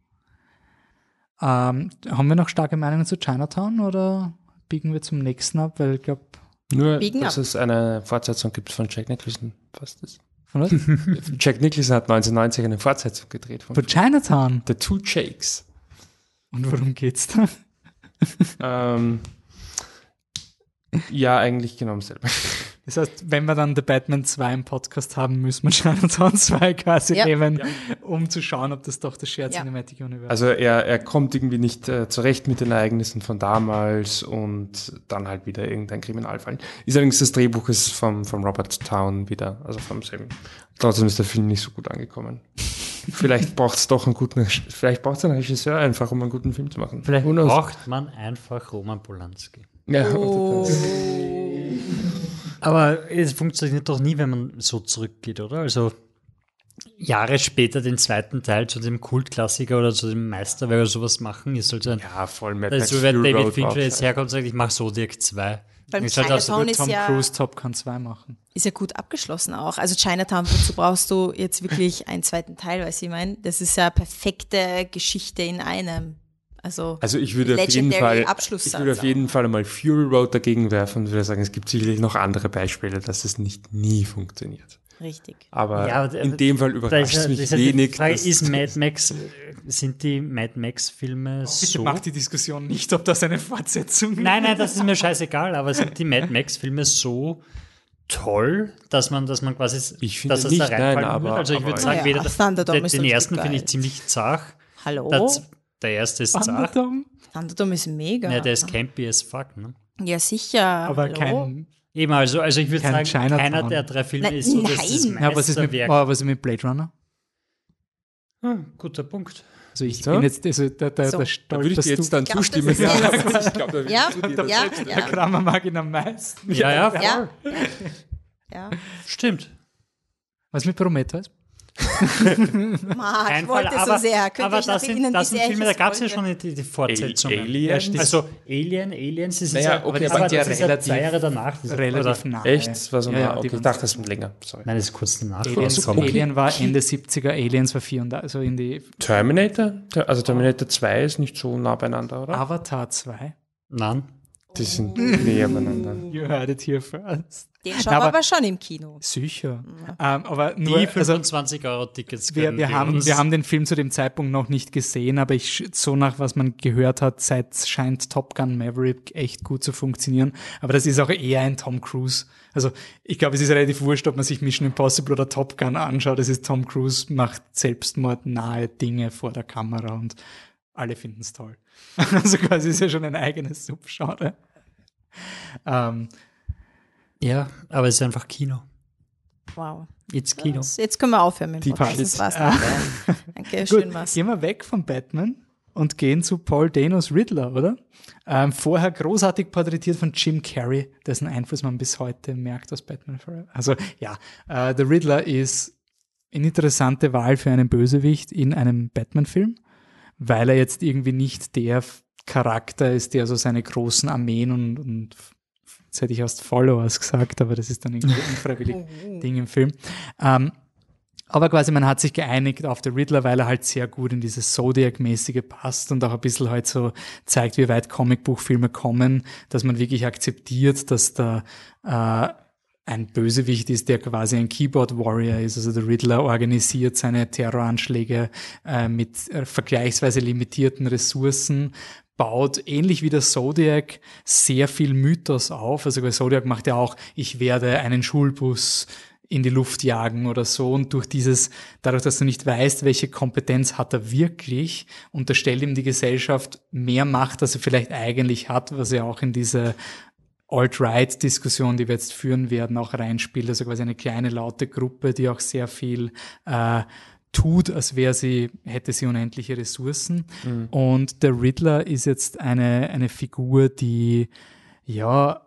[SPEAKER 1] Ähm, haben wir noch starke Meinungen zu Chinatown oder biegen wir zum nächsten ab? Weil ich glaube,
[SPEAKER 3] nur,
[SPEAKER 4] biegen
[SPEAKER 3] dass
[SPEAKER 4] ab.
[SPEAKER 3] es eine Fortsetzung gibt von Jack Nicholson. Was ist das?
[SPEAKER 1] Von was?
[SPEAKER 3] Jack Nicholson hat neunzehnhundertneunzig eine Fortsetzung gedreht. Von,
[SPEAKER 1] von Chinatown?
[SPEAKER 3] The Two Jakes.
[SPEAKER 1] Und worum geht's da?
[SPEAKER 3] ähm, ja, eigentlich genau dasselbe.
[SPEAKER 1] Das heißt, wenn wir dann The Batman zwei im Podcast haben, müssen wir Chinatown zwei quasi
[SPEAKER 4] ja.
[SPEAKER 1] nehmen,
[SPEAKER 3] ja.
[SPEAKER 1] um zu schauen, ob das doch das Shared
[SPEAKER 4] ja.
[SPEAKER 1] Cinematic Universe ist.
[SPEAKER 3] Also er, er kommt irgendwie nicht äh, zurecht mit den Ereignissen von damals und dann halt wieder irgendein Kriminalfall. Ist allerdings das Drehbuch ist vom, vom Robert Town wieder, also vom selben. Trotzdem ist der Film nicht so gut angekommen. Vielleicht braucht es doch einen guten, vielleicht braucht es einen Regisseur einfach, um einen guten Film zu machen.
[SPEAKER 2] Vielleicht braucht man einfach Roman Polanski.
[SPEAKER 3] Ja,
[SPEAKER 4] oh.
[SPEAKER 2] Aber es funktioniert doch nie, wenn man so zurückgeht, oder? Also Jahre später den zweiten Teil zu dem Kultklassiker oder zu dem Meisterwerk oder sowas machen, ist halt so ein,
[SPEAKER 3] ja, voll Mad
[SPEAKER 2] also
[SPEAKER 3] Max
[SPEAKER 2] wenn
[SPEAKER 3] Fury
[SPEAKER 2] David
[SPEAKER 3] Road
[SPEAKER 2] Fincher
[SPEAKER 3] auch,
[SPEAKER 2] jetzt
[SPEAKER 3] ja.
[SPEAKER 2] herkommt und sagt, ich mache Zodiac zwei.
[SPEAKER 4] Beim
[SPEAKER 2] Ich sag, das
[SPEAKER 4] Chinatown ist
[SPEAKER 1] Tom
[SPEAKER 4] ja,
[SPEAKER 1] Cruise Top Gun zwei machen.
[SPEAKER 4] ist ja gut abgeschlossen auch. Also Chinatown, wozu brauchst du jetzt wirklich einen zweiten Teil, weißt du, ich meine? Das ist ja eine perfekte Geschichte in einem. Also,
[SPEAKER 3] Also ich würde auf jeden Fall, ich würde auf jeden Fall mal Fury Road dagegen werfen und würde sagen, es gibt sicherlich noch andere Beispiele, dass es nicht nie funktioniert.
[SPEAKER 4] Richtig.
[SPEAKER 3] Aber
[SPEAKER 2] Ja,
[SPEAKER 3] in dem Fall überrascht es mich wenig.
[SPEAKER 2] Die Frage
[SPEAKER 3] dass-
[SPEAKER 2] ist, Mad Max, sind die Mad Max-Filme
[SPEAKER 1] Bitte
[SPEAKER 2] so...
[SPEAKER 1] macht die Diskussion nicht, ob das eine Fortsetzung ist.
[SPEAKER 2] Nein, nein, das ist mir scheißegal, aber sind die Mad Max-Filme so toll, dass man, dass man quasi,
[SPEAKER 3] Ich finde
[SPEAKER 2] dass es
[SPEAKER 3] nicht,
[SPEAKER 2] da reinfallen
[SPEAKER 3] nein, aber-
[SPEAKER 2] würde? Also ich
[SPEAKER 3] aber-
[SPEAKER 2] würde sagen,
[SPEAKER 4] Ja,
[SPEAKER 2] weder
[SPEAKER 4] Thunderdome
[SPEAKER 2] den,
[SPEAKER 4] ist
[SPEAKER 2] den
[SPEAKER 4] richtig
[SPEAKER 2] ersten finde ich
[SPEAKER 4] geil.
[SPEAKER 2] ziemlich zart.
[SPEAKER 4] Hallo?
[SPEAKER 2] Das, der erste ist zart.
[SPEAKER 1] Thunderdome?
[SPEAKER 4] Thunderdome ist mega.
[SPEAKER 2] Ja, der ist campy as fuck, ne?
[SPEAKER 4] Ja, sicher.
[SPEAKER 1] Aber
[SPEAKER 4] Hallo?
[SPEAKER 1] kein.
[SPEAKER 2] Eben, also, also ich würde
[SPEAKER 1] Kein
[SPEAKER 2] sagen,
[SPEAKER 1] Chinatown.
[SPEAKER 2] keiner der drei Filme
[SPEAKER 4] Nein,
[SPEAKER 2] ist so das, das
[SPEAKER 4] nein.
[SPEAKER 1] Ja, was ist, mit,
[SPEAKER 2] Meisterwerk.
[SPEAKER 1] oh, was ist mit Blade Runner?
[SPEAKER 2] Hm, guter Punkt.
[SPEAKER 1] Also ich
[SPEAKER 3] So?
[SPEAKER 1] bin jetzt, also der, der,
[SPEAKER 4] So.
[SPEAKER 1] der
[SPEAKER 3] Da würde ich dir jetzt dann
[SPEAKER 4] Ich glaub,
[SPEAKER 3] zustimmen.
[SPEAKER 4] das ist
[SPEAKER 3] Ja,
[SPEAKER 4] jetzt-
[SPEAKER 3] ich glaube, da
[SPEAKER 4] Ja,
[SPEAKER 3] würdest du dir
[SPEAKER 4] ja,
[SPEAKER 3] das-
[SPEAKER 1] Der
[SPEAKER 4] ja,
[SPEAKER 1] Kramer mag ihn am meisten.
[SPEAKER 2] Ja, ja, voll.
[SPEAKER 4] ja, ja.
[SPEAKER 2] Stimmt.
[SPEAKER 1] Was mit Prometheus?
[SPEAKER 4] Ma,
[SPEAKER 2] Kein
[SPEAKER 4] ich wollte
[SPEAKER 2] Fall,
[SPEAKER 4] so
[SPEAKER 2] aber,
[SPEAKER 4] sehr. Könnte
[SPEAKER 2] aber
[SPEAKER 4] ich noch
[SPEAKER 2] das sind,
[SPEAKER 4] Ihnen
[SPEAKER 2] das
[SPEAKER 4] die
[SPEAKER 2] sind Filme, da
[SPEAKER 4] Serie
[SPEAKER 2] gab es ja
[SPEAKER 4] wollte?
[SPEAKER 2] schon die, die Fortsetzungen.
[SPEAKER 3] Aliens?
[SPEAKER 2] Also Alien, Aliens, das ist
[SPEAKER 3] Naja,
[SPEAKER 2] ja,
[SPEAKER 3] okay,
[SPEAKER 2] aber
[SPEAKER 1] das sind ja
[SPEAKER 2] das ist ja
[SPEAKER 1] relativ-
[SPEAKER 2] zwei Jahre danach. Das ist-
[SPEAKER 1] Relativ
[SPEAKER 2] oder,
[SPEAKER 1] nah.
[SPEAKER 3] Echt? Das war so
[SPEAKER 1] Ja,
[SPEAKER 3] nah.
[SPEAKER 1] ja, die
[SPEAKER 3] Okay, ich
[SPEAKER 1] waren-
[SPEAKER 3] dachte, das wird länger. Sorry.
[SPEAKER 2] Nein, das ist kurz danach
[SPEAKER 1] Aliens,
[SPEAKER 2] rausgekommen.
[SPEAKER 1] Alien war Ende siebziger, Aliens war vierundachtzig, also in die
[SPEAKER 3] Terminator? Also Terminator zwei ist nicht so nah beieinander, oder?
[SPEAKER 1] Avatar zwei.
[SPEAKER 2] Nein.
[SPEAKER 3] Die sind näher beieinander.
[SPEAKER 1] You heard it here first.
[SPEAKER 4] Den schauen wir aber schon im Kino.
[SPEAKER 1] Sicher. Ja. Ähm, aber nur,
[SPEAKER 2] die fünfundzwanzig Euro Tickets
[SPEAKER 1] wir, wir, haben, wir haben den Film zu dem Zeitpunkt noch nicht gesehen, aber ich, so nach was man gehört hat, seit scheint Top Gun Maverick echt gut zu funktionieren. Aber das ist auch eher ein Tom Cruise. Also ich glaube, es ist relativ wurscht, ob man sich Mission Impossible oder Top Gun anschaut. Das ist Tom Cruise, macht selbstmordnahe Dinge vor der Kamera und alle finden es toll. Also quasi ist ja schon ein eigenes Subgenre. Ähm,
[SPEAKER 2] Ja, aber es ist einfach Kino.
[SPEAKER 4] Wow.
[SPEAKER 2] Jetzt Kino.
[SPEAKER 4] Das, jetzt können wir aufhören mit dem
[SPEAKER 1] Die
[SPEAKER 4] Podcast. Das war's dann. Danke, schön
[SPEAKER 1] Gut,
[SPEAKER 4] was.
[SPEAKER 1] gehen wir weg von Batman und gehen zu Paul Danos Riddler, oder? Ähm, vorher großartig porträtiert von Jim Carrey, dessen Einfluss man bis heute merkt aus Batman Forever. Also ja, äh, der Riddler ist eine interessante Wahl für einen Bösewicht in einem Batman-Film, weil er jetzt irgendwie nicht der Charakter ist, der so seine großen Armeen und, und jetzt hätte ich erst Followers gesagt, aber das ist dann irgendwie unfreiwillig Ding im Film. Ähm, aber quasi man hat sich geeinigt auf den Riddler, weil er halt sehr gut in dieses Zodiac-mäßige passt und auch ein bisschen halt so zeigt, wie weit Comicbuchfilme kommen, dass man wirklich akzeptiert, dass da äh, ein Bösewicht ist, der quasi ein Keyboard-Warrior ist. Also der Riddler organisiert seine Terroranschläge äh, mit äh, vergleichsweise limitierten Ressourcen, baut, ähnlich wie der Zodiac, sehr viel Mythos auf. Also der Zodiac macht ja auch, ich werde einen Schulbus in die Luft jagen oder so. Und durch dieses, dadurch, dass du nicht weißt, welche Kompetenz hat er wirklich, unterstellt ihm die Gesellschaft mehr Macht, als er vielleicht eigentlich hat, was ja auch in diese Alt-Right-Diskussion, die wir jetzt führen werden, auch reinspielt. Also quasi eine kleine, laute Gruppe, die auch sehr viel äh, tut, als wäre sie, hätte sie unendliche Ressourcen. Mhm. Und der Riddler ist jetzt eine, eine Figur, die, ja,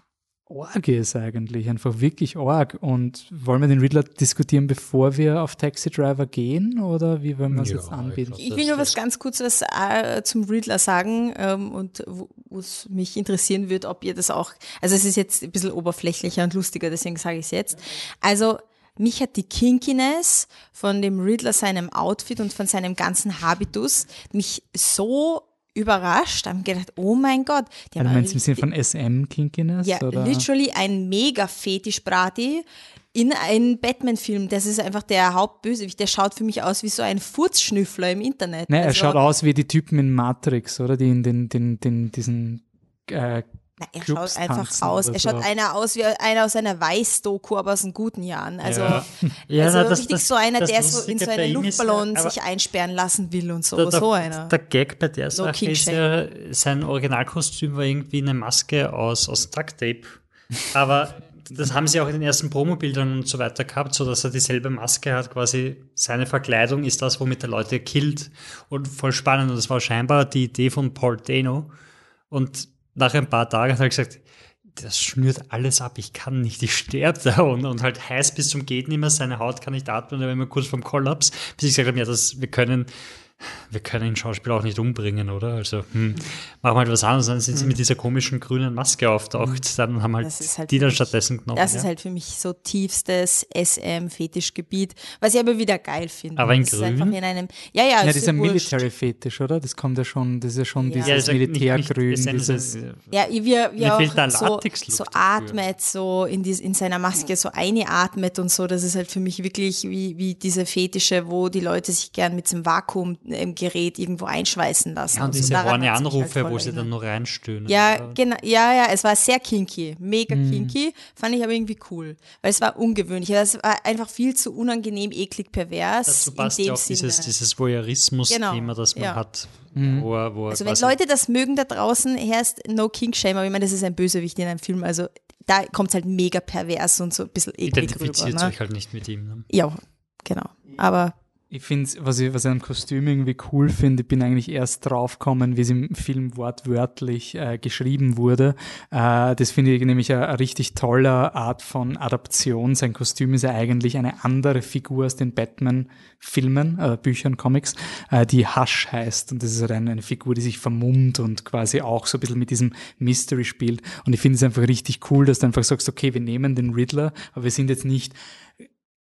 [SPEAKER 1] arg ist eigentlich, einfach wirklich arg. Und wollen wir den Riddler diskutieren, bevor wir auf Taxi Driver gehen, oder wie wollen wir es ja, jetzt anbieten?
[SPEAKER 4] Ich, ich will nur was ganz Kurzes äh, zum Riddler sagen ähm, und wo es mich interessieren wird, ob ihr das auch, also es ist jetzt ein bisschen oberflächlicher und lustiger, deswegen sage ich es jetzt. Also mich hat die Kinkiness von dem Riddler, seinem Outfit und von seinem ganzen Habitus mich so überrascht, haben gedacht, oh mein Gott.
[SPEAKER 1] Die also meinst du im Sinne von S M-Kinkiness?
[SPEAKER 4] Ja, oder? Literally ein Mega-Fetisch-Brati in einem Batman-Film. Das ist einfach der Hauptbösewicht. Der schaut für mich aus wie so ein Furzschnüffler im Internet.
[SPEAKER 1] Nein,
[SPEAKER 4] also,
[SPEAKER 1] er schaut aus wie die Typen in Matrix, oder? Die in den, den, den, diesen äh,
[SPEAKER 4] Na, er schaut einfach aus. Er schaut so. einer aus wie einer aus einer Weiß-Doku, aber aus den guten Jahren. Also,
[SPEAKER 2] ja. Ja,
[SPEAKER 4] also
[SPEAKER 2] na, das,
[SPEAKER 4] richtig
[SPEAKER 2] das,
[SPEAKER 4] so einer,
[SPEAKER 2] das
[SPEAKER 4] der so in so einen Luftballon ist, sich einsperren lassen will und so.
[SPEAKER 2] Der, der,
[SPEAKER 4] so einer.
[SPEAKER 2] Der Gag bei der Sache no ist ja, sein Originalkostüm war irgendwie eine Maske aus, aus Duct-Tape. Aber das haben sie auch in den ersten Promobildern und so weiter gehabt, so dass er dieselbe Maske hat, quasi seine Verkleidung ist das, womit er Leute killt. Und voll spannend. Und das war scheinbar die Idee von Paul Dano. Und nach ein paar Tagen hat er gesagt, das schnürt alles ab, ich kann nicht, ich sterbe da und, und halt heiß bis zum geht nicht mehr, seine Haut kann nicht atmen, da war immer kurz vorm Kollaps, bis ich gesagt habe, ja, das, wir können wir können den Schauspieler auch nicht umbringen, oder? Also, hm, machen wir halt was anderes, dann sind sie mit dieser komischen grünen Maske auftaucht, dann haben halt, halt die dann stattdessen genommen.
[SPEAKER 4] Das
[SPEAKER 2] ja.
[SPEAKER 4] ist halt für mich so tiefstes S M-Fetischgebiet, was ich aber wieder geil finde.
[SPEAKER 2] Aber in
[SPEAKER 4] das
[SPEAKER 2] grün?
[SPEAKER 4] Ist einfach in einem, ja, ja,
[SPEAKER 1] ja, dieser Military-Fetisch, oder? Das kommt ja schon, das ist ja schon ja. dieses ja, Militärgrün. Nicht, nicht, dieses
[SPEAKER 4] ja, wie er auch so, so atmet, so in, die, in seiner Maske so einatmet und so, das ist halt für mich wirklich wie, wie diese Fetische, wo die Leute sich gern mit dem Vakuum im Gerät irgendwo einschweißen lassen.
[SPEAKER 2] Ja, und, und diese so horny Anrufe, halt wo sie dann nur reinstöhnen.
[SPEAKER 4] Ja, genau, ja, ja, es war sehr kinky, mega mhm. kinky, fand ich aber irgendwie cool, weil es war ungewöhnlich, es war einfach viel zu unangenehm, eklig, pervers.
[SPEAKER 2] Dazu passt ja auch dieses, dieses Voyeurismus-Thema, genau. das man ja. hat.
[SPEAKER 1] Mhm.
[SPEAKER 2] Wo er, wo er
[SPEAKER 4] also wenn Leute das mögen da draußen, herrscht no Kink-Shame, aber ich meine, das ist ein Bösewicht in einem Film, also da kommt es halt mega pervers und so ein bisschen eklig rüber.
[SPEAKER 2] Identifiziert
[SPEAKER 4] ne?
[SPEAKER 2] euch halt nicht mit ihm. Ne?
[SPEAKER 4] Ja, genau, aber
[SPEAKER 1] ich finde, was ich, was ich am Kostüm irgendwie cool finde, ich bin eigentlich erst draufgekommen, wie es im Film wortwörtlich äh, geschrieben wurde. Äh, das finde ich nämlich eine, eine richtig tolle Art von Adaption. Sein Kostüm ist ja eigentlich eine andere Figur aus den Batman-Filmen, äh, Büchern, Comics, äh, die Hush heißt. Und das ist halt eine, eine Figur, die sich vermummt und quasi auch so ein bisschen mit diesem Mystery spielt. Und ich finde es einfach richtig cool, dass du einfach sagst, okay, wir nehmen den Riddler, aber wir sind jetzt nicht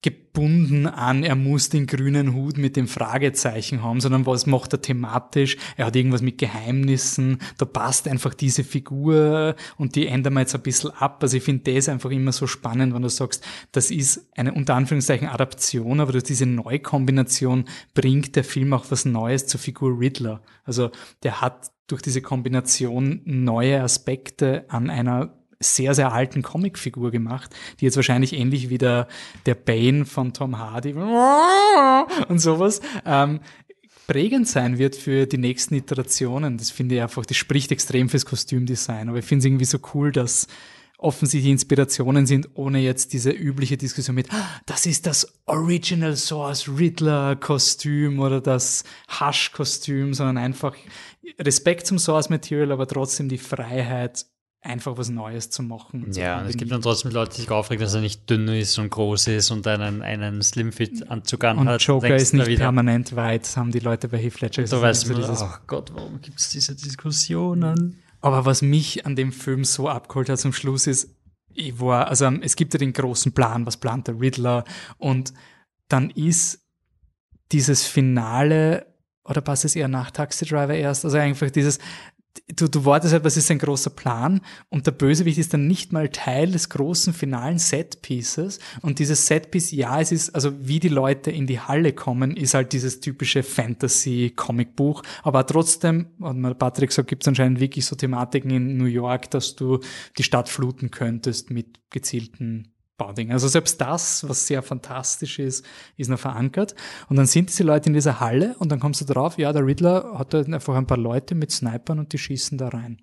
[SPEAKER 1] gebunden an, er muss den grünen Hut mit dem Fragezeichen haben, sondern was macht er thematisch? Er hat irgendwas mit Geheimnissen, da passt einfach diese Figur und die ändern wir jetzt ein bisschen ab. Also ich finde das einfach immer so spannend, wenn du sagst, das ist eine unter Anführungszeichen Adaption, aber durch diese Neukombination bringt der Film auch was Neues zur Figur Riddler. Also der hat durch diese Kombination neue Aspekte an einer sehr, sehr alten Comicfigur gemacht, die jetzt wahrscheinlich ähnlich wie der, der Bane von Tom Hardy und sowas ähm, prägend sein wird für die nächsten Iterationen. Das finde ich einfach, das spricht extrem fürs Kostümdesign. Aber ich finde es irgendwie so cool, dass offensichtlich Inspirationen sind, ohne jetzt diese übliche Diskussion mit, das ist das Original Source Riddler Kostüm oder das Hush Kostüm, sondern einfach Respekt zum Source Material, aber trotzdem die Freiheit, einfach was Neues zu machen.
[SPEAKER 2] Ja, und es gibt dann trotzdem Leute, die sich aufregen, dass er nicht dünn ist und groß ist und einen, einen Slimfit-Anzug anhat.
[SPEAKER 1] Und Joker ist nicht permanent weit, haben die Leute bei Heath Ledger
[SPEAKER 2] gesagt. Da weiß man, so ach Gott, warum gibt es diese Diskussionen?
[SPEAKER 1] Aber was mich an dem Film so abgeholt hat zum Schluss ist, ich war, also es gibt ja den großen Plan, was plant der Riddler, und dann ist dieses Finale, oder passt es eher nach Taxi Driver erst, also einfach dieses, Du, du wartest halt, was ist ein großer Plan, und der Bösewicht ist dann nicht mal Teil des großen finalen Setpieces, und dieses Setpiece, ja, es ist, also wie die Leute in die Halle kommen, ist halt dieses typische Fantasy-Comicbuch, aber trotzdem, hat mir Patrick gesagt, gibt es anscheinend wirklich so Thematiken in New York, dass du die Stadt fluten könntest mit gezielten Bauding. Also selbst das, was sehr fantastisch ist, ist noch verankert. Und dann sind diese Leute in dieser Halle und dann kommst du drauf, ja, der Riddler hat da einfach ein paar Leute mit Snipern und die schießen da rein.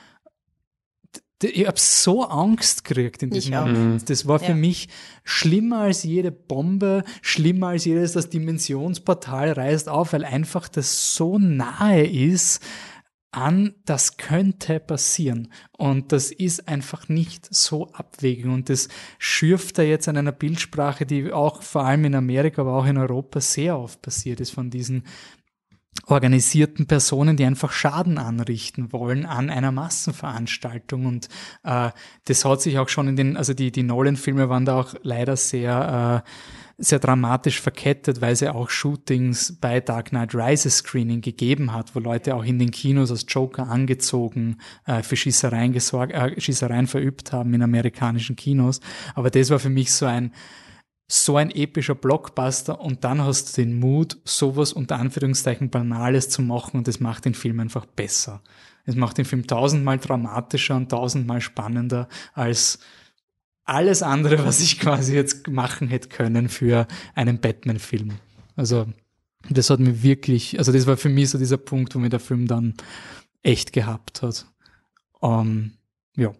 [SPEAKER 1] Ich habe so Angst gekriegt in diesem Moment. Das war für ja. mich schlimmer als jede Bombe, schlimmer als jedes, das Dimensionsportal reißt auf, weil einfach das so nahe ist an, das könnte passieren. Und das ist einfach nicht so abwegig. Und das schürft da jetzt an einer Bildsprache, die auch vor allem in Amerika, aber auch in Europa sehr oft passiert ist, von diesen organisierten Personen, die einfach Schaden anrichten wollen an einer Massenveranstaltung. Und äh, das hat sich auch schon in den, also die, die Nolan-Filme waren da auch leider sehr äh, sehr dramatisch verkettet, weil es ja auch Shootings bei Dark Knight Rises Screening gegeben hat, wo Leute auch in den Kinos als Joker angezogen äh, für Schießereien gesorgt, äh, Schießereien verübt haben in amerikanischen Kinos. Aber das war für mich so ein so ein epischer Blockbuster, und dann hast du den Mut, sowas unter Anführungszeichen Banales zu machen, und das macht den Film einfach besser. Es macht den Film tausendmal dramatischer und tausendmal spannender als alles andere, was ich quasi jetzt machen hätte können für einen Batman-Film. Also das hat mir wirklich, also das war für mich so dieser Punkt, wo mir der Film dann echt gehabt hat. Um, ja.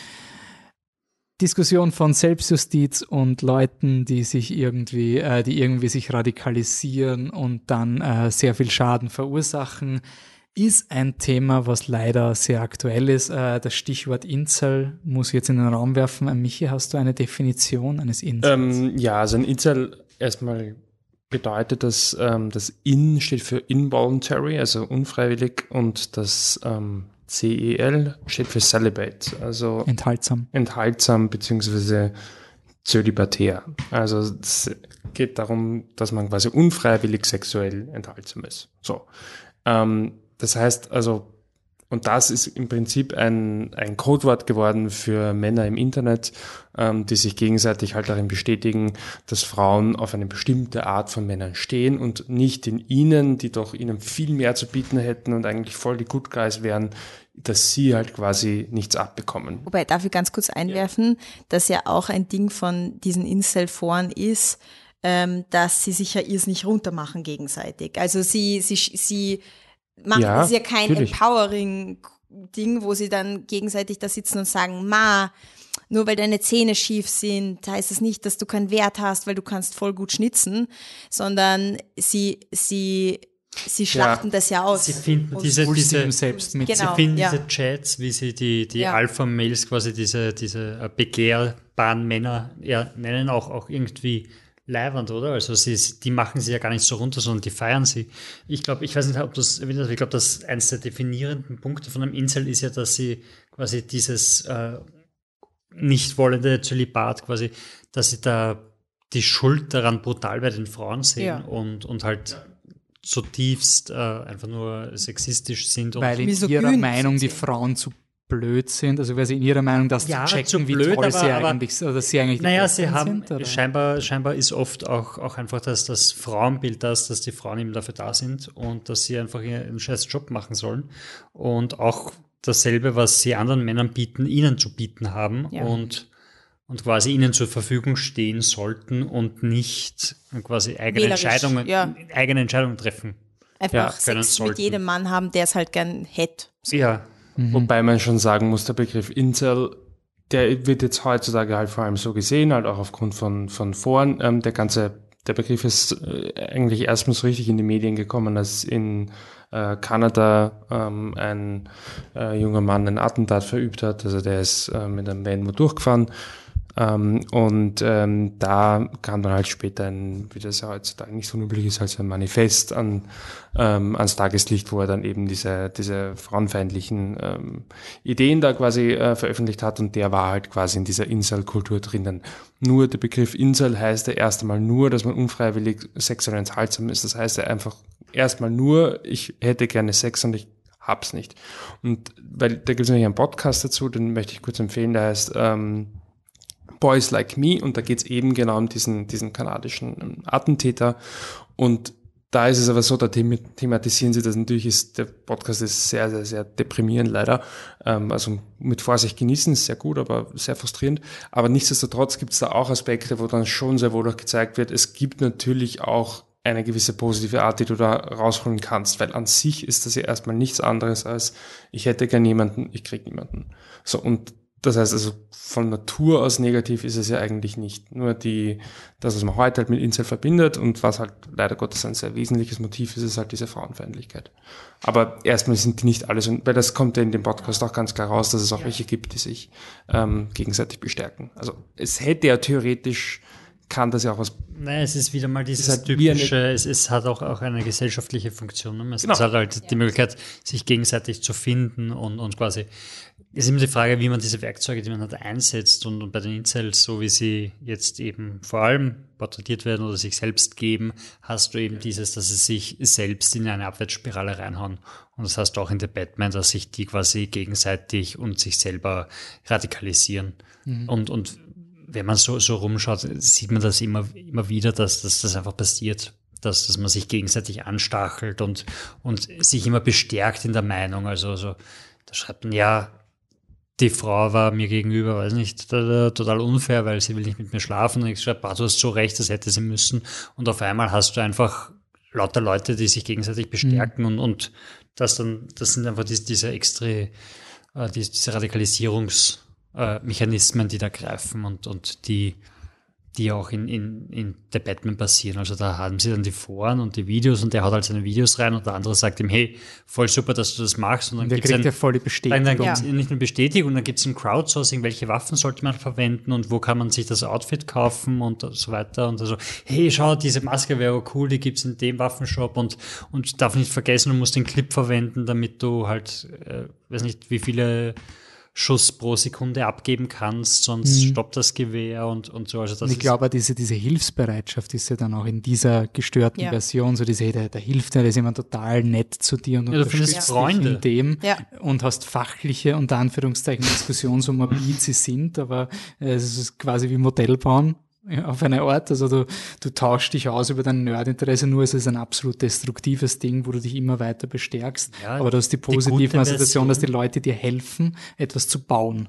[SPEAKER 1] Diskussion von Selbstjustiz und Leuten, die sich irgendwie, äh, die irgendwie sich radikalisieren und dann äh, sehr viel Schaden verursachen, ist ein Thema, was leider sehr aktuell ist. Äh, das Stichwort Incel muss ich jetzt in den Raum werfen. Äh, Michi, hast du eine Definition eines Incels?
[SPEAKER 3] Ähm, ja, also ein Incel erstmal bedeutet, dass ähm, das In steht für involuntary, also unfreiwillig, und das ähm, C E L steht für celibate, also
[SPEAKER 1] enthaltsam.
[SPEAKER 3] Enthaltsam beziehungsweise zölibatär. Also es geht darum, dass man quasi unfreiwillig sexuell enthaltsam ist. So. Ähm, Das heißt also, und das ist im Prinzip ein, ein Codewort geworden für Männer im Internet, ähm, die sich gegenseitig halt darin bestätigen, dass Frauen auf eine bestimmte Art von Männern stehen und nicht in ihnen, die doch ihnen viel mehr zu bieten hätten und eigentlich voll die Good Guys wären, dass sie halt quasi nichts abbekommen.
[SPEAKER 4] Wobei, darf ich ganz kurz einwerfen, ja. dass ja auch ein Ding von diesen Incel-Foren ist, ähm, dass sie sich ja irrsinnig runtermachen gegenseitig. Also sie, sie, sie machen,
[SPEAKER 3] ja,
[SPEAKER 4] das ist ja kein
[SPEAKER 3] natürlich.
[SPEAKER 4] Empowering-Ding, wo sie dann gegenseitig da sitzen und sagen, ma, nur weil deine Zähne schief sind, heißt es nicht, dass du keinen Wert hast, weil du kannst voll gut schnitzen, sondern sie, sie, sie schlachten ja. das ja aus.
[SPEAKER 2] Sie finden diese, diese,
[SPEAKER 1] selbst mit.
[SPEAKER 4] Genau,
[SPEAKER 2] sie finden
[SPEAKER 4] ja.
[SPEAKER 2] diese Chats, wie sie die, die
[SPEAKER 4] Ja.
[SPEAKER 2] Alpha-Mails quasi diese, diese begehrbaren Männer ja, nennen, auch, auch irgendwie leiwand, oder? Also sie, die machen sie ja gar nicht so runter, sondern die feiern sie. Ich glaube, ich weiß nicht, ob du es erwähnt hast, ich glaube, dass eines der definierenden Punkte von einem Incel ist ja, dass sie quasi dieses äh, nicht wollende Zölibat quasi, dass sie da die Schuld daran brutal bei den Frauen sehen
[SPEAKER 4] Ja.
[SPEAKER 2] und, und halt zutiefst äh, einfach nur sexistisch sind. Und
[SPEAKER 1] Weil in
[SPEAKER 4] Misogyn
[SPEAKER 1] ihrer Meinung die
[SPEAKER 4] sind sie.
[SPEAKER 1] Frauen zu blöd sind, also weil sie in ihrer Meinung das
[SPEAKER 2] Ja,
[SPEAKER 1] zu
[SPEAKER 2] zu
[SPEAKER 1] checken, wie
[SPEAKER 2] blöd,
[SPEAKER 1] toll
[SPEAKER 2] aber-
[SPEAKER 1] sie
[SPEAKER 2] aber-
[SPEAKER 1] eigentlich oder sie eigentlich die
[SPEAKER 2] Naja,
[SPEAKER 1] Besten
[SPEAKER 2] sie haben,
[SPEAKER 1] sind, oder?
[SPEAKER 2] scheinbar, scheinbar ist oft auch, auch einfach das, das Frauenbild das, dass die Frauen eben dafür da sind und dass sie einfach ihren scheiß Job machen sollen und auch dasselbe, was sie anderen Männern bieten, ihnen zu bieten haben
[SPEAKER 4] Ja.
[SPEAKER 2] und, und quasi ihnen zur Verfügung stehen sollten und nicht quasi eigene
[SPEAKER 4] Wählerisch,
[SPEAKER 2] Entscheidungen,
[SPEAKER 4] ja.
[SPEAKER 2] eigene Entscheidungen treffen.
[SPEAKER 4] Einfach
[SPEAKER 3] Ja,
[SPEAKER 2] können
[SPEAKER 4] Sex
[SPEAKER 2] sollten.
[SPEAKER 4] mit jedem Mann haben, der es halt gern hätte.
[SPEAKER 2] Ja,
[SPEAKER 3] Wobei man schon sagen muss, der Begriff Incel, der wird jetzt heutzutage halt vor allem so gesehen, halt auch aufgrund von, von Foren. Ähm, der ganze, der Begriff ist äh, eigentlich erstmals richtig in die Medien gekommen, als in äh, Kanada ähm, ein äh, junger Mann ein Attentat verübt hat. Also der ist äh, mit einem Van durchgefahren. Ähm, und ähm, da kam dann halt später ein, wie das ja heutzutage nicht so üblich ist, als ein Manifest an, ähm, ans Tageslicht, wo er dann eben diese, diese frauenfeindlichen ähm, Ideen da quasi äh, veröffentlicht hat, und der war halt quasi in dieser Incel-Kultur drinnen. Nur der Begriff Incel heißt ja erst einmal nur, dass man unfreiwillig sexuell enthaltsam ist. Das heißt ja einfach erstmal nur, ich hätte gerne Sex und ich hab's nicht. Und weil da gibt es nämlich einen Podcast dazu, den möchte ich kurz empfehlen, der heißt ähm, Boys Like Me, und da geht's eben genau um diesen, diesen kanadischen Attentäter. Und da ist es aber so, da them- thematisieren sie das natürlich, ist, der Podcast ist sehr, sehr, sehr deprimierend leider. Ähm, also mit Vorsicht genießen ist sehr gut, aber sehr frustrierend. Aber nichtsdestotrotz gibt's da auch Aspekte, wo dann schon sehr wohl auch gezeigt wird, es gibt natürlich auch eine gewisse positive Art, die du da rausholen kannst, weil an sich ist das ja erstmal nichts anderes als, ich hätte gern jemanden, ich krieg niemanden. So, und das heißt also, von Natur aus negativ ist es ja eigentlich nicht. Nur die, das, was man heute halt mit Incel verbindet und was halt leider Gottes ein sehr wesentliches Motiv ist, ist halt diese Frauenfeindlichkeit. Aber erstmal sind die nicht alle so, weil das kommt ja in dem Podcast auch ganz klar raus, dass es auch welche gibt, die sich ähm, gegenseitig bestärken. Also es hätte ja theoretisch, kann das ja auch was.
[SPEAKER 2] Nein, es ist wieder mal dieses
[SPEAKER 3] Es ist halt wie eine-
[SPEAKER 2] typische, es, es hat auch, auch eine gesellschaftliche Funktion. Ne? Es
[SPEAKER 3] Genau.
[SPEAKER 2] hat halt die Möglichkeit, sich gegenseitig zu finden und, und quasi, es ist immer die Frage, wie man diese Werkzeuge, die man hat, einsetzt, und, und bei den Incels, so wie sie jetzt eben vor allem porträtiert werden oder sich selbst geben, hast du eben dieses, dass sie sich selbst in eine Abwärtsspirale reinhauen. Und das heißt auch in The Batman, dass sich die quasi gegenseitig und sich selber radikalisieren. Und, und wenn man so, so rumschaut, sieht man das immer, immer wieder, dass, dass das einfach passiert, dass, dass man sich gegenseitig anstachelt und, und sich immer bestärkt in der Meinung. Also, so, da schreibt man, ja, die Frau war mir gegenüber, weiß nicht, total unfair, weil sie will nicht mit mir schlafen. Und ich schreibe, ah, du hast so recht, das hätte sie müssen. Und auf einmal hast du einfach lauter Leute, die sich gegenseitig bestärken, und, und das dann, das sind einfach diese, diese extra, äh, diese, diese Radikalisierungs- Äh, Mechanismen, die da greifen und, und die, die auch in, in, in The Batman passieren. Also da haben sie dann die Foren und die Videos, und der haut halt seine Videos rein, und der andere sagt ihm, hey, voll super, dass du das machst. Und dann
[SPEAKER 1] Der
[SPEAKER 2] gibt's
[SPEAKER 1] kriegt
[SPEAKER 2] ein,
[SPEAKER 1] ja voll die
[SPEAKER 2] dann,
[SPEAKER 1] Bestätigung.
[SPEAKER 2] dann gibt's
[SPEAKER 4] Ja.
[SPEAKER 2] nicht nur Bestätigung, dann gibt es ein Crowdsourcing, welche Waffen sollte man verwenden und wo kann man sich das Outfit kaufen und so weiter. Und also, hey, schau, diese Maske wäre cool, die gibt's in dem Waffenshop, und, und darf nicht vergessen, du musst den Clip verwenden, damit du halt, äh, weiß nicht, wie viele Schuss pro Sekunde abgeben kannst, sonst stoppt das Gewehr und, und so. Also das
[SPEAKER 1] Und ich
[SPEAKER 2] ist-
[SPEAKER 1] glaube, diese, diese Hilfsbereitschaft ist ja dann auch in dieser gestörten
[SPEAKER 4] Ja.
[SPEAKER 1] Version so, diese, hey, der, der hilft dir, der ist immer total nett zu dir und
[SPEAKER 2] Ja, du findest
[SPEAKER 1] unterstützt dich
[SPEAKER 2] Freunde.
[SPEAKER 1] in dem,
[SPEAKER 4] Ja.
[SPEAKER 1] und hast fachliche, unter Anführungszeichen, Diskussionen, so morbid sie sind, aber äh, es ist quasi wie Modell bauen, ja, auf eine Art. Also du, du tauschst dich aus über dein Nerdinteresse, nur es ist ein absolut destruktives Ding, wo du dich immer weiter bestärkst.
[SPEAKER 2] Ja,
[SPEAKER 1] aber du hast die
[SPEAKER 2] die gute
[SPEAKER 1] positive Situation, dass die
[SPEAKER 2] Version-
[SPEAKER 1] Leute dir helfen, etwas zu bauen,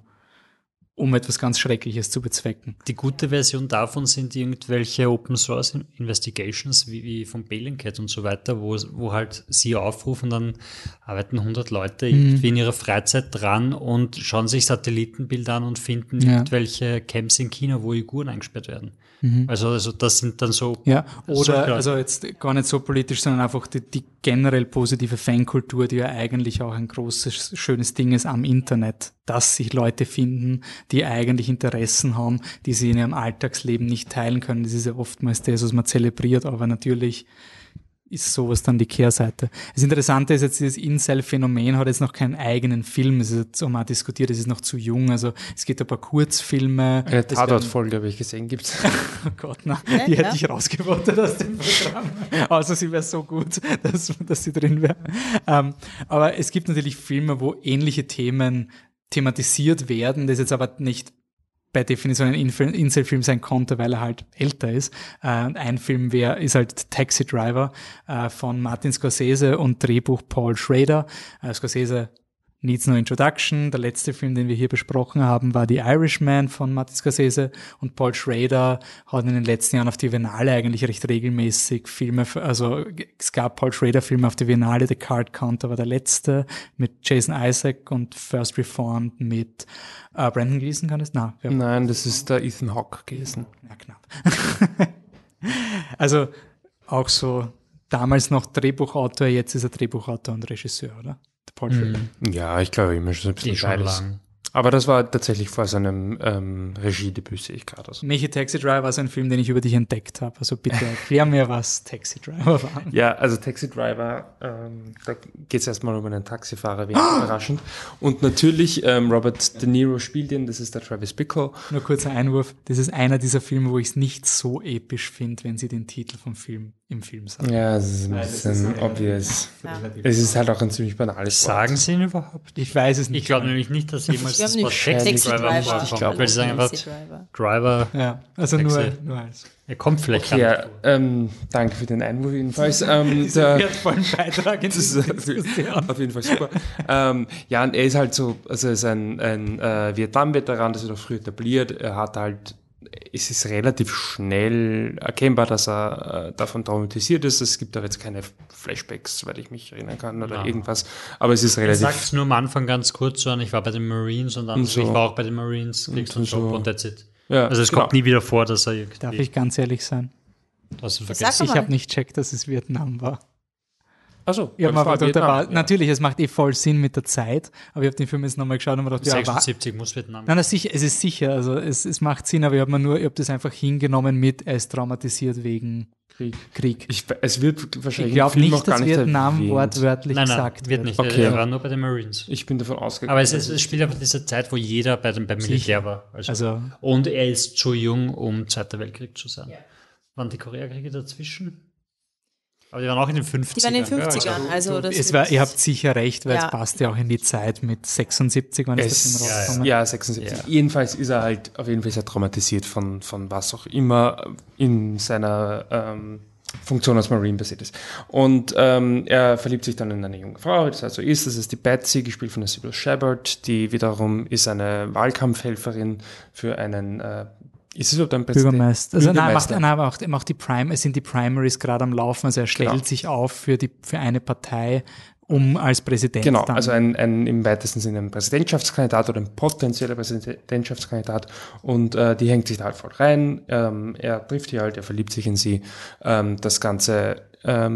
[SPEAKER 1] um etwas ganz Schreckliches zu bezwecken.
[SPEAKER 2] Die gute Version davon sind irgendwelche Open Source Investigations wie, wie von Bellingcat und so weiter, wo, wo halt sie aufrufen, dann arbeiten hundert Leute irgendwie in ihrer Freizeit dran und schauen sich Satellitenbilder an und finden
[SPEAKER 1] Ja.
[SPEAKER 2] irgendwelche Camps in China, wo Uiguren eingesperrt werden. Also, also das sind dann so.
[SPEAKER 1] Ja,
[SPEAKER 2] solche
[SPEAKER 1] oder
[SPEAKER 2] Leute.
[SPEAKER 1] also jetzt gar nicht so politisch, sondern einfach die, die generell positive Fankultur, die ja eigentlich auch ein großes, schönes Ding ist am Internet, dass sich Leute finden, die eigentlich Interessen haben, die sie in ihrem Alltagsleben nicht teilen können. Das ist ja oftmals das, was man zelebriert, aber natürlich ist sowas dann die Kehrseite. Das Interessante ist jetzt, dieses Incel-Phänomen hat jetzt noch keinen eigenen Film, es ist jetzt auch mal diskutiert, es ist noch zu jung, also es gibt ein paar Kurzfilme.
[SPEAKER 3] Eine Tatort-Folge habe ich gesehen, gibt's.
[SPEAKER 1] Oh Gott, nein,
[SPEAKER 4] Ja,
[SPEAKER 1] die hätte
[SPEAKER 4] ja.
[SPEAKER 1] ich rausgewotet aus dem Programm. Also sie wäre so gut, dass, dass sie drin wäre. Ähm, aber es gibt natürlich Filme, wo ähnliche Themen thematisiert werden, das jetzt aber nicht bei Definition ein Incel-Film sein konnte, weil er halt älter ist. Äh, ein Film wär, ist halt Taxi Driver äh, von Martin Scorsese und Drehbuch Paul Schrader. Äh, Scorsese needs no introduction. Der letzte Film, den wir hier besprochen haben, war The Irishman von Martin Scorsese, und Paul Schrader hat in den letzten Jahren auf die Biennale eigentlich recht regelmäßig Filme, also es gab Paul Schrader Filme auf der Biennale, The Card Counter war der letzte, mit Jason Isaac, und First Reformed mit äh, Brandon Gleeson, kann es? Na, wer-
[SPEAKER 3] Nein, das ist der Ethan Hawke gewesen.
[SPEAKER 1] ja, knapp. Also auch so damals noch Drehbuchautor, jetzt ist er Drehbuchautor und Regisseur, oder? Der Paul Schrader.
[SPEAKER 3] Ja, ich glaube immer schon ein bisschen
[SPEAKER 2] Die schon
[SPEAKER 3] beides.
[SPEAKER 2] lang.
[SPEAKER 3] Aber das war tatsächlich vor seinem ähm, Regiedebüt, sehe ich gerade. Also.
[SPEAKER 1] Michi, Taxi Driver ist ein Film, den ich über dich entdeckt habe. Also bitte erklär mir, was Taxi Driver war.
[SPEAKER 3] Ja, also Taxi Driver, ähm, da geht es erstmal um einen Taxifahrer, wenig überraschend. Und natürlich, ähm, Robert De Niro spielt ihn, das ist der Travis Bickle.
[SPEAKER 1] Nur kurzer Einwurf, das ist einer dieser Filme, wo ich es nicht so episch finde, wenn sie den Titel vom Film im Film sagen.
[SPEAKER 3] Ja, es ist ein
[SPEAKER 1] das ist
[SPEAKER 3] bisschen
[SPEAKER 1] relativ-
[SPEAKER 3] obvious.
[SPEAKER 4] Ja.
[SPEAKER 3] Es ist halt auch ein ziemlich banales
[SPEAKER 2] Sagen Sie ihn überhaupt?
[SPEAKER 1] Ich weiß es nicht.
[SPEAKER 2] Ich glaube nämlich nicht, dass jemals
[SPEAKER 4] Wir
[SPEAKER 2] das
[SPEAKER 4] haben
[SPEAKER 2] Wort
[SPEAKER 4] nicht
[SPEAKER 2] Taxi
[SPEAKER 4] Taxi
[SPEAKER 2] Driver
[SPEAKER 4] Driver.
[SPEAKER 2] vorkommt.
[SPEAKER 3] Ich glaub,
[SPEAKER 2] weil sie sagen einfach
[SPEAKER 4] Taxi Driver.
[SPEAKER 2] Driver,
[SPEAKER 1] Ja, also nur,
[SPEAKER 2] Taxi.
[SPEAKER 1] nur als
[SPEAKER 2] er kommt vielleicht
[SPEAKER 3] Okay,
[SPEAKER 2] gar
[SPEAKER 3] ja,
[SPEAKER 2] nicht vor.
[SPEAKER 3] ähm, danke für den Einwurf jedenfalls. Ähm, der,
[SPEAKER 1] wertvollen Beitrag in
[SPEAKER 3] das ist
[SPEAKER 1] diese
[SPEAKER 3] auf
[SPEAKER 1] Diskussion.
[SPEAKER 3] auf jeden Fall super. ähm, ja, und er ist halt so, also er ist ein, ein äh, Vietnam-Veteran, das ist auch früh etabliert. Er hat halt, es ist relativ schnell erkennbar, dass er äh, davon traumatisiert ist. Es gibt aber jetzt keine Flashbacks, soweit ich mich erinnern kann, oder
[SPEAKER 2] Ja.
[SPEAKER 3] irgendwas. Aber es ist
[SPEAKER 2] Er
[SPEAKER 3] relativ.
[SPEAKER 2] sagt es nur am Anfang ganz kurz so an, ich war bei den Marines und dann
[SPEAKER 3] Und
[SPEAKER 2] so.
[SPEAKER 3] so.
[SPEAKER 2] ich war auch bei den Marines, kriegst du einen
[SPEAKER 3] Und so.
[SPEAKER 2] Job und that's it.
[SPEAKER 3] Ja,
[SPEAKER 2] Also es
[SPEAKER 3] genau.
[SPEAKER 2] kommt nie wieder vor, dass er irgendwie
[SPEAKER 1] Darf ich ganz ehrlich sein?
[SPEAKER 2] was
[SPEAKER 4] Sag
[SPEAKER 2] vergessen.
[SPEAKER 1] Ich
[SPEAKER 4] mal.
[SPEAKER 1] habe nicht checkt, dass es Vietnam war.
[SPEAKER 3] Also,
[SPEAKER 1] Ich hab mir aber gedacht, da war,
[SPEAKER 3] ja.
[SPEAKER 1] natürlich, es macht eh voll Sinn mit der Zeit, aber ich habe den Film jetzt nochmal geschaut und mir gedacht, ja, war,
[SPEAKER 2] sechsundsiebzig muss Vietnam.
[SPEAKER 1] nein, das sicher, es ist sicher, also es, es macht Sinn, aber ich habe mir nur, ich habe das einfach hingenommen mit, er ist traumatisiert wegen
[SPEAKER 3] Krieg.
[SPEAKER 1] Krieg.
[SPEAKER 3] Ich, es wird wahrscheinlich
[SPEAKER 1] Ich glaube
[SPEAKER 3] im Film
[SPEAKER 1] nicht,
[SPEAKER 3] auch gar
[SPEAKER 1] dass
[SPEAKER 3] nicht
[SPEAKER 1] Vietnam
[SPEAKER 3] erwähnt.
[SPEAKER 1] wortwörtlich
[SPEAKER 2] Nein, nein,
[SPEAKER 1] gesagt
[SPEAKER 2] wird nicht.
[SPEAKER 3] Okay.
[SPEAKER 2] Er war nur bei den Marines.
[SPEAKER 3] Ich bin davon ausgegangen.
[SPEAKER 2] Aber es, ist, es spielt einfach diese Zeit, wo jeder bei dem, beim Militär war. Also,
[SPEAKER 1] Also,
[SPEAKER 2] und er ist zu jung, um Zweiter Weltkrieg zu sein. Waren die Koreakriege dazwischen? Aber die waren auch in den fünfzigern.
[SPEAKER 4] Die waren in den
[SPEAKER 2] gell?
[SPEAKER 4] fünfzigern. Also das
[SPEAKER 1] es war,
[SPEAKER 4] wird-
[SPEAKER 1] ihr habt sicher recht, weil
[SPEAKER 4] Ja.
[SPEAKER 1] es passt ja auch in die Zeit mit sechsundsiebzig, wann ist das
[SPEAKER 3] Es,
[SPEAKER 1] Film
[SPEAKER 2] ja,
[SPEAKER 1] rausgekommen?
[SPEAKER 3] ja, sechsundsiebzig.
[SPEAKER 2] Ja.
[SPEAKER 3] Jedenfalls ist er halt auf jeden Fall sehr traumatisiert von, von was auch immer in seiner ähm, Funktion als Marine passiert ist. Und ähm, er verliebt sich dann in eine junge Frau, das also ist, das ist die Betsy, gespielt von der Sybil Shepherd, die wiederum ist eine Wahlkampfhelferin für einen, äh, ist es überhaupt ein Präsident?
[SPEAKER 1] Bürgermeister. Also nein, macht,
[SPEAKER 3] Bürgermeister.
[SPEAKER 1] nein, aber auch, er macht die Prime, es sind die Primaries gerade am Laufen, also er stellt
[SPEAKER 3] Genau.
[SPEAKER 1] sich auf für, die, für eine Partei, um als Präsident
[SPEAKER 3] Genau,
[SPEAKER 1] dann.
[SPEAKER 3] also ein, ein im weitesten Sinne ein Präsidentschaftskandidat oder ein potenzieller Präsidentschaftskandidat und äh, die hängt sich da halt voll rein. Ähm, er trifft sie halt, er verliebt sich in sie. Ähm, das Ganze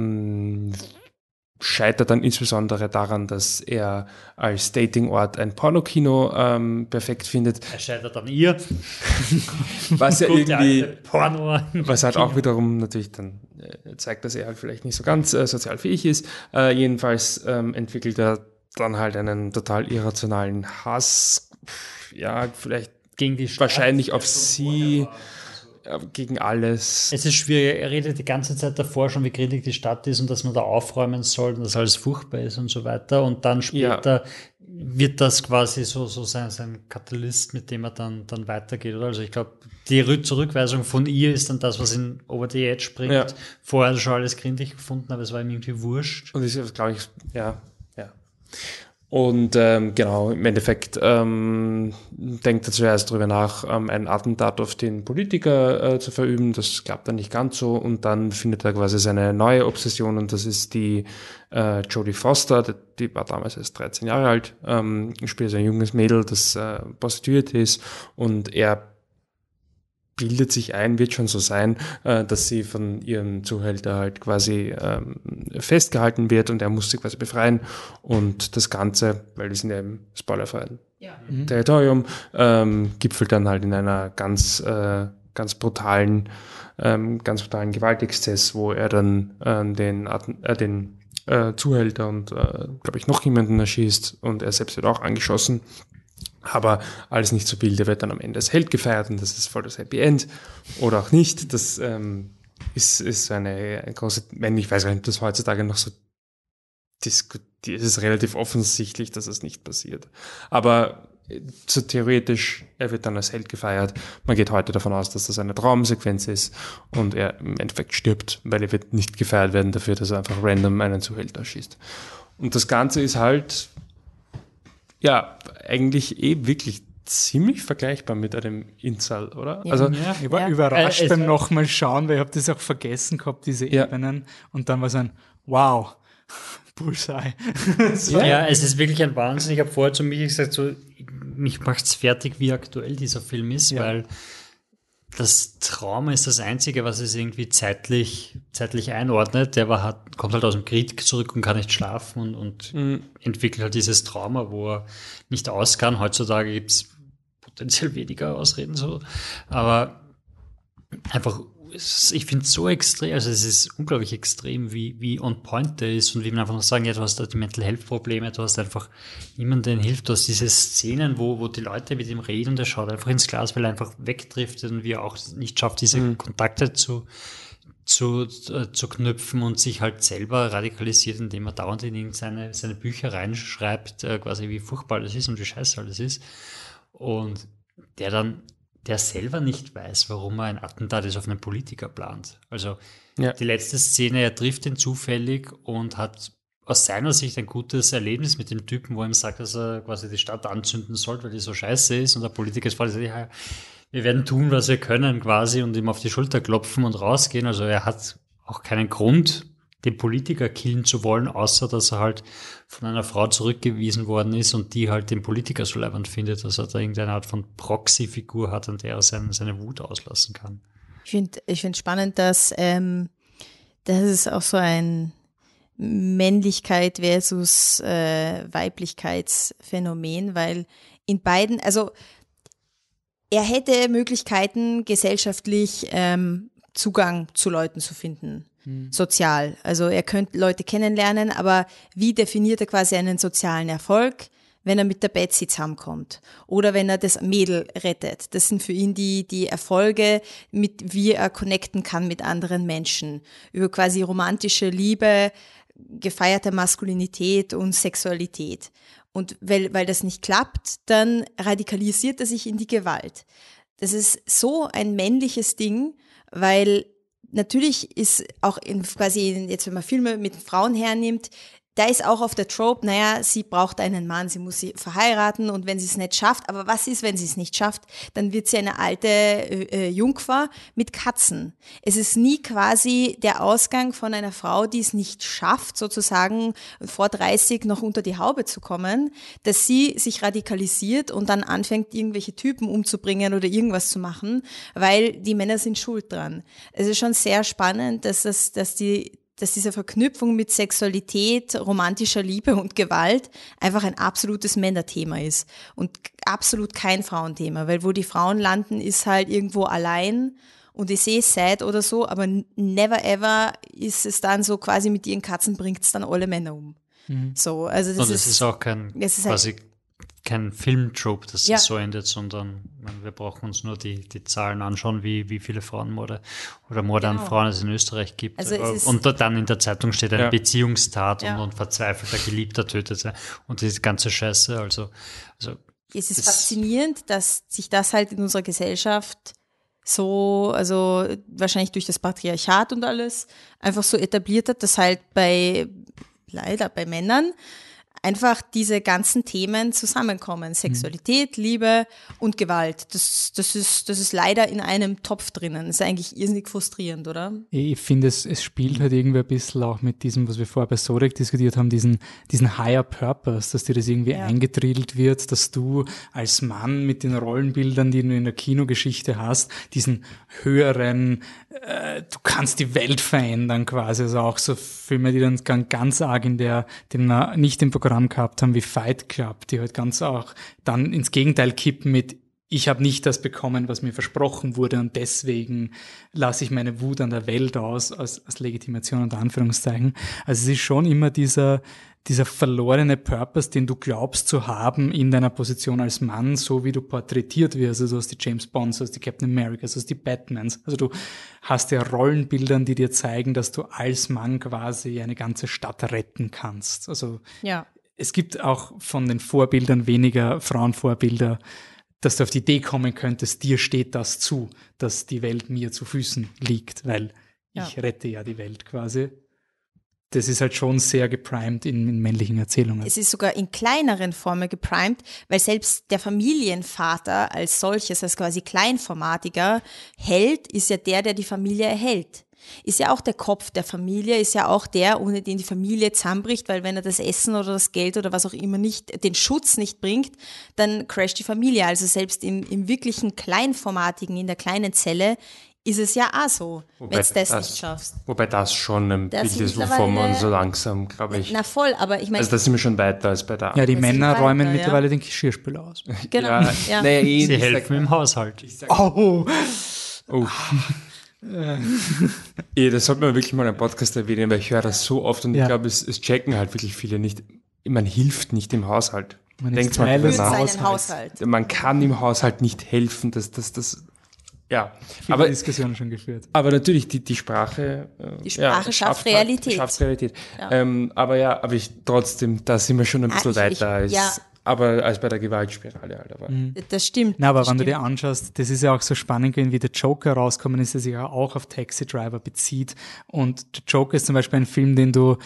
[SPEAKER 3] ähm, scheitert dann insbesondere daran, dass er als Datingort ein Pornokino ähm, perfekt findet,
[SPEAKER 2] Er scheitert an ihr.
[SPEAKER 3] was ja
[SPEAKER 2] Guckt der
[SPEAKER 3] irgendwie
[SPEAKER 2] alte Porno.
[SPEAKER 3] was halt auch wiederum natürlich dann äh, zeigt, dass er halt vielleicht nicht so ganz äh, sozial fähig ist. Äh, jedenfalls ähm, entwickelt er dann halt einen total irrationalen Hass, pff, ja, vielleicht
[SPEAKER 2] Gegen die Stadt.
[SPEAKER 3] wahrscheinlich auf sie, äh, gegen alles.
[SPEAKER 2] Es ist schwierig. Er redet die ganze Zeit davor schon, wie kritisch die Stadt ist und dass man da aufräumen soll und dass alles furchtbar ist und so weiter. Und dann später wird das quasi so, so sein, sein Katalyst, mit dem er dann, dann weitergeht. Oder? Also ich glaube, die Rü- Zurückweisung von ihr ist dann das, was ihn over the edge bringt.
[SPEAKER 3] Ja.
[SPEAKER 2] Vorher hat er schon alles grindlich gefunden, aber es war ihm irgendwie wurscht.
[SPEAKER 3] Und das ist, glaube ich, ja, ja. Und ähm, genau, im Endeffekt ähm, denkt er zuerst darüber nach, ähm, ein Attentat auf den Politiker äh, zu verüben. Das klappt dann nicht ganz so. Und dann findet er quasi seine neue Obsession und das ist die äh, Jodie Foster. Die, die war damals erst dreizehn Jahre alt. Ähm, spielt so ein junges Mädel, das äh, prostituiert ist und er bildet sich ein, wird schon so sein, äh, dass sie von ihrem Zuhälter halt quasi ähm, festgehalten wird und er muss sie quasi befreien und das Ganze, weil wir sind ja im spoilerfreien
[SPEAKER 4] Ja.
[SPEAKER 3] Territorium, ähm, gipfelt dann halt in einer ganz, äh, ganz brutalen, ähm, ganz brutalen Gewaltexzess, wo er dann ähm, den, äh, den äh, Zuhälter und, äh, glaube ich, noch jemanden erschießt und er selbst wird auch angeschossen. Aber alles nicht so wild, er wird dann am Ende als Held gefeiert und das ist voll das Happy End. Oder auch nicht, das ähm, ist, ist eine, eine große, wenn ich weiß gar nicht, ob das heutzutage noch so diskutiert, es ist relativ offensichtlich, dass es nicht passiert. Aber so theoretisch, er wird dann als Held gefeiert. Man geht heute davon aus, dass das eine Traumsequenz ist und er im Endeffekt stirbt, weil er wird nicht gefeiert werden dafür, dass er einfach random einen Zuhälter schießt. Und das Ganze ist halt, ja, eigentlich eh wirklich ziemlich vergleichbar mit einem Incel, oder?
[SPEAKER 4] Ja.
[SPEAKER 3] Also,
[SPEAKER 1] Ja, ich war
[SPEAKER 4] Ja.
[SPEAKER 1] überrascht
[SPEAKER 2] Äh, es-
[SPEAKER 1] beim nochmal schauen, weil ich habe das auch vergessen gehabt, diese
[SPEAKER 3] Ja.
[SPEAKER 1] Ebenen. Und dann war so ein Wow, Bullseye.
[SPEAKER 2] Ja, ja, es ist wirklich ein Wahnsinn. Ich habe vorher zu mir gesagt, so, mich macht es fertig, wie aktuell dieser Film ist,
[SPEAKER 1] Ja.
[SPEAKER 2] weil das Trauma ist das Einzige, was es irgendwie zeitlich, zeitlich einordnet. Der war, hat, kommt halt aus dem Krieg zurück und kann nicht schlafen und, und
[SPEAKER 3] Mhm.
[SPEAKER 2] entwickelt halt dieses Trauma, wo er nicht aus kann. Heutzutage gibt es potenziell weniger Ausreden so. Aber einfach, es- ich finde es so extrem, also es ist unglaublich extrem, wie, wie on point der ist und wie man einfach noch sagen, ja, du hast da die Mental Health Probleme, du hast einfach niemanden, der hilft, du hast diese Szenen, wo, wo die Leute mit ihm reden und er schaut einfach ins Glas, weil er einfach wegdriftet und wie er auch nicht schafft, diese Kontakte zu, zu, äh, zu knüpfen und sich halt selber radikalisiert, indem er dauernd in irgendeine seine Bücher reinschreibt, äh, quasi wie furchtbar das ist und wie scheiße alles ist. Und der dann, der selber nicht weiß, warum er ein Attentat ist auf einen Politiker plant. Also
[SPEAKER 3] Ja.
[SPEAKER 2] die letzte Szene, er trifft ihn zufällig und hat aus seiner Sicht ein gutes Erlebnis mit dem Typen, wo er ihm sagt, dass er quasi die Stadt anzünden soll, weil die so scheiße ist und der Politiker ist voll, ja, wir werden tun, was wir können quasi und ihm auf die Schulter klopfen und rausgehen. Also er hat auch keinen Grund, den Politiker killen zu wollen, außer dass er halt von einer Frau zurückgewiesen worden ist und die halt den Politiker so leibend findet, dass er da irgendeine Art von Proxy-Figur hat, an der er seine, seine Wut auslassen kann.
[SPEAKER 4] Ich finde ich find spannend, dass ähm, das ist auch so ein Männlichkeit versus äh, Weiblichkeitsphänomen, weil in beiden, also er hätte Möglichkeiten, gesellschaftlich ähm, Zugang zu Leuten zu finden, sozial. Also er könnte Leute kennenlernen, aber wie definiert er quasi einen sozialen Erfolg? Wenn er mit der Betsy zusammenkommt oder wenn er das Mädel rettet. Das sind für ihn die, die Erfolge, mit wie er connecten kann mit anderen Menschen. Über quasi romantische Liebe, gefeierte Maskulinität und Sexualität. Und weil, weil das nicht klappt, dann radikalisiert er sich in die Gewalt. Das ist so ein männliches Ding, weil natürlich ist auch in quasi, jetzt wenn man Filme mit Frauen hernimmt, da ist auch auf der Trope, naja, sie braucht einen Mann, sie muss sie verheiraten und wenn sie es nicht schafft, aber was ist, wenn sie es nicht schafft? Dann wird sie eine alte äh, Jungfer mit Katzen. Es ist nie quasi der Ausgang von einer Frau, die es nicht schafft, sozusagen vor dreißig noch unter die Haube zu kommen, dass sie sich radikalisiert und dann anfängt, irgendwelche Typen umzubringen oder irgendwas zu machen, weil die Männer sind schuld dran. Es ist schon sehr spannend, dass das, dass die dass diese Verknüpfung mit Sexualität, romantischer Liebe und Gewalt einfach ein absolutes Männerthema ist und absolut kein Frauenthema, weil wo die Frauen landen, ist halt irgendwo allein und ich sehe es sad oder so, aber never ever ist es dann so quasi mit ihren Katzen bringt es dann alle Männer um. Mhm. So, also das
[SPEAKER 2] und es
[SPEAKER 4] ist,
[SPEAKER 2] ist auch kein,
[SPEAKER 4] es ist
[SPEAKER 2] quasi
[SPEAKER 4] halt,
[SPEAKER 2] kein Filmtrope, dass
[SPEAKER 4] Ja.
[SPEAKER 2] es so endet, sondern man, wir brauchen uns nur die, die Zahlen anschauen, wie, wie viele Frauenmorde oder Morde
[SPEAKER 4] Genau.
[SPEAKER 2] an Frauen es in Österreich gibt.
[SPEAKER 4] Also es ist-
[SPEAKER 2] und dann in der Zeitung steht eine
[SPEAKER 3] Ja.
[SPEAKER 2] Beziehungstat
[SPEAKER 4] Ja.
[SPEAKER 2] und, und verzweifelter Geliebter tötete und diese ganze Scheiße. Also, also
[SPEAKER 4] es ist
[SPEAKER 2] das-
[SPEAKER 4] faszinierend, dass sich das halt in unserer Gesellschaft so, also wahrscheinlich durch das Patriarchat und alles, einfach so etabliert hat, dass halt bei, leider bei Männern, einfach diese ganzen Themen zusammenkommen. Sexualität, Liebe und Gewalt. Das, das, ist, das ist leider in einem Topf drinnen. Das ist eigentlich irrsinnig frustrierend, oder?
[SPEAKER 1] Ich finde, es, es spielt halt irgendwie ein bisschen auch mit diesem, was wir vorher bei Sodek diskutiert haben, diesen, diesen Higher Purpose, dass dir das irgendwie
[SPEAKER 4] Ja.
[SPEAKER 1] eingetriedelt wird, dass du als Mann mit den Rollenbildern, die du in der Kinogeschichte hast, diesen höheren, äh, du kannst die Welt verändern quasi. Also auch so Filme, die dann ganz, ganz arg in der, den wir nicht im Programm gehabt haben, wie Fight Club, die halt ganz auch dann ins Gegenteil kippen mit ich habe nicht das bekommen, was mir versprochen wurde und deswegen lasse ich meine Wut an der Welt aus, als, als Legitimation unter Anführungszeichen. Also es ist schon immer dieser, dieser verlorene Purpose, den du glaubst zu haben in deiner Position als Mann, so wie du porträtiert wirst. Also du hast die James Bonds, du hast die Captain Americas, du hast die Batmans. Also du hast ja Rollenbildern, die dir zeigen, dass du als Mann quasi eine ganze Stadt retten kannst. Also
[SPEAKER 4] Ja.
[SPEAKER 1] es gibt auch von den Vorbildern weniger Frauenvorbilder, dass du auf die Idee kommen könntest, dir steht das zu, dass die Welt mir zu Füßen liegt, weil
[SPEAKER 4] Ja.
[SPEAKER 1] ich rette ja die Welt quasi. Das ist halt schon sehr geprimed in, in männlichen Erzählungen.
[SPEAKER 4] Es ist sogar in kleineren Formen geprimed, weil selbst der Familienvater als solches, als quasi kleinformatiger Held, ist ja der, der die Familie erhält. Ist ja auch der Kopf der Familie, ist ja auch der, ohne den die Familie zusammenbricht, weil wenn er das Essen oder das Geld oder was auch immer nicht, den Schutz nicht bringt, dann crasht die Familie. Also selbst im, im wirklichen kleinformatigen, in der kleinen Zelle, ist es ja auch so, wenn du das, das nicht schaffst.
[SPEAKER 3] Wobei das schon ein
[SPEAKER 4] Das
[SPEAKER 3] Bild ist,
[SPEAKER 4] mittlerweile-
[SPEAKER 3] wovon man so langsam, glaube ich.
[SPEAKER 4] Na voll, aber ich meine,
[SPEAKER 3] Also da sind wir schon weiter als bei der
[SPEAKER 1] Ja, die
[SPEAKER 4] Das ist
[SPEAKER 1] Männer
[SPEAKER 4] weiter,
[SPEAKER 1] räumen
[SPEAKER 4] ja.
[SPEAKER 1] mittlerweile den Geschirrspüler aus.
[SPEAKER 4] genau,
[SPEAKER 3] Ja,
[SPEAKER 4] ja.
[SPEAKER 3] naja, eh,
[SPEAKER 2] Sie
[SPEAKER 3] ich sag-
[SPEAKER 2] helfen im Haushalt.
[SPEAKER 1] Oh,
[SPEAKER 3] Oh. Eh, das sollte man wirklich mal im Podcast erwähnen, weil ich höre das so oft und
[SPEAKER 1] Ja.
[SPEAKER 3] ich glaube, es, es checken halt wirklich viele nicht. Man hilft nicht im Haushalt.
[SPEAKER 1] Man ist
[SPEAKER 3] Denkt mal
[SPEAKER 1] Teil
[SPEAKER 3] drüber
[SPEAKER 1] des
[SPEAKER 3] nach.
[SPEAKER 4] seinen
[SPEAKER 1] Haushalts.
[SPEAKER 4] Haushalt.
[SPEAKER 3] Man kann im Haushalt nicht helfen, das, das, das, ja.
[SPEAKER 1] Viele
[SPEAKER 3] Aber,
[SPEAKER 1] Diskussionen schon geführt.
[SPEAKER 3] aber natürlich, die, die Sprache, äh,
[SPEAKER 4] Die Sprache schafft Realität.
[SPEAKER 3] Schafft Realität.
[SPEAKER 4] Ja.
[SPEAKER 3] Ähm, aber ja, aber ich trotzdem, da sind wir schon ein
[SPEAKER 4] Ah,
[SPEAKER 3] bisschen
[SPEAKER 4] ich-
[SPEAKER 3] weiter
[SPEAKER 4] ich-
[SPEAKER 3] als,
[SPEAKER 4] ja.
[SPEAKER 3] aber als bei der Gewaltspirale halt. Aber.
[SPEAKER 4] Das stimmt.
[SPEAKER 1] Na, aber
[SPEAKER 4] das
[SPEAKER 1] wenn du
[SPEAKER 4] stimmt.
[SPEAKER 1] dir anschaust, das ist ja auch so spannend gewesen, wie der Joker rauskommen ist, der sich ja auch auf Taxi Driver bezieht. Und der Joker ist zum Beispiel ein Film, den du,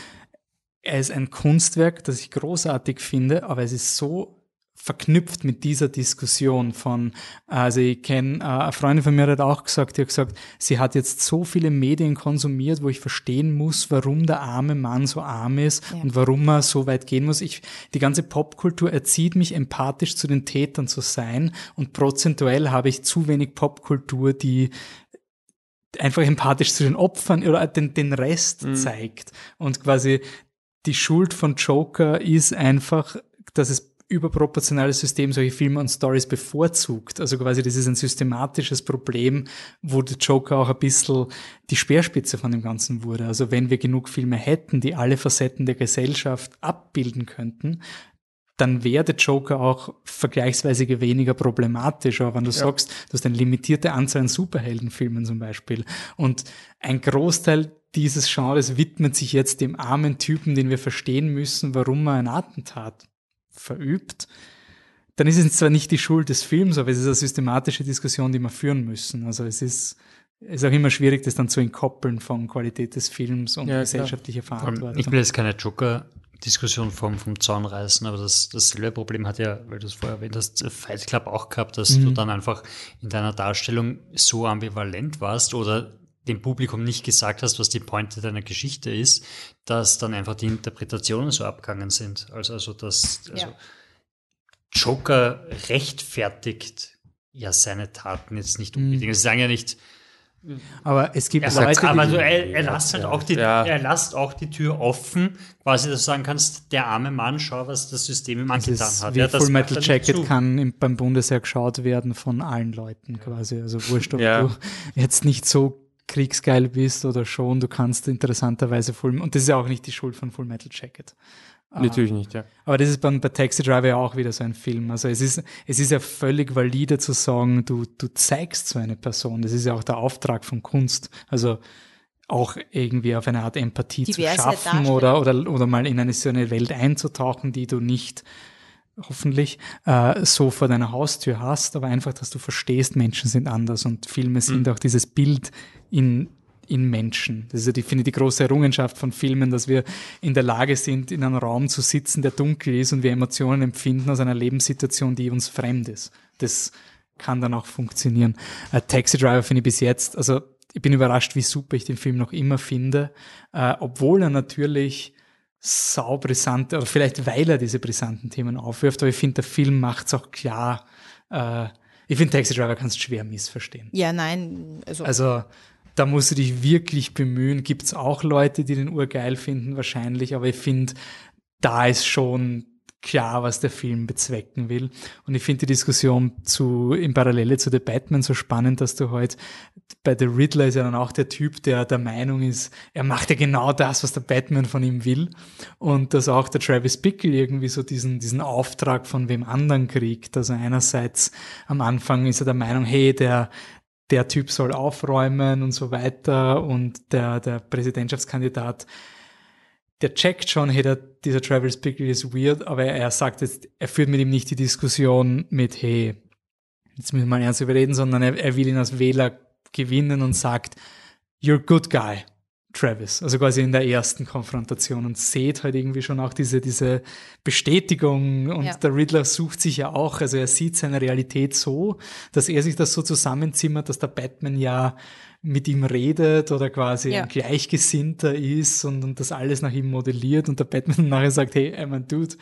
[SPEAKER 1] er ist ein Kunstwerk, das ich großartig finde, aber es ist so verknüpft mit dieser Diskussion von, also ich kenne, äh, eine Freundin von mir hat auch gesagt, die hat gesagt, sie hat jetzt so viele Medien konsumiert, wo ich verstehen muss, warum der arme Mann so arm ist
[SPEAKER 4] Ja.
[SPEAKER 1] und warum er so weit gehen muss. Ich, die ganze Popkultur erzieht mich, empathisch zu den Tätern zu sein und prozentuell habe ich zu wenig Popkultur, die einfach empathisch zu den Opfern oder den, den Rest zeigt. Und quasi die Schuld von Joker ist einfach, dass es überproportionales System solche Filme und Stories bevorzugt. Also quasi das ist ein systematisches Problem, wo der Joker auch ein bisschen die Speerspitze von dem Ganzen wurde. Also wenn wir genug Filme hätten, die alle Facetten der Gesellschaft abbilden könnten, dann wäre der Joker auch vergleichsweise weniger problematisch. Aber wenn du sagst, du hast eine limitierte Anzahl an Superheldenfilmen zum Beispiel und ein Großteil dieses Genres widmet sich jetzt dem armen Typen, den wir verstehen müssen, warum er ein Attentat verübt, dann ist es zwar nicht die Schuld des Films, aber es ist eine systematische Diskussion, die wir führen müssen. Also es ist, es ist auch immer schwierig, das dann zu entkoppeln von Qualität des Films und
[SPEAKER 3] Ja, klar.
[SPEAKER 1] gesellschaftlicher
[SPEAKER 2] Vor allem,
[SPEAKER 1] Verantwortung.
[SPEAKER 2] ich will jetzt keine Joker-Diskussion vom, vom Zaun reißen, aber das, dasselbe Problem hat ja, weil du es vorher erwähnt hast, Fight Club auch gehabt, dass du dann einfach in deiner Darstellung so ambivalent warst oder dem Publikum nicht gesagt hast, was die Pointe deiner Geschichte ist, dass dann einfach die Interpretationen so abgegangen sind. Also, also dass also
[SPEAKER 4] Ja.
[SPEAKER 2] Joker rechtfertigt ja seine Taten jetzt nicht unbedingt. Sie sagen ja nicht,
[SPEAKER 1] aber es gibt
[SPEAKER 2] er sagt,
[SPEAKER 1] Leute,
[SPEAKER 2] aber
[SPEAKER 1] die,
[SPEAKER 2] du, er, er lässt halt auch die,
[SPEAKER 3] Ja.
[SPEAKER 2] er lässt auch die Tür offen, quasi, dass du sagen kannst, der arme Mann, schau, was das System ihm
[SPEAKER 1] das
[SPEAKER 2] angetan
[SPEAKER 1] ist
[SPEAKER 2] hat.
[SPEAKER 1] wie
[SPEAKER 2] Ja, das
[SPEAKER 1] Full
[SPEAKER 2] macht
[SPEAKER 1] Metal
[SPEAKER 2] er nicht
[SPEAKER 1] Jacket
[SPEAKER 2] zu.
[SPEAKER 1] kann im, beim Bundesheer geschaut werden von allen Leuten quasi. Also wurscht, ob
[SPEAKER 3] Ja.
[SPEAKER 1] du jetzt nicht so kriegsgeil bist oder schon, du kannst interessanterweise Full, und das ist ja auch nicht die Schuld von Full Metal Jacket.
[SPEAKER 3] Natürlich nicht, ja.
[SPEAKER 1] Aber das ist beim, bei Taxi Driver ja auch wieder so ein Film. Also es ist, es ist ja völlig valide zu sagen, du, du zeigst so eine Person. Das ist ja auch der Auftrag von Kunst. Also auch irgendwie auf eine Art Empathie
[SPEAKER 4] Diverse
[SPEAKER 1] zu schaffen
[SPEAKER 4] Darstellung.
[SPEAKER 1] oder, oder, oder mal in eine so eine Welt einzutauchen, die du nicht hoffentlich äh, so vor deiner Haustür hast, aber einfach, dass du verstehst, Menschen sind anders und Filme sind auch dieses Bild in in Menschen. Das ist ja, die, finde ich, die große Errungenschaft von Filmen, dass wir in der Lage sind, in einem Raum zu sitzen, der dunkel ist und wir Emotionen empfinden aus einer Lebenssituation, die uns fremd ist. Das kann dann auch funktionieren. Äh, Taxi Driver finde ich bis jetzt, also ich bin überrascht, wie super ich den Film noch immer finde, äh, obwohl er natürlich saubrisante, oder vielleicht weil er diese brisanten Themen aufwirft, aber ich finde, der Film macht es auch klar. Äh, ich finde, Taxi Driver kannst du schwer missverstehen.
[SPEAKER 4] Ja, nein, also,
[SPEAKER 1] Also da musst du dich wirklich bemühen. Gibt es auch Leute, die den urgeil finden, wahrscheinlich, aber ich finde, da ist schon klar, was der Film bezwecken will. Und ich finde die Diskussion zu, in Parallele zu The Batman so spannend, dass du halt bei The Riddler ist ja dann auch der Typ, der der Meinung ist, er macht ja genau das, was der Batman von ihm will. Und dass auch der Travis Bickle irgendwie so diesen, diesen Auftrag von wem anderen kriegt. Also einerseits am Anfang ist er der Meinung, hey, der, der Typ soll aufräumen und so weiter. Und der, der Präsidentschaftskandidat, der checkt schon, hey, der, dieser Travis Bickle ist weird, aber er, er sagt jetzt, er führt mit ihm nicht die Diskussion mit, hey, jetzt müssen wir mal ernst überreden, sondern er, er will ihn als Wähler gewinnen und sagt, you're a good guy, Travis. Also quasi in der ersten Konfrontation und sieht halt irgendwie schon auch diese, diese Bestätigung und ja. Der Riddler sucht sich ja auch, also er sieht seine Realität so, dass er sich das so zusammenzimmert, dass der Batman ja mit ihm redet oder quasi ja. ein Gleichgesinnter ist und, und das alles nach ihm modelliert und der Batman nachher sagt, hey, I'm a dude.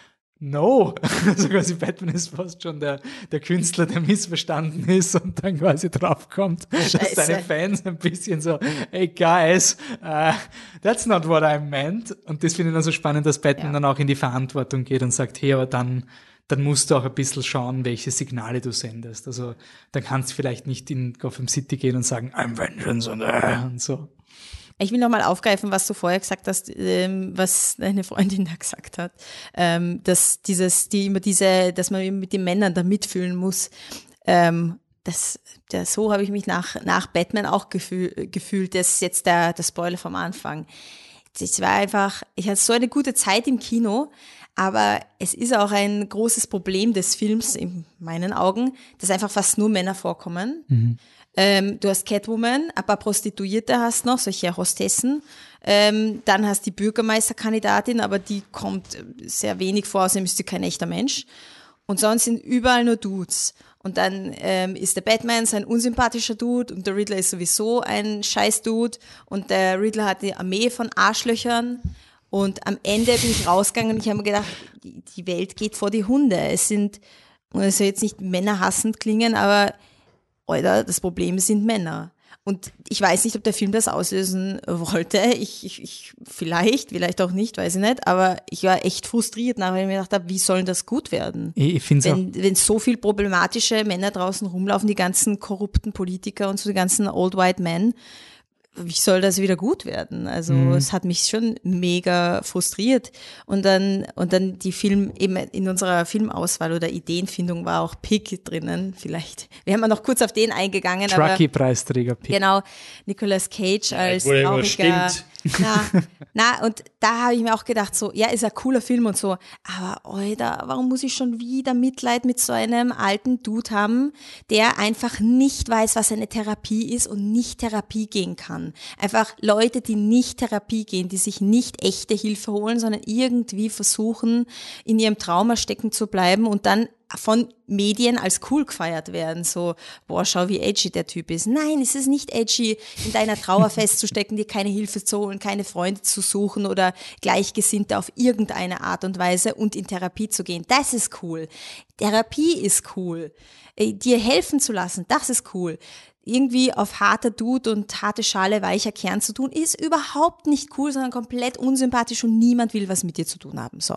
[SPEAKER 1] No. Also quasi Batman ist fast schon der, der Künstler, der missverstanden ist und dann quasi draufkommt, Scheiße. Dass seine Fans ein bisschen so, hey guys, uh, that's not what I meant. Und das finde ich dann so spannend, dass Batman ja. dann auch in die Verantwortung geht und sagt, hey, aber dann dann musst du auch ein bisschen schauen, welche Signale du sendest. Also dann kannst du vielleicht nicht in Gotham City gehen und sagen, I'm vengeance und, äh, und so.
[SPEAKER 4] Ich will nochmal aufgreifen, was du vorher gesagt hast, ähm, was deine Freundin da gesagt hat, ähm, dass dieses, die immer diese, dass man mit den Männern da mitfühlen muss. Ähm, das, der, so habe ich mich nach, nach Batman auch gefühl, gefühlt. Das ist jetzt der, der Spoiler vom Anfang. Das war einfach, ich hatte so eine gute Zeit im Kino, aber es ist auch ein großes Problem des Films, in meinen Augen, dass einfach fast nur Männer vorkommen. Mhm. Ähm, du hast Catwoman, ein paar Prostituierte hast noch, solche Hostessen. Ähm, dann hast die Bürgermeisterkandidatin, aber die kommt sehr wenig vor, außerdem ist sie kein echter Mensch. Und sonst sind überall nur Dudes. Und dann ähm, ist der Batman so ein unsympathischer Dude und der Riddler ist sowieso ein Scheiß-Dude und der Riddler hat die Armee von Arschlöchern. Und am Ende bin ich rausgegangen und ich habe mir gedacht, die Welt geht vor die Hunde. Es sind, und es soll jetzt nicht männerhassend klingen, aber Alter, das Problem sind Männer. Und ich weiß nicht, ob der Film das auslösen wollte. Ich, ich, ich vielleicht, vielleicht auch nicht, weiß ich nicht. Aber ich war echt frustriert, nachdem ich mir gedacht habe, wie soll das gut werden?
[SPEAKER 1] Ich, ich find's
[SPEAKER 4] wenn,
[SPEAKER 1] auch
[SPEAKER 4] wenn so viel problematische Männer draußen rumlaufen, die ganzen korrupten Politiker und so die ganzen Old White Men, wie soll das wieder gut werden? Also mhm. es hat mich schon mega frustriert. Und dann und dann die Film, eben in unserer Filmauswahl oder Ideenfindung war auch Pig drinnen, vielleicht. Wir haben ja noch kurz auf den eingegangen.
[SPEAKER 1] Truckee-Preisträger Pig.
[SPEAKER 4] Genau, Nicolas Cage als
[SPEAKER 2] ja,
[SPEAKER 4] trauriger. Na, na, und da habe ich mir auch gedacht, so, ja, ist ein cooler Film und so, aber Alter, warum muss ich schon wieder Mitleid mit so einem alten Dude haben, der einfach nicht weiß, was eine Therapie ist und nicht Therapie gehen kann. Einfach Leute, die nicht Therapie gehen, die sich nicht echte Hilfe holen, sondern irgendwie versuchen, in ihrem Trauma stecken zu bleiben und dann von Medien als cool gefeiert werden, so, boah, schau, wie edgy der Typ ist. Nein, es ist nicht edgy, in deiner Trauer festzustecken, dir keine Hilfe zu holen, keine Freunde zu suchen oder Gleichgesinnte auf irgendeine Art und Weise und in Therapie zu gehen. Das ist cool. Therapie ist cool. Dir helfen zu lassen, das ist cool. Irgendwie auf harter Dude und harte Schale, weicher Kern zu tun, ist überhaupt nicht cool, sondern komplett unsympathisch und niemand will was mit dir zu tun haben. So,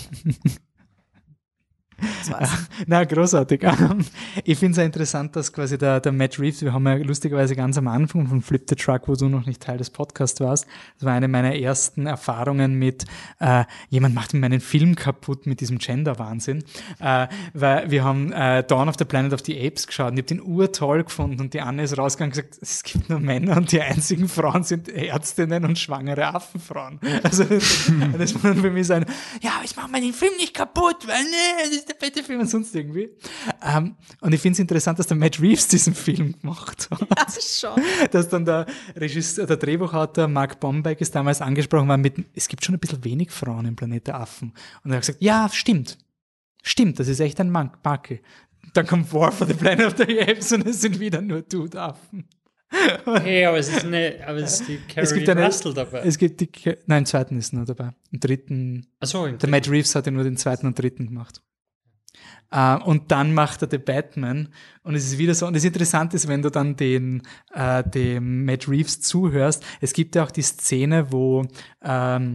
[SPEAKER 4] das war's.
[SPEAKER 1] Na, großartig. Ich finde es ja interessant, dass quasi der, der Matt Reeves, wir haben ja lustigerweise ganz am Anfang von Flip the Truck, wo du noch nicht Teil des Podcasts warst, das war eine meiner ersten Erfahrungen mit, äh, jemand macht mir meinen Film kaputt mit diesem Gender-Wahnsinn, äh, weil wir haben äh, Dawn of the Planet of the Apes geschaut und ich habe den urtoll gefunden und die Anne ist rausgegangen und gesagt, es gibt nur Männer und die einzigen Frauen sind Ärztinnen und schwangere Affenfrauen. Also das, das war für mich so ein, ja, ich mache meinen Film nicht kaputt, weil ne, das ist der beste Film und sonst irgendwie. Um, und ich finde es interessant, dass der Matt Reeves diesen Film gemacht hat.
[SPEAKER 4] Ja, schon.
[SPEAKER 1] Dass dann der Regisseur, der Drehbuchautor Mark Bombeck ist damals angesprochen worden mit, es gibt schon ein bisschen wenig Frauen im Planet der Affen. Und er hat gesagt, ja, stimmt. Stimmt, das ist echt ein Makel. Dann kommt War for the Planet of the Apes und es sind wieder nur Dude-Affen.
[SPEAKER 2] Hey, aber es ist, eine, aber es ist die Caroline Russell dabei.
[SPEAKER 1] Es gibt die, nein, im zweiten ist nur dabei. Im dritten,
[SPEAKER 2] Ach so, im
[SPEAKER 1] der
[SPEAKER 2] dritten.
[SPEAKER 1] Matt Reeves hat ja nur den zweiten und dritten gemacht. Uh, und dann macht er The Batman und es ist wieder so, und das Interessante ist, wenn du dann den, uh, dem Matt Reeves zuhörst, es gibt ja auch die Szene, wo ähm,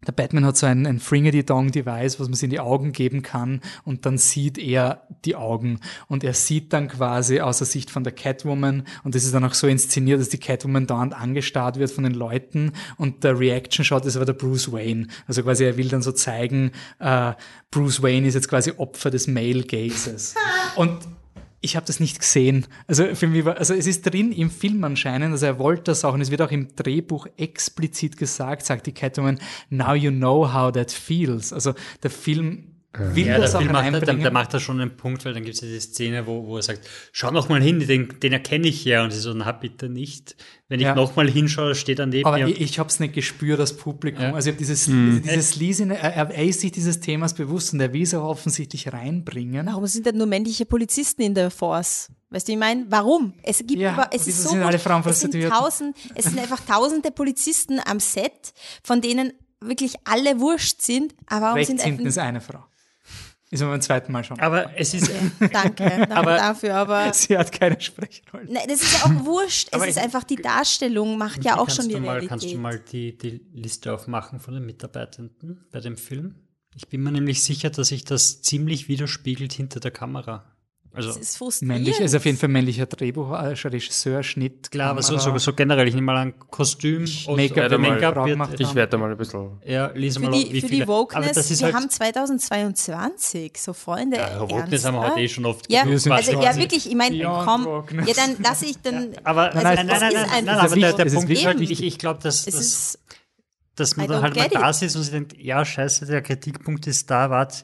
[SPEAKER 1] der Batman hat so ein, ein Fringedy-Dong-Device, was man sich in die Augen geben kann und dann sieht er die Augen und er sieht dann quasi aus der Sicht von der Catwoman und das ist dann auch so inszeniert, dass die Catwoman dauernd angestarrt wird von den Leuten und der Reaction-Shot ist aber der Bruce Wayne. Also quasi er will dann so zeigen, äh, Bruce Wayne ist jetzt quasi Opfer des Male-Gazes. Und ich habe das nicht gesehen. Also für mich war, also es ist drin im Film anscheinend, also er wollte das auch und es wird auch im Drehbuch explizit gesagt, sagt die Catwoman, now you know how that feels. Also der Film will
[SPEAKER 2] ja,
[SPEAKER 1] das
[SPEAKER 2] der
[SPEAKER 1] auch
[SPEAKER 2] Film macht, der,
[SPEAKER 1] reinbringen.
[SPEAKER 2] der macht da schon einen Punkt, weil dann gibt es ja die Szene, wo, wo er sagt, schau noch mal hin, den, den erkenne ich ja. Und sie so, na bitte nicht. Wenn ich
[SPEAKER 1] Ja.
[SPEAKER 2] noch mal hinschaue, steht er neben
[SPEAKER 1] Aber
[SPEAKER 2] mir.
[SPEAKER 1] ich, ich habe es nicht gespürt, das Publikum.
[SPEAKER 2] Ja.
[SPEAKER 1] Also ich habe dieses, mhm. dieses Leasing, er, er ist sich dieses Themas bewusst und er will es auch offensichtlich reinbringen.
[SPEAKER 4] Warum sind denn nur männliche Polizisten in der Force? Weißt du, wie ich meine? Warum? Es gibt
[SPEAKER 1] Ja,
[SPEAKER 4] über, es
[SPEAKER 1] wieso
[SPEAKER 4] ist so
[SPEAKER 1] sind
[SPEAKER 4] gut,
[SPEAKER 1] alle Frauen
[SPEAKER 4] es sind
[SPEAKER 1] prostituiert?
[SPEAKER 4] tausend, es sind einfach tausende Polizisten am Set, von denen wirklich alle wurscht sind, aber warum
[SPEAKER 1] Rechts
[SPEAKER 4] sind
[SPEAKER 1] hinten
[SPEAKER 4] einfach,
[SPEAKER 1] ist eine Frau. Ist mir beim zweiten Mal schon.
[SPEAKER 2] Aber es ist,
[SPEAKER 4] danke, danke
[SPEAKER 2] Aber-
[SPEAKER 4] dafür, aber
[SPEAKER 1] Sie hat keine Sprechrolle.
[SPEAKER 4] nein, das ist ja auch wurscht, es
[SPEAKER 2] Aber
[SPEAKER 4] ist
[SPEAKER 2] ich-
[SPEAKER 4] einfach die Darstellung macht ja auch
[SPEAKER 2] kannst
[SPEAKER 4] schon die
[SPEAKER 2] du mal,
[SPEAKER 4] Realität.
[SPEAKER 2] Kannst du mal die, die Liste aufmachen von den Mitarbeitenden bei dem Film? Ich bin mir nämlich sicher, dass sich das ziemlich widerspiegelt hinter der Kamera. Also
[SPEAKER 4] Das ist frustrierend.
[SPEAKER 1] Männlich, also auf jeden Fall männlicher Drehbuch, äh, Regisseur, Schnitt,
[SPEAKER 2] klar, aber so,
[SPEAKER 1] Kamera.
[SPEAKER 2] so, so generell, ich nehme mal ein Kostüm und,
[SPEAKER 1] Make-up,
[SPEAKER 2] und
[SPEAKER 3] mal
[SPEAKER 2] Make-up
[SPEAKER 1] Frau
[SPEAKER 2] wird,
[SPEAKER 1] gemacht
[SPEAKER 3] Ich werde da mal ein bisschen.
[SPEAKER 2] ja, lies
[SPEAKER 4] für
[SPEAKER 2] mal,
[SPEAKER 4] die,
[SPEAKER 2] wie
[SPEAKER 4] für
[SPEAKER 2] viele.
[SPEAKER 4] die Wokeness,
[SPEAKER 2] aber das ist
[SPEAKER 4] wir
[SPEAKER 2] halt,
[SPEAKER 4] haben zweitausendzweiundzwanzig, so Freunde,
[SPEAKER 2] ja, Wokeness
[SPEAKER 4] ernst,
[SPEAKER 2] haben wir heute
[SPEAKER 4] ja?
[SPEAKER 2] eh schon oft
[SPEAKER 4] Ja,
[SPEAKER 1] Wir sind
[SPEAKER 4] also ja,
[SPEAKER 1] quasi
[SPEAKER 4] wirklich, ich meine,
[SPEAKER 1] beyond
[SPEAKER 4] komm,
[SPEAKER 1] wokeness.
[SPEAKER 4] ja, dann lasse ich dann,
[SPEAKER 2] aber
[SPEAKER 4] also
[SPEAKER 2] nein, nein,
[SPEAKER 4] das
[SPEAKER 2] nein,
[SPEAKER 4] ist
[SPEAKER 2] nein,
[SPEAKER 4] einfach
[SPEAKER 2] nein, aber
[SPEAKER 4] so.
[SPEAKER 2] der, der
[SPEAKER 1] Es ist
[SPEAKER 2] Punkt ist halt,
[SPEAKER 1] wichtig.
[SPEAKER 2] ich, ich glaube, dass,
[SPEAKER 4] es
[SPEAKER 2] dass,
[SPEAKER 4] ist,
[SPEAKER 2] dass man
[SPEAKER 4] I
[SPEAKER 2] dann
[SPEAKER 4] don't
[SPEAKER 2] halt mal
[SPEAKER 4] get
[SPEAKER 2] da
[SPEAKER 4] it.
[SPEAKER 2] sitzt und sich denkt, ja, scheiße, der Kritikpunkt ist da, warte,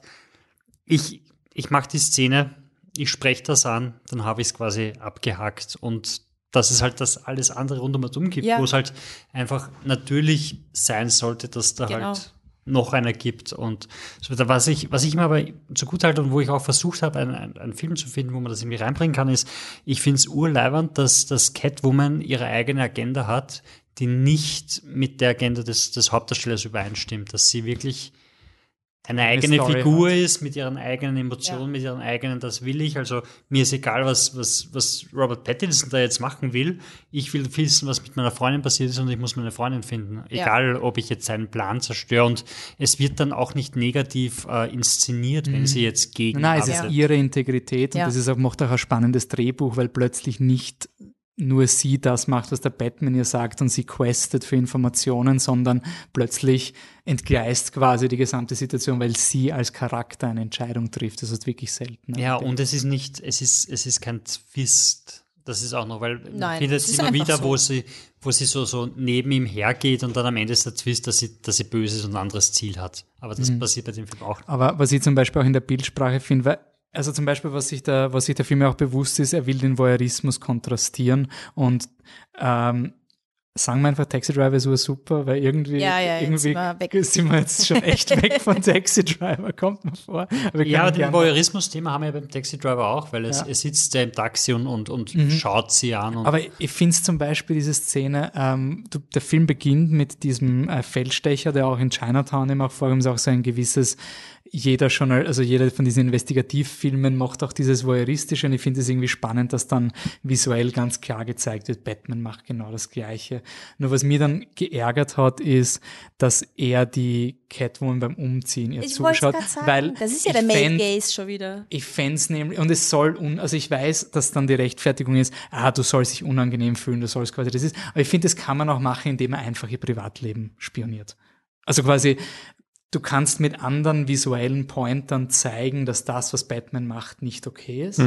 [SPEAKER 2] ich, ich mache die Szene, ich spreche das an, dann habe ich es quasi abgehakt und dass es halt das alles andere rund um und um gibt,
[SPEAKER 4] Ja.
[SPEAKER 2] wo es halt einfach natürlich sein sollte, dass da
[SPEAKER 4] Genau.
[SPEAKER 2] halt noch einer gibt und so weiter. Was ich, was ich mir aber zugute halte und wo ich auch versucht habe, einen, einen, einen Film zu finden, wo man das irgendwie reinbringen kann, ist, ich finde es urleibernd, dass, dass Catwoman ihre eigene Agenda hat, die nicht mit der Agenda des, des Hauptdarstellers übereinstimmt, dass sie wirklich eine eigene
[SPEAKER 1] Story
[SPEAKER 2] Figur
[SPEAKER 1] hat.
[SPEAKER 2] ist, mit ihren eigenen Emotionen,
[SPEAKER 4] Ja.
[SPEAKER 2] mit ihren eigenen, das will ich. Also mir ist egal, was, was, was Robert Pattinson da jetzt machen will. Ich will wissen, was mit meiner Freundin passiert ist und ich muss meine Freundin finden.
[SPEAKER 4] Ja.
[SPEAKER 2] Egal, ob ich jetzt seinen Plan zerstöre. Und es wird dann auch nicht negativ äh, inszeniert, wenn sie jetzt gegen
[SPEAKER 1] Nein, es
[SPEAKER 2] arbeitet.
[SPEAKER 1] ist ihre Integrität und
[SPEAKER 4] Ja.
[SPEAKER 1] das ist auch, macht auch ein spannendes Drehbuch, weil plötzlich nicht nur sie das macht, was der Batman ihr sagt und sie questet für Informationen, sondern plötzlich entgleist quasi die gesamte Situation, weil sie als Charakter eine Entscheidung trifft. Das ist wirklich selten. ne?
[SPEAKER 2] Ja, und es ist nicht, es ist, es ist kein Twist. Das ist auch noch, weil man
[SPEAKER 4] Nein,
[SPEAKER 2] findet
[SPEAKER 4] es
[SPEAKER 2] es
[SPEAKER 4] ist
[SPEAKER 2] immer
[SPEAKER 4] einfach
[SPEAKER 2] wieder,
[SPEAKER 4] so.
[SPEAKER 2] wo sie, wo sie so, so neben ihm hergeht und dann am Ende ist der Twist, dass sie, dass sie böse ist und ein anderes Ziel hat. Aber das
[SPEAKER 1] Mhm.
[SPEAKER 2] passiert bei dem Film auch.
[SPEAKER 1] Aber was ich zum Beispiel auch in der Bildsprache finde, weil also zum Beispiel, was sich der, was sich der Film ja auch bewusst ist, er will den Voyeurismus kontrastieren und ähm, sagen wir einfach, Taxi Driver ist super, weil irgendwie,
[SPEAKER 4] Ja, ja, jetzt
[SPEAKER 1] irgendwie
[SPEAKER 4] sind wir weg.
[SPEAKER 1] sind wir jetzt schon echt weg von Taxi Driver, kommt mir vor. Aber wir
[SPEAKER 2] Ja, aber
[SPEAKER 1] können
[SPEAKER 2] den
[SPEAKER 1] gerne-
[SPEAKER 2] Voyeurismus-Thema haben wir ja beim Taxi Driver auch, weil es,
[SPEAKER 1] Ja.
[SPEAKER 2] er sitzt ja im Taxi und, und, und
[SPEAKER 1] Mhm.
[SPEAKER 2] schaut sie an. Und
[SPEAKER 1] Aber ich finde es zum Beispiel, diese Szene, ähm, du, der Film beginnt mit diesem äh, Feldstecher, der auch in Chinatown immer auch vorkommt, ist auch so ein gewisses, jeder schon, also jeder von diesen Investigativfilmen macht auch dieses Voyeuristische und ich finde es irgendwie spannend, dass dann visuell ganz klar gezeigt wird, Batman macht genau das Gleiche. Nur was mir dann geärgert hat, ist, dass er die Catwoman beim Umziehen ihr
[SPEAKER 4] Ich wollte
[SPEAKER 1] zuschaut,
[SPEAKER 4] es gerade
[SPEAKER 1] weil
[SPEAKER 4] sagen, das ist ja
[SPEAKER 1] ich
[SPEAKER 4] der Male
[SPEAKER 1] fänd-
[SPEAKER 4] Gaze schon wieder.
[SPEAKER 1] ich fänd's nämlich, und es soll, un, also ich weiß, dass dann die Rechtfertigung ist, ah, du sollst dich unangenehm fühlen, du sollst quasi das ist, aber ich finde, das kann man auch machen, indem man einfach ihr Privatleben spioniert. Also quasi, du kannst mit anderen visuellen Pointern zeigen, dass das, was Batman macht, nicht okay ist.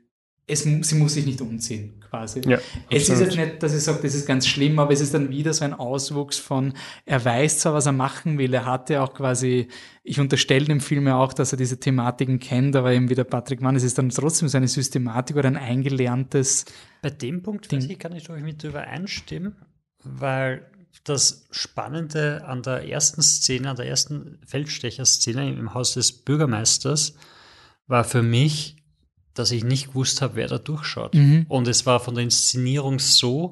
[SPEAKER 1] Es, mu- sie muss sich nicht umziehen, quasi.
[SPEAKER 3] Ja,
[SPEAKER 1] es ist
[SPEAKER 3] absolut.
[SPEAKER 1] jetzt nicht, dass ich sage, das ist ganz schlimm, aber es ist dann wieder so ein Auswuchs von, er weiß zwar, was er machen will, er hatte auch quasi, ich unterstelle dem Film ja auch, dass er diese Thematiken kennt, aber eben wie der Patrick Mann, es ist dann trotzdem so eine Systematik oder ein eingelerntes,
[SPEAKER 2] bei dem Punkt weiß ich gar nicht, ob ich mit übereinstimme, weil das Spannende an der ersten Szene, an der ersten Feldstecher-Szene im Haus des Bürgermeisters war für mich, dass ich nicht gewusst habe, wer da durchschaut. Und es war von der Inszenierung so,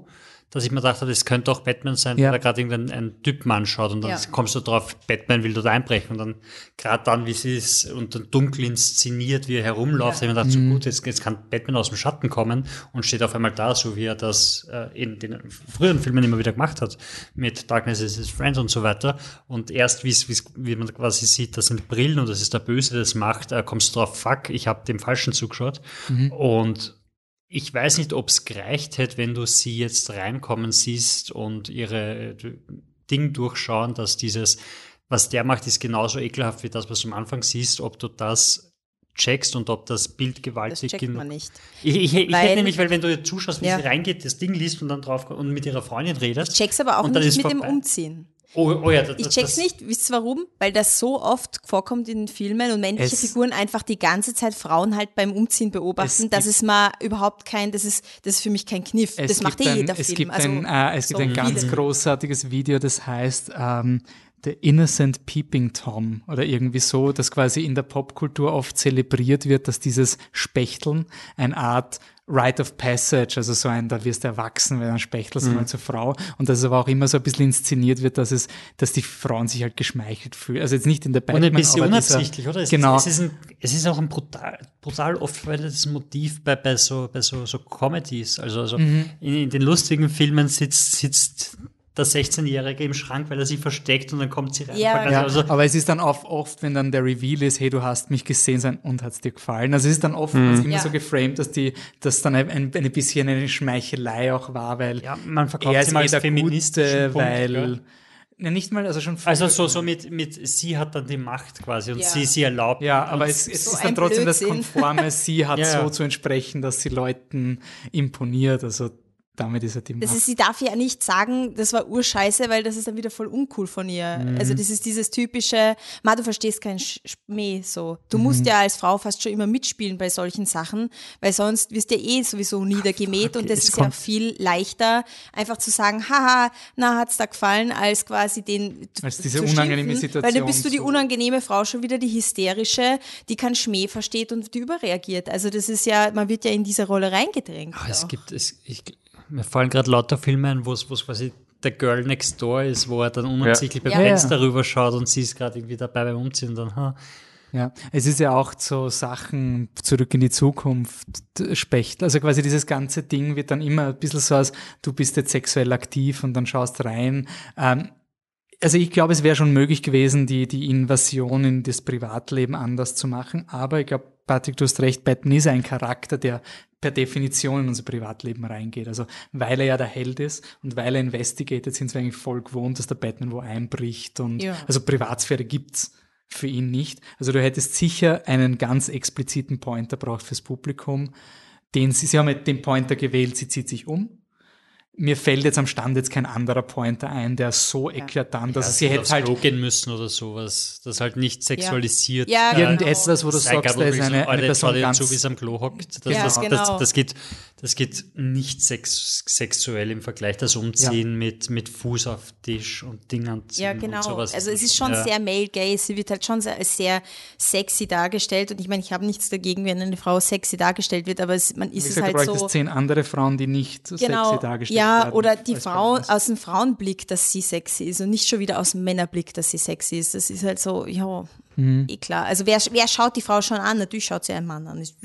[SPEAKER 2] dass ich mir gedacht habe, das könnte auch Batman sein,
[SPEAKER 1] Ja.
[SPEAKER 2] der da gerade irgendein ein Typ anschaut und dann
[SPEAKER 4] Ja.
[SPEAKER 2] kommst du drauf, Batman will dort einbrechen und dann gerade dann, wie sie es unter dunkel inszeniert, wie er herumläuft, habe ich mir gedacht, so gut, jetzt, jetzt kann Batman aus dem Schatten kommen und steht auf einmal da, so wie er das äh, in den früheren Filmen immer wieder gemacht hat, mit Darkness is his friend und so weiter. Und erst, wie's, wie's, wie man quasi sieht, das sind Brillen und das ist der Böse, der das macht, äh, kommst du drauf, fuck, ich habe dem Falschen zugeschaut.
[SPEAKER 1] Mhm.
[SPEAKER 2] Und ich weiß nicht, ob es gereicht hätte, wenn du sie jetzt reinkommen siehst und ihre äh, Ding durchschauen, dass dieses, was der macht, ist genauso ekelhaft wie das, was du am Anfang siehst, ob du das checkst und ob das Bild
[SPEAKER 4] Das
[SPEAKER 2] gewaltig
[SPEAKER 4] checkt
[SPEAKER 2] genug
[SPEAKER 4] man nicht.
[SPEAKER 2] Ich, ich, ich
[SPEAKER 4] Weil-
[SPEAKER 2] hätte nämlich, weil wenn du jetzt zuschaust, wie
[SPEAKER 4] Ja.
[SPEAKER 2] sie reingeht, das Ding liest und dann drauf und mit ihrer Freundin redest.
[SPEAKER 4] Ich check's aber auch
[SPEAKER 2] und dann
[SPEAKER 4] nicht
[SPEAKER 2] ist
[SPEAKER 4] mit dem
[SPEAKER 2] vorbei.
[SPEAKER 4] Umziehen.
[SPEAKER 2] Oh, oh ja, das,
[SPEAKER 4] Ich check's
[SPEAKER 2] das,
[SPEAKER 4] nicht, wisst ihr warum? Weil das so oft vorkommt in den Filmen und männliche
[SPEAKER 1] Es-
[SPEAKER 4] Figuren einfach die ganze Zeit Frauen halt beim Umziehen beobachten.
[SPEAKER 1] Es
[SPEAKER 4] Das
[SPEAKER 1] gibt-
[SPEAKER 4] ist mal überhaupt kein, das ist, das ist für mich kein Kniff.
[SPEAKER 1] Es
[SPEAKER 4] Das macht
[SPEAKER 1] gibt
[SPEAKER 4] eh
[SPEAKER 1] ein,
[SPEAKER 4] jeder
[SPEAKER 1] es
[SPEAKER 4] Film.
[SPEAKER 1] Gibt
[SPEAKER 4] Also,
[SPEAKER 1] ein, äh, es gibt
[SPEAKER 4] so
[SPEAKER 1] ein ganz
[SPEAKER 4] viele.
[SPEAKER 1] großartiges Video, das heißt ähm, The Innocent Peeping Tom oder irgendwie so, das quasi in der Popkultur oft zelebriert wird, dass dieses Spechteln eine Art Rite of Passage, also so ein, da wirst du erwachsen, wenn ein spechtelst
[SPEAKER 2] Mhm.
[SPEAKER 1] mal zur Frau und dass es aber auch immer so ein bisschen inszeniert wird, dass es, dass die Frauen sich halt geschmeichelt fühlen. Also jetzt nicht in der
[SPEAKER 2] und
[SPEAKER 1] Batman,
[SPEAKER 2] ein bisschen
[SPEAKER 1] aber dieser-
[SPEAKER 2] unabsichtlich, oder? Es,
[SPEAKER 1] Genau.
[SPEAKER 2] ist, es, ist ein, es ist auch ein brutal, brutal oft verwendetes Motiv bei, bei so, bei so, so Comedies. Also, also
[SPEAKER 1] Mhm.
[SPEAKER 2] in, in den lustigen Filmen sitzt, sitzt der sechzehnjährige im Schrank, weil er sich versteckt und dann kommt sie rein.
[SPEAKER 4] Ja.
[SPEAKER 1] Ja,
[SPEAKER 2] also,
[SPEAKER 1] aber es ist dann oft, oft, wenn dann der Reveal ist, hey, du hast mich gesehen sein und hat's dir gefallen. Also es ist dann oft immer
[SPEAKER 4] Ja.
[SPEAKER 1] so geframed, dass die, dass dann ein, ein, ein bisschen eine Schmeichelei auch war, weil
[SPEAKER 2] ja, man verkauft
[SPEAKER 1] er
[SPEAKER 2] sie
[SPEAKER 1] ist
[SPEAKER 2] mal
[SPEAKER 1] eh
[SPEAKER 2] als
[SPEAKER 1] der
[SPEAKER 2] feministischen
[SPEAKER 1] Gute,
[SPEAKER 2] Punkt,
[SPEAKER 1] weil,
[SPEAKER 2] gell?
[SPEAKER 1] ja, nicht mal, also schon
[SPEAKER 2] Also so, so mit, mit, sie hat dann die Macht quasi und
[SPEAKER 4] Ja.
[SPEAKER 2] sie, sie erlaubt.
[SPEAKER 1] ja, aber
[SPEAKER 2] und
[SPEAKER 1] es, es
[SPEAKER 4] So
[SPEAKER 1] ist
[SPEAKER 4] ein
[SPEAKER 1] dann trotzdem
[SPEAKER 4] Blödsinn.
[SPEAKER 1] das Konforme, sie hat
[SPEAKER 2] Ja, ja.
[SPEAKER 1] so zu entsprechen, dass sie Leuten imponiert, also damit ist er die
[SPEAKER 4] Das
[SPEAKER 1] Macht.
[SPEAKER 4] ist, sie darf ja nicht sagen, das war urscheiße, weil das ist dann wieder voll uncool von ihr.
[SPEAKER 1] Mhm.
[SPEAKER 4] Also das ist dieses typische, ma, du verstehst kein Sch- Schmäh so. Du
[SPEAKER 1] Mhm.
[SPEAKER 4] musst ja als Frau fast schon immer mitspielen bei solchen Sachen, weil sonst wirst du ja eh sowieso niedergemäht und das
[SPEAKER 1] es
[SPEAKER 4] ist ja
[SPEAKER 1] kommt-
[SPEAKER 4] viel leichter, einfach zu sagen, haha, na, hat's da gefallen, als quasi den
[SPEAKER 1] Als diese
[SPEAKER 4] zu
[SPEAKER 1] unangenehme
[SPEAKER 4] schimpfen,
[SPEAKER 1] Situation
[SPEAKER 4] Weil dann bist du die
[SPEAKER 1] zu-
[SPEAKER 4] unangenehme Frau schon wieder, die hysterische, die keinen Schmäh versteht und die überreagiert. Also das ist ja, man wird ja in diese Rolle reingedrängt.
[SPEAKER 2] Ah, es
[SPEAKER 4] auch.
[SPEAKER 2] gibt, es, ich, mir fallen gerade lauter Filme ein, wo es wo es quasi der Girl Next Door ist, wo er dann unabsichtlich beim
[SPEAKER 4] Ja.
[SPEAKER 2] Fenster
[SPEAKER 1] Ja.
[SPEAKER 2] rüber schaut und sie ist gerade irgendwie dabei beim Umziehen und dann, ha.
[SPEAKER 1] Ja, es ist ja auch so Sachen zurück in die Zukunft, Specht. Also quasi dieses ganze Ding wird dann immer ein bisschen so als, du bist jetzt sexuell aktiv und dann schaust rein. Ähm, also ich glaube, es wäre schon möglich gewesen, die, die Invasion in das Privatleben anders zu machen. Aber ich glaube, Patrick, du hast recht, Batman ist ein Charakter, der per Definition in unser Privatleben reingeht. Also weil er ja der Held ist und weil er investigated, sind wir eigentlich voll gewohnt, dass der Batman wo einbricht. Und
[SPEAKER 4] Ja.
[SPEAKER 1] also Privatsphäre gibt's für ihn nicht. Also du hättest sicher einen ganz expliziten Pointer braucht fürs Publikum. Den sie, sie haben jetzt den Pointer gewählt, sie zieht sich um. Mir fällt jetzt am Stand jetzt kein anderer Pointer ein, der so eklatant, also sie hätte
[SPEAKER 2] aufs
[SPEAKER 1] halt
[SPEAKER 2] Klo gehen müssen oder sowas, das halt nicht sexualisiert.
[SPEAKER 4] Ja,
[SPEAKER 2] äh,
[SPEAKER 1] irgendetwas, wo du
[SPEAKER 2] sein
[SPEAKER 1] sagst,
[SPEAKER 2] gab
[SPEAKER 1] da ist
[SPEAKER 2] übrigens,
[SPEAKER 1] eine, eine
[SPEAKER 2] Alter,
[SPEAKER 1] Person
[SPEAKER 2] schau dir
[SPEAKER 1] ganz...
[SPEAKER 2] zu, wie es am Klo hockt. Das,
[SPEAKER 4] Ja,
[SPEAKER 2] das,
[SPEAKER 4] genau.
[SPEAKER 2] das, das, geht, das geht nicht sex, sexuell im Vergleich. Das Umziehen mit, mit Fuß auf Tisch und Ding anziehen
[SPEAKER 4] Ja,
[SPEAKER 2] und
[SPEAKER 4] genau.
[SPEAKER 2] sowas.
[SPEAKER 4] Also es ist schon
[SPEAKER 2] ja.
[SPEAKER 4] sehr male-gay. Sie wird halt schon sehr, als sehr sexy dargestellt. Und ich meine, ich habe nichts dagegen, wenn eine Frau sexy dargestellt wird, aber es, man
[SPEAKER 1] Wie
[SPEAKER 4] ist es
[SPEAKER 1] gesagt, du
[SPEAKER 4] halt
[SPEAKER 1] bräuchtest
[SPEAKER 4] so.
[SPEAKER 1] zehn andere Frauen, die nicht so
[SPEAKER 4] Genau,
[SPEAKER 1] sexy dargestellt
[SPEAKER 4] ja,
[SPEAKER 1] werden.
[SPEAKER 4] oder die
[SPEAKER 1] als
[SPEAKER 4] Frau
[SPEAKER 1] Batman.
[SPEAKER 4] aus dem Frauenblick, dass sie sexy ist und nicht schon wieder aus dem Männerblick, dass sie sexy ist. Das ist halt so, ja,
[SPEAKER 1] Mhm.
[SPEAKER 4] eh klar. Also wer, wer schaut die Frau schon an? Natürlich schaut sie einen Mann an. Es,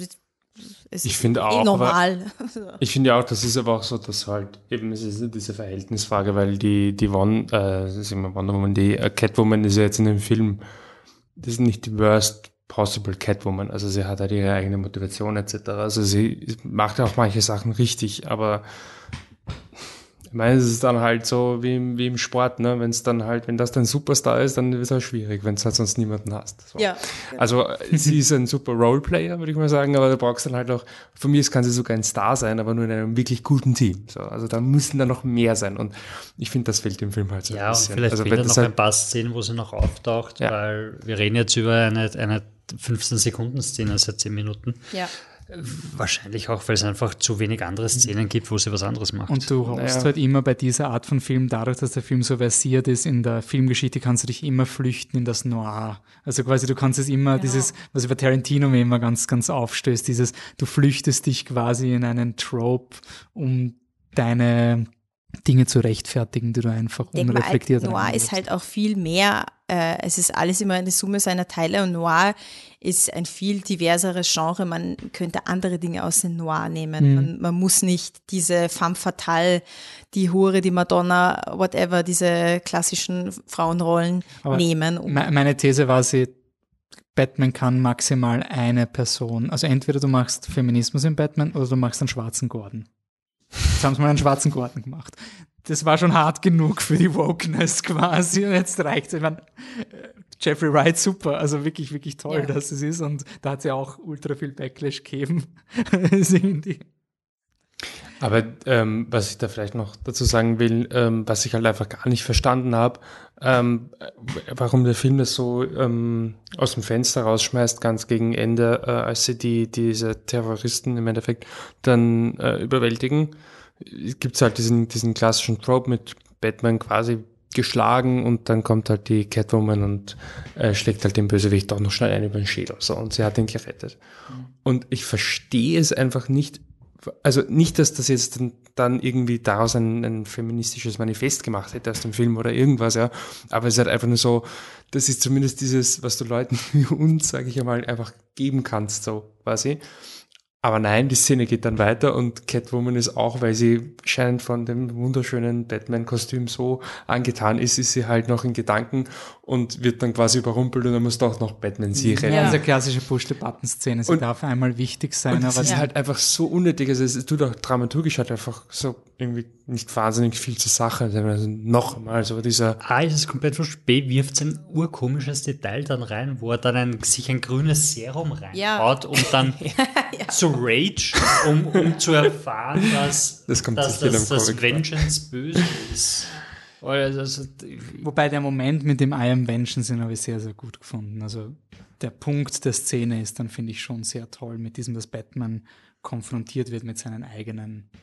[SPEAKER 4] es
[SPEAKER 3] Ich
[SPEAKER 4] ist
[SPEAKER 3] finde
[SPEAKER 4] eh
[SPEAKER 3] auch,
[SPEAKER 4] normal.
[SPEAKER 3] Ich finde ja auch, das ist aber auch so, dass halt eben, es ist diese Verhältnisfrage, weil die, die Won, äh, das ist immer Wonder Woman, die äh, Catwoman ist ja jetzt in dem Film, das ist nicht die worst possible Catwoman, also sie hat halt ihre eigene Motivation et cetera. Also sie macht auch manche Sachen richtig, aber ich meine, es ist dann halt so wie im, wie im Sport, ne? Wenn es dann halt, wenn das dein Superstar ist, dann wird es halt schwierig, wenn es halt sonst niemanden hast. So.
[SPEAKER 4] Ja.
[SPEAKER 3] Also sie ist ein super Roleplayer, würde ich mal sagen, aber da brauchst du dann halt auch, von mir aus kann sie sogar ein Star sein, aber nur in einem wirklich guten Team. So, also da müssen dann noch mehr sein und ich finde, das fehlt dem Film halt so
[SPEAKER 2] Ja,
[SPEAKER 3] ein
[SPEAKER 2] und
[SPEAKER 3] bisschen.
[SPEAKER 2] vielleicht
[SPEAKER 3] also,
[SPEAKER 2] fehlen
[SPEAKER 3] wenn
[SPEAKER 2] dann
[SPEAKER 3] das
[SPEAKER 2] noch
[SPEAKER 3] halt,
[SPEAKER 2] ein paar Szenen, wo sie noch auftaucht,
[SPEAKER 3] Ja.
[SPEAKER 2] weil wir reden jetzt über eine, eine fünfzehn-Sekunden-Szene seit zehn Minuten.
[SPEAKER 4] Ja.
[SPEAKER 2] Wahrscheinlich auch, weil es einfach zu wenig andere Szenen gibt, wo sie was anderes macht.
[SPEAKER 1] Und du hoffst
[SPEAKER 3] Naja.
[SPEAKER 1] halt immer bei dieser Art von Film, dadurch, dass der Film so versiert ist, in der Filmgeschichte kannst du dich immer flüchten in das Noir. Also quasi du kannst es immer,
[SPEAKER 4] Genau.
[SPEAKER 1] dieses, was über Tarantino mir immer ganz, ganz aufstößt, dieses, du flüchtest dich quasi in einen Trope, um deine Dinge zu rechtfertigen, die du einfach
[SPEAKER 4] Ich denke mal,
[SPEAKER 1] unreflektiert
[SPEAKER 4] Noir
[SPEAKER 1] reingibst.
[SPEAKER 4] ist halt auch viel mehr, äh, es ist alles immer eine Summe seiner Teile und Noir ist ein viel diverseres Genre. Man könnte andere Dinge aus dem Noir nehmen.
[SPEAKER 1] Mhm.
[SPEAKER 4] Man, man muss nicht diese femme fatale, die Hure, die Madonna, whatever, diese klassischen Frauenrollen
[SPEAKER 1] Aber
[SPEAKER 4] nehmen. Um,
[SPEAKER 1] Me- Meine These war sie, Batman kann maximal eine Person, also entweder du machst Feminismus in Batman oder du machst einen schwarzen Gordon. Jetzt haben sie mal einen schwarzen Gordon gemacht. Das war schon hart genug für die Wokeness quasi und jetzt reicht's. Ich meine, Jeffrey Wright, super, also wirklich, wirklich toll,
[SPEAKER 4] Ja.
[SPEAKER 1] dass es ist und da hat es ja auch ultra viel Backlash gegeben. Das ist irgendwie-
[SPEAKER 3] Aber ähm, was ich da vielleicht noch dazu sagen will, ähm, was ich halt einfach gar nicht verstanden habe, ähm, warum der Film das so ähm, aus dem Fenster rausschmeißt, ganz gegen Ende, äh, als sie die diese Terroristen im Endeffekt dann äh, überwältigen, gibt es halt diesen diesen klassischen Trope mit Batman quasi geschlagen und dann kommt halt die Catwoman und äh, schlägt halt den Bösewicht doch noch schnell ein über den Schädel. So, und sie hat ihn gerettet. Mhm. Und ich verstehe es einfach nicht. Also nicht, dass das jetzt dann, dann irgendwie daraus ein, ein feministisches Manifest gemacht hätte aus dem Film oder irgendwas, ja. Aber es ist halt einfach nur so, das ist zumindest dieses, was du Leuten wie uns, sage ich einmal, einfach geben kannst, so quasi. Aber nein, die Szene geht dann weiter und Catwoman ist auch, weil sie scheint von dem wunderschönen Batman-Kostüm so angetan ist, ist sie halt noch in Gedanken und wird dann quasi überrumpelt und dann muss doch noch Batman sie retten.
[SPEAKER 1] Ja, diese klassische Push-the-Button-Szene, sie
[SPEAKER 3] Und-
[SPEAKER 1] darf einmal wichtig sein,
[SPEAKER 3] Und das
[SPEAKER 1] aber
[SPEAKER 3] ist halt einfach so unnötig, also es tut auch dramaturgisch halt einfach so irgendwie nicht wahnsinnig viel zur Sache. Also noch einmal so dieser,
[SPEAKER 2] A ist es komplett wurscht, B wirft ein urkomisches Detail dann rein, wo er dann ein, sich ein grünes Serum reinhaut, um dann zu rage, um, um zu erfahren, dass,
[SPEAKER 3] Das kommt
[SPEAKER 2] dass,
[SPEAKER 3] sicher
[SPEAKER 2] dass,
[SPEAKER 3] in einem
[SPEAKER 2] dass
[SPEAKER 3] Comic vor.
[SPEAKER 2] Vengeance böse ist. Also, also,
[SPEAKER 1] wobei der Moment mit dem I am Vengeance, den habe ich sehr, sehr gut gefunden. Also der Punkt der Szene ist dann, finde ich, schon sehr toll mit diesem, dass Batman konfrontiert wird mit seinen eigenen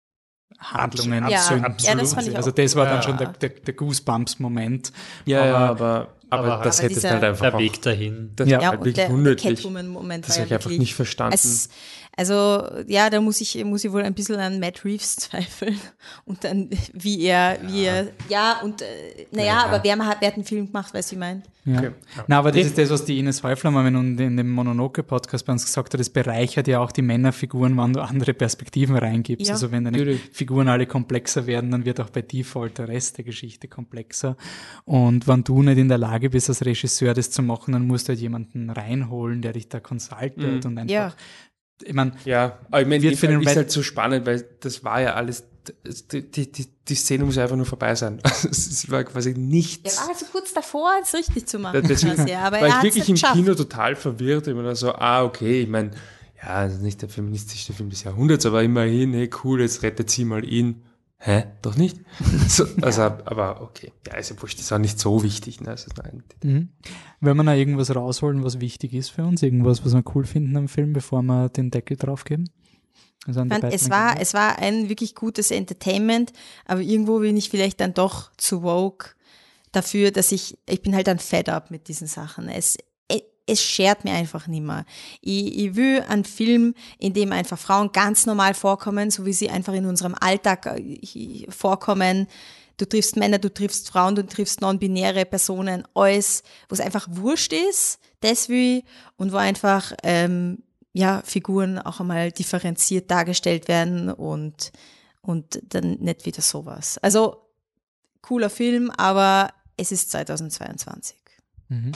[SPEAKER 1] Handlungen.
[SPEAKER 4] Ja,
[SPEAKER 1] Sünden.
[SPEAKER 4] ja, das fand ich
[SPEAKER 1] Also
[SPEAKER 4] auch
[SPEAKER 1] das war
[SPEAKER 4] gut.
[SPEAKER 1] dann schon
[SPEAKER 4] Ja.
[SPEAKER 1] der, der, der Goosebumps-Moment.
[SPEAKER 3] ja,
[SPEAKER 1] aber,
[SPEAKER 3] ja, aber, aber,
[SPEAKER 2] aber-
[SPEAKER 3] das
[SPEAKER 4] aber
[SPEAKER 3] hätte
[SPEAKER 4] dieser-
[SPEAKER 3] halt einfach
[SPEAKER 2] der
[SPEAKER 3] auch,
[SPEAKER 2] Weg dahin.
[SPEAKER 3] das
[SPEAKER 1] Ja.
[SPEAKER 3] war
[SPEAKER 4] ja,
[SPEAKER 3] halt
[SPEAKER 4] und
[SPEAKER 3] wirklich
[SPEAKER 4] der, der
[SPEAKER 3] unnötig.
[SPEAKER 4] Catwoman-Moment
[SPEAKER 3] Das
[SPEAKER 4] war
[SPEAKER 3] habe
[SPEAKER 4] ja
[SPEAKER 3] ich einfach
[SPEAKER 4] wirklich,
[SPEAKER 3] nicht verstanden.
[SPEAKER 4] Es, also, ja, da muss ich, muss ich wohl ein bisschen an Matt Reeves zweifeln. Und dann, wie er, wie er, ja, und, äh, naja,
[SPEAKER 3] Naja.
[SPEAKER 4] aber wer, hat, wer hat einen Film gemacht, weißt du, wie ich meine?
[SPEAKER 1] Ja.
[SPEAKER 3] Okay.
[SPEAKER 1] Na, aber das ist das, was die Ines Häufler in dem Mononoke-Podcast bei uns gesagt hat, das bereichert ja auch die Männerfiguren, wenn du andere Perspektiven reingibst.
[SPEAKER 4] Ja.
[SPEAKER 1] Also wenn deine
[SPEAKER 3] Natürlich.
[SPEAKER 1] Figuren alle komplexer werden, dann wird auch bei Default der Rest der Geschichte komplexer. Und wenn du nicht in der Lage bist, als Regisseur das zu machen, dann musst du halt jemanden reinholen, der dich da consultet
[SPEAKER 3] Mhm.
[SPEAKER 1] und einfach,
[SPEAKER 4] Ja.
[SPEAKER 1] ich meine,
[SPEAKER 3] Ja, aber ich meine,
[SPEAKER 1] Wird
[SPEAKER 3] die
[SPEAKER 1] für den
[SPEAKER 3] ist
[SPEAKER 1] Red-
[SPEAKER 3] halt so spannend, weil das war ja alles, die, die, die, die Szene muss einfach nur vorbei sein. Also es war quasi
[SPEAKER 4] Er
[SPEAKER 3] nichts.
[SPEAKER 4] war also kurz davor, es richtig zu machen.
[SPEAKER 3] Deswegen
[SPEAKER 4] quasi, aber
[SPEAKER 3] war
[SPEAKER 4] er
[SPEAKER 3] ich
[SPEAKER 4] hat's
[SPEAKER 3] wirklich
[SPEAKER 4] nicht
[SPEAKER 3] im
[SPEAKER 4] geschafft.
[SPEAKER 3] Kino total verwirrt. Immer da so, ah, okay, ich meine, ja, das ist nicht der feministischste Film des Jahrhunderts, aber immerhin, hey, cool, jetzt rettet sie mal ihn. Hä? Doch nicht? So, also, aber okay, ja, ist ja wurscht, das war nicht so wichtig. Ne? Also, nein.
[SPEAKER 1] mhm. Wenn wir noch irgendwas rausholen, was wichtig ist für uns, irgendwas, was wir cool finden am Film, bevor wir den Deckel draufgeben? Also an der
[SPEAKER 4] Ich fand, es
[SPEAKER 1] Batman-
[SPEAKER 4] war, es war ein wirklich gutes Entertainment, aber irgendwo bin ich vielleicht dann doch zu woke dafür, dass ich, ich bin halt dann fed up mit diesen Sachen. Es, es schert mir einfach nicht mehr. Ich, ich will einen Film, in dem einfach Frauen ganz normal vorkommen, so wie sie einfach in unserem Alltag äh, vorkommen. Du triffst Männer, du triffst Frauen, du triffst non-binäre Personen, alles, wo es einfach wurscht ist, das will ich, und wo einfach ähm, ja, Figuren auch einmal differenziert dargestellt werden und, und dann nicht wieder sowas. Also cooler Film, aber es ist zweitausendzweiundzwanzig.
[SPEAKER 1] Mhm.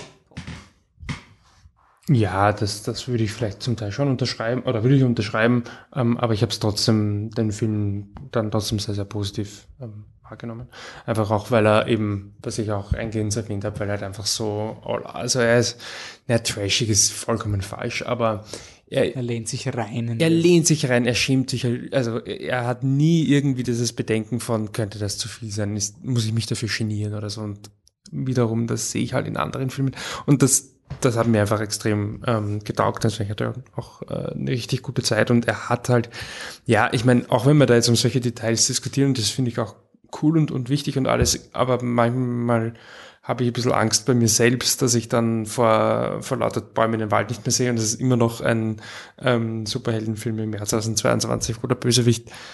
[SPEAKER 3] Ja, das, das würde ich vielleicht zum Teil schon unterschreiben, oder würde ich unterschreiben, ähm, aber ich habe es trotzdem, den Film dann trotzdem sehr, sehr positiv ähm, wahrgenommen. Einfach auch, weil er eben, was ich auch eingehend erwähnt habe, weil er halt einfach so, also er ist, na, trashig ist vollkommen falsch, aber er,
[SPEAKER 1] Er lehnt sich rein. in
[SPEAKER 3] er
[SPEAKER 1] das.
[SPEAKER 3] lehnt sich rein, er schämt sich, also er hat nie irgendwie dieses Bedenken von, könnte das zu viel sein, ist, muss ich mich dafür genieren oder so, und wiederum, das sehe ich halt in anderen Filmen, und das Das hat mir einfach extrem ähm, getaugt. Also ich hatte auch äh, eine richtig gute Zeit, und er hat halt, ja, ich meine, auch wenn wir da jetzt um solche Details diskutieren, das finde ich auch cool und, und wichtig und alles, aber manchmal habe ich ein bisschen Angst bei mir selbst, dass ich dann vor, vor lauter Bäumen den Wald nicht mehr sehe, und es ist immer noch ein ähm, Superheldenfilm im Jahr zweitausendzweiundzwanzig, wo der Bösewicht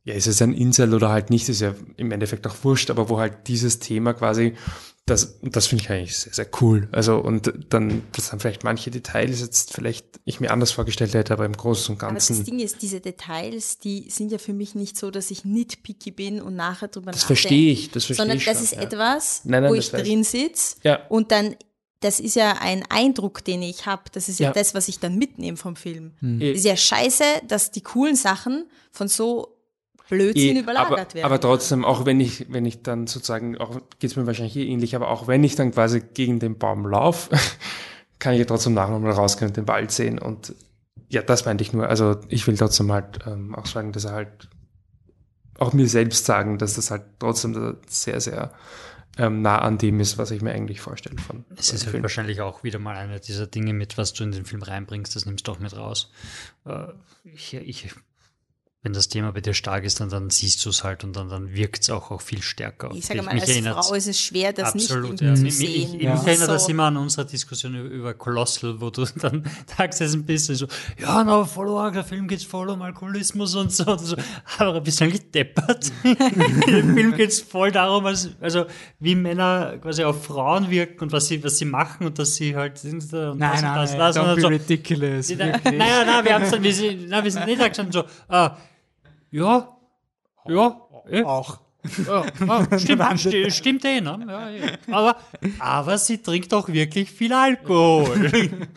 [SPEAKER 3] ja, ist es ein Incel oder halt nicht, ist ja im Endeffekt auch wurscht, aber wo halt dieses Thema quasi, das, das finde ich eigentlich sehr, sehr cool. Also, und dann, dass dann vielleicht manche Details jetzt vielleicht ich mir anders vorgestellt hätte, aber im Großen und Ganzen.
[SPEAKER 4] Aber das Ding ist, diese Details, die sind ja für mich nicht so, dass ich nitpicky bin und nachher drüber
[SPEAKER 3] Das
[SPEAKER 4] nachdenke.
[SPEAKER 3] verstehe ich, das verstehe
[SPEAKER 4] Sondern
[SPEAKER 3] ich
[SPEAKER 4] das
[SPEAKER 3] schon,
[SPEAKER 4] ist
[SPEAKER 3] ja.
[SPEAKER 4] etwas,
[SPEAKER 3] Nein, nein,
[SPEAKER 4] wo
[SPEAKER 3] das
[SPEAKER 4] ich
[SPEAKER 3] weiß
[SPEAKER 4] drin sitze
[SPEAKER 3] Ja.
[SPEAKER 4] und dann, das ist ja ein Eindruck, den ich habe. Das ist ja,
[SPEAKER 3] Ja.
[SPEAKER 4] das, was ich dann mitnehme vom Film.
[SPEAKER 3] Eh.
[SPEAKER 4] Ist ja scheiße, dass die coolen Sachen von so Blödsinn
[SPEAKER 3] Eh,
[SPEAKER 4] überlagert
[SPEAKER 3] aber,
[SPEAKER 4] werden.
[SPEAKER 3] aber trotzdem, auch wenn ich, wenn ich dann sozusagen, auch geht's mir wahrscheinlich eh ähnlich, aber auch wenn ich dann quasi gegen den Baum laufe, kann ich ja trotzdem nachher nochmal rausgehen und den Wald sehen. Und ja, das meinte ich nur. Also ich will trotzdem halt ähm, auch sagen, dass er halt auch mir selbst sagen, dass das halt trotzdem sehr, sehr ähm, nah an dem ist, was ich mir eigentlich vorstelle von
[SPEAKER 2] Es ist halt wahrscheinlich auch wieder mal einer dieser Dinge mit, was du in den Film reinbringst, das nimmst du auch mit raus. Äh, ich, ich, wenn das Thema bei dir stark ist, dann, dann siehst du es halt und dann, dann wirkt es auch, auch viel stärker.
[SPEAKER 4] Ich sage
[SPEAKER 2] Mich-
[SPEAKER 4] mal,
[SPEAKER 2] mich
[SPEAKER 4] als
[SPEAKER 2] erinnert's-
[SPEAKER 4] Frau ist es schwer, das
[SPEAKER 2] Absolut,
[SPEAKER 4] nicht
[SPEAKER 2] ja.
[SPEAKER 4] irgendwie
[SPEAKER 2] Mich,
[SPEAKER 4] zu
[SPEAKER 2] mich,
[SPEAKER 4] sehen.
[SPEAKER 2] ich,
[SPEAKER 1] Ja.
[SPEAKER 2] mich erinnert das
[SPEAKER 4] So.
[SPEAKER 2] immer an unsere Diskussion über, über Colossal, wo du dann da gesessen bist und so, ja, na, voll arg, der Film geht's voll um Alkoholismus und so. Und so. Aber bist du eigentlich deppert? Im Film geht's voll darum, als, also wie Männer quasi auf Frauen wirken und was sie, was sie machen und dass sie halt und
[SPEAKER 1] Nein,
[SPEAKER 2] das
[SPEAKER 1] nein,
[SPEAKER 2] und das,
[SPEAKER 1] nein,
[SPEAKER 2] das
[SPEAKER 1] don't
[SPEAKER 2] und
[SPEAKER 1] be
[SPEAKER 2] so.
[SPEAKER 1] ridiculous.
[SPEAKER 2] Na,
[SPEAKER 1] wirklich.
[SPEAKER 2] naja, na, wir haben dann, wir sind, na, wir sind nicht gestanden so, ah, ja, ja, eh,
[SPEAKER 1] Auch.
[SPEAKER 2] ja, ja, stimmt, sti- stimmt eh, ne? Ja, ja. Aber, aber sie trinkt auch wirklich viel Alkohol.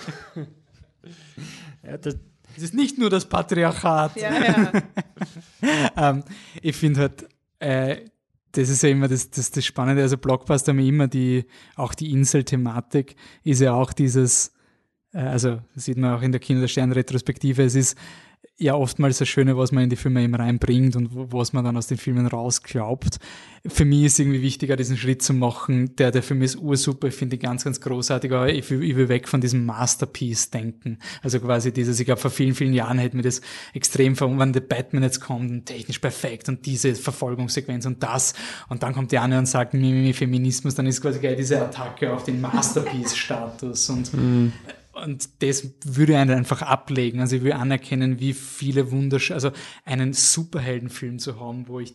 [SPEAKER 2] ja, das,
[SPEAKER 1] Es ist nicht nur das Patriarchat.
[SPEAKER 4] Ja, ja.
[SPEAKER 1] ähm, ich finde halt, äh, das ist ja immer das, das, das Spannende. Also Blockbuster haben ja immer die, auch die Insel-Thematik ist ja auch dieses, äh, also das sieht man auch in der Kinder der Stern-Retrospektive, es ist ja oftmals das Schöne, was man in die Filme eben reinbringt und wo- was man dann aus den Filmen rausglaubt. Für mich ist irgendwie wichtiger, diesen Schritt zu machen. Der, der Film ist ursuper, ich finde ihn ganz, ganz großartig, aber ich will, ich will weg von diesem Masterpiece-Denken. Also quasi dieses, ich glaube, vor vielen, vielen Jahren hätte mir das extrem verwundert, wenn der Batman jetzt kommt und technisch perfekt und diese Verfolgungssequenz und das und dann kommt die Anne und sagt, Mimimi, Feminismus, dann ist quasi gleich diese Attacke auf den Masterpiece-Status und Und das würde ich einfach ablegen. Also ich will anerkennen, wie viele wunderschöne, also einen Superheldenfilm zu haben, wo ich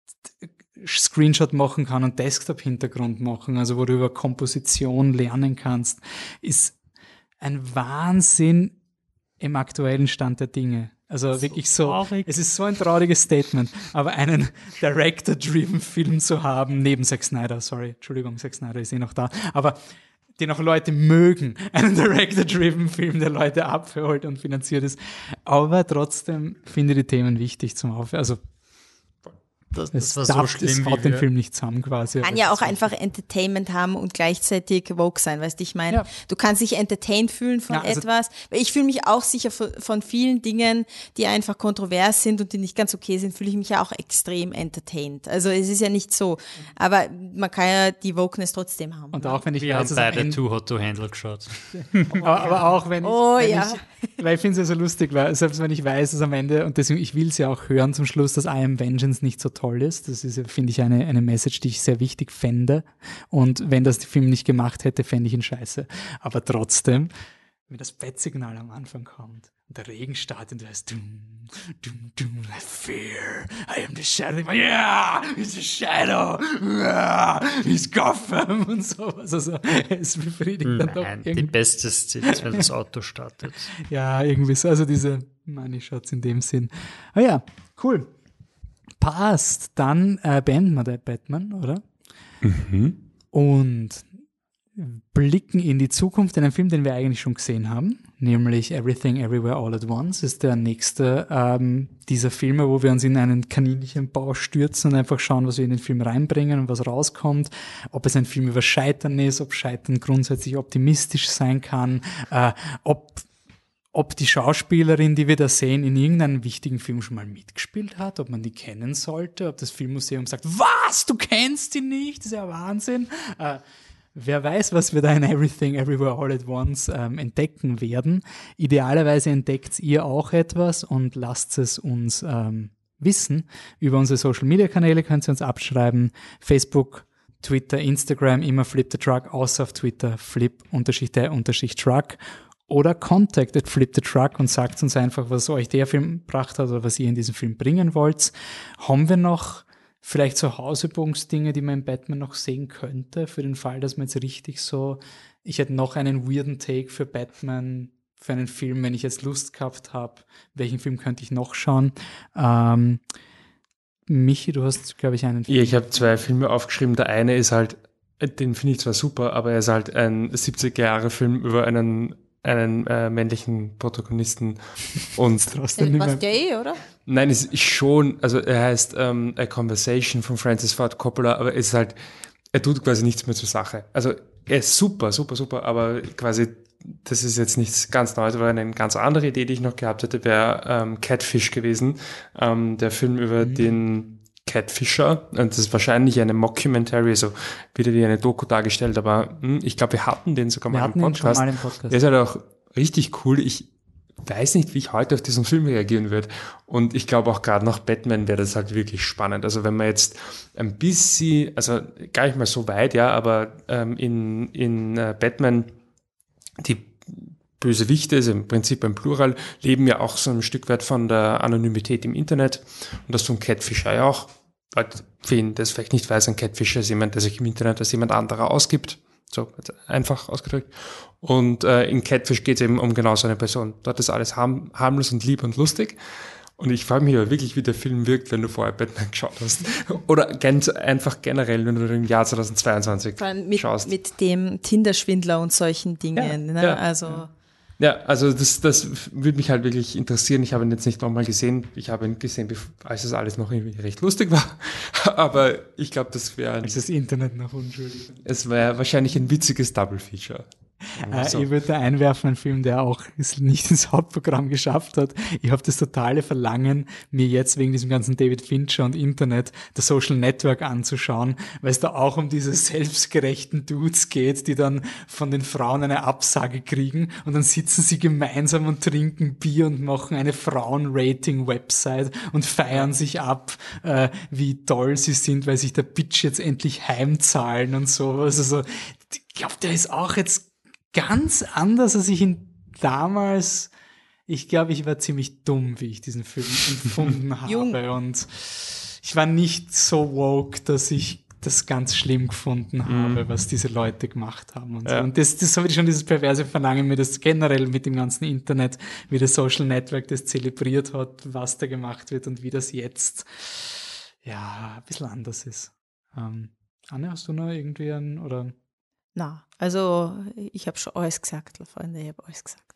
[SPEAKER 1] Screenshot machen kann und Desktop-Hintergrund machen, also wo du über Komposition lernen kannst, ist ein Wahnsinn im aktuellen Stand der Dinge. Also wirklich so,
[SPEAKER 2] traurig.
[SPEAKER 1] es ist so ein trauriges Statement, aber einen Director-driven Film zu haben, neben Zack Snyder, sorry, Entschuldigung, Zack Snyder ist eh noch da, aber den auch Leute mögen, einen Director-driven Film, der Leute abholt und finanziert ist. Aber trotzdem finde ich die Themen wichtig zum Auf. Also
[SPEAKER 2] das,
[SPEAKER 1] es
[SPEAKER 2] das war so
[SPEAKER 1] darf,
[SPEAKER 2] schlimm,
[SPEAKER 1] es
[SPEAKER 2] wie
[SPEAKER 1] haut den
[SPEAKER 2] wir-
[SPEAKER 1] Film nicht zusammen quasi.
[SPEAKER 4] Kann
[SPEAKER 1] aber
[SPEAKER 4] ja
[SPEAKER 1] es
[SPEAKER 4] auch
[SPEAKER 1] ist
[SPEAKER 4] einfach Entertainment haben und gleichzeitig woke sein, weißt du, ich meine,
[SPEAKER 1] Ja.
[SPEAKER 4] du kannst dich entertained fühlen von
[SPEAKER 1] Ja, also-
[SPEAKER 4] etwas. Weil ich fühle mich auch sicher von, von vielen Dingen, die einfach kontrovers sind und die nicht ganz okay sind, fühle ich mich ja auch extrem entertained. Also es ist ja nicht so, aber man kann ja die Wokeness trotzdem haben.
[SPEAKER 1] Und auch wenn ich
[SPEAKER 2] Wir
[SPEAKER 1] weiß,
[SPEAKER 2] haben
[SPEAKER 1] dass am
[SPEAKER 2] beide
[SPEAKER 1] Ende,
[SPEAKER 2] Too Hot to Handle geschaut.
[SPEAKER 1] aber, aber auch wenn ich,
[SPEAKER 4] Oh,
[SPEAKER 1] wenn
[SPEAKER 4] ja.
[SPEAKER 1] ich weil ich finde es ja so lustig, weil selbst wenn ich weiß, dass am Ende, und deswegen, ich will es ja auch hören zum Schluss, dass I Am Vengeance nicht so toll ist. Das ist, ja, finde ich, eine, eine Message, die ich sehr wichtig fände. Und wenn das der Film nicht gemacht hätte, fände ich ihn scheiße. Aber trotzdem, wenn das Bettsignal am Anfang kommt und der Regen startet und du heißt dum, dum, dum, fear, I am the shadow, yeah, it's a shadow, yeah, it's Gotham und so. Also es befriedigt dann doch
[SPEAKER 2] Nein, die
[SPEAKER 1] irgendwie.
[SPEAKER 2] beste Szene ist, wenn das Auto startet.
[SPEAKER 1] Ja, irgendwie so, also diese Money Shots in dem Sinn. Ah ja, cool. Passt. Dann äh, beenden wir den Batman, oder? Und blicken in die Zukunft in einen Film, den wir eigentlich schon gesehen haben, nämlich Everything Everywhere All at Once ist der nächste ähm, dieser Filme, wo wir uns in einen Kaninchenbau stürzen und einfach schauen, was wir in den Film reinbringen und was rauskommt, ob es ein Film über Scheitern ist, ob Scheitern grundsätzlich optimistisch sein kann, äh, ob ob die Schauspielerin, die wir da sehen, in irgendeinem wichtigen Film schon mal mitgespielt hat, ob man die kennen sollte, ob das Filmmuseum sagt, was, du kennst die nicht? Das ist ja Wahnsinn. Äh, wer weiß, was wir da in Everything, Everywhere, All at Once ähm, entdecken werden. Idealerweise entdeckt ihr auch etwas und lasst es uns ähm, wissen. Über unsere Social-Media-Kanäle könnt ihr uns abschreiben. Facebook, Twitter, Instagram, immer Flip the Truck, außer auf Twitter, Flip-Truck. oder contactet Flip the Truck und sagt uns einfach, was euch der Film gebracht hat oder was ihr in diesem Film bringen wollt. Haben wir noch vielleicht so Hausübungsdinge, die man in Batman noch sehen könnte, für den Fall, dass man jetzt richtig so, ich hätte noch einen weirden Take für Batman, für einen Film, wenn ich jetzt Lust gehabt habe, welchen Film könnte ich noch schauen? Ähm, Michi, du hast, glaube ich, einen Film.
[SPEAKER 3] Ja, ich habe zwei Filme aufgeschrieben. Der eine ist halt, den finde ich zwar super, aber er ist halt ein siebziger-Jahre-Film über einen einen äh, männlichen Protagonisten und
[SPEAKER 4] Äh, was gay, oder?
[SPEAKER 3] nein, es ist schon, also er heißt ähm, A Conversation von Francis Ford Coppola, aber es ist halt, er tut quasi nichts mehr zur Sache. Also er ist super, super, super, aber quasi das ist jetzt nichts ganz Neues, aber eine ganz andere Idee, die ich noch gehabt hätte, wäre ähm, Catfish gewesen, ähm, der Film über mhm. den Catfisher, und das ist wahrscheinlich eine Mockumentary, also wieder wie eine Doku dargestellt, aber mh, ich glaube, wir hatten den sogar
[SPEAKER 1] wir
[SPEAKER 3] mal,
[SPEAKER 1] hatten
[SPEAKER 3] im
[SPEAKER 1] ihn
[SPEAKER 3] Podcast.
[SPEAKER 1] schon mal im Podcast.
[SPEAKER 3] Der ist halt auch richtig cool. Ich weiß nicht, wie ich heute auf diesen Film reagieren würde, und ich glaube auch gerade nach Batman wäre das halt wirklich spannend. Also wenn man jetzt ein bisschen, also gar nicht mal so weit, ja, aber ähm, in, in äh, Batman die Bösewichte, also im Prinzip im Plural, leben ja auch so ein Stück weit von der Anonymität im Internet. Und das tun Catfisher ja auch. Für ihn, das vielleicht nicht weiß, ein Catfisher ist jemand, der sich im Internet als jemand anderer ausgibt. So einfach ausgedrückt. Und äh, in Catfish geht es eben um genau so eine Person. Dort ist alles harm, harmlos und lieb und lustig. Und ich frage mich aber wirklich, wie der Film wirkt, wenn du vorher Batman geschaut hast. Oder ganz einfach generell, wenn du im Jahr zweitausendzweiundzwanzig
[SPEAKER 4] Vor allem mit,
[SPEAKER 3] schaust.
[SPEAKER 4] mit dem Tinder-Schwindler und solchen Dingen.
[SPEAKER 3] Ja,
[SPEAKER 4] ne?
[SPEAKER 3] ja,
[SPEAKER 4] also
[SPEAKER 3] ja. Ja, also das, das würde mich halt wirklich interessieren. Ich habe ihn jetzt nicht nochmal gesehen. Ich habe ihn gesehen, als es alles noch irgendwie recht lustig war. Aber ich glaube, das wäre...
[SPEAKER 1] Als das Internet noch unschuldig war.
[SPEAKER 3] Es wäre wahrscheinlich ein witziges Double-Feature.
[SPEAKER 1] Äh,
[SPEAKER 3] So.
[SPEAKER 1] Ich würde da einwerfen, einen Film, der auch es nicht ins Hauptprogramm geschafft hat. Ich habe das totale Verlangen, mir jetzt wegen diesem ganzen David Fincher und Internet das Social Network anzuschauen, weil es da auch um diese selbstgerechten Dudes geht, die dann von den Frauen eine Absage kriegen und dann sitzen sie gemeinsam und trinken Bier und machen eine Frauen-Rating-Website und feiern sich ab, äh, wie toll sie sind, weil sich der Bitch jetzt endlich heimzahlen und sowas. Also ich glaube, der ist auch jetzt ganz anders, als ich ihn damals, ich glaube, ich war ziemlich dumm, wie ich diesen Film empfunden habe, und ich war nicht so woke, dass ich das ganz schlimm gefunden habe, mm. was diese Leute gemacht haben und so.
[SPEAKER 3] Ja.
[SPEAKER 1] Und das, das habe ich schon dieses perverse Verlangen, mir das generell mit dem ganzen Internet, wie das Social Network das zelebriert hat, was da gemacht wird und wie das jetzt, ja, ein bisschen anders ist. Ähm, Anne, hast du noch irgendwie einen, oder...
[SPEAKER 4] Na, also ich habe schon alles gesagt, Freunde, ich habe alles gesagt.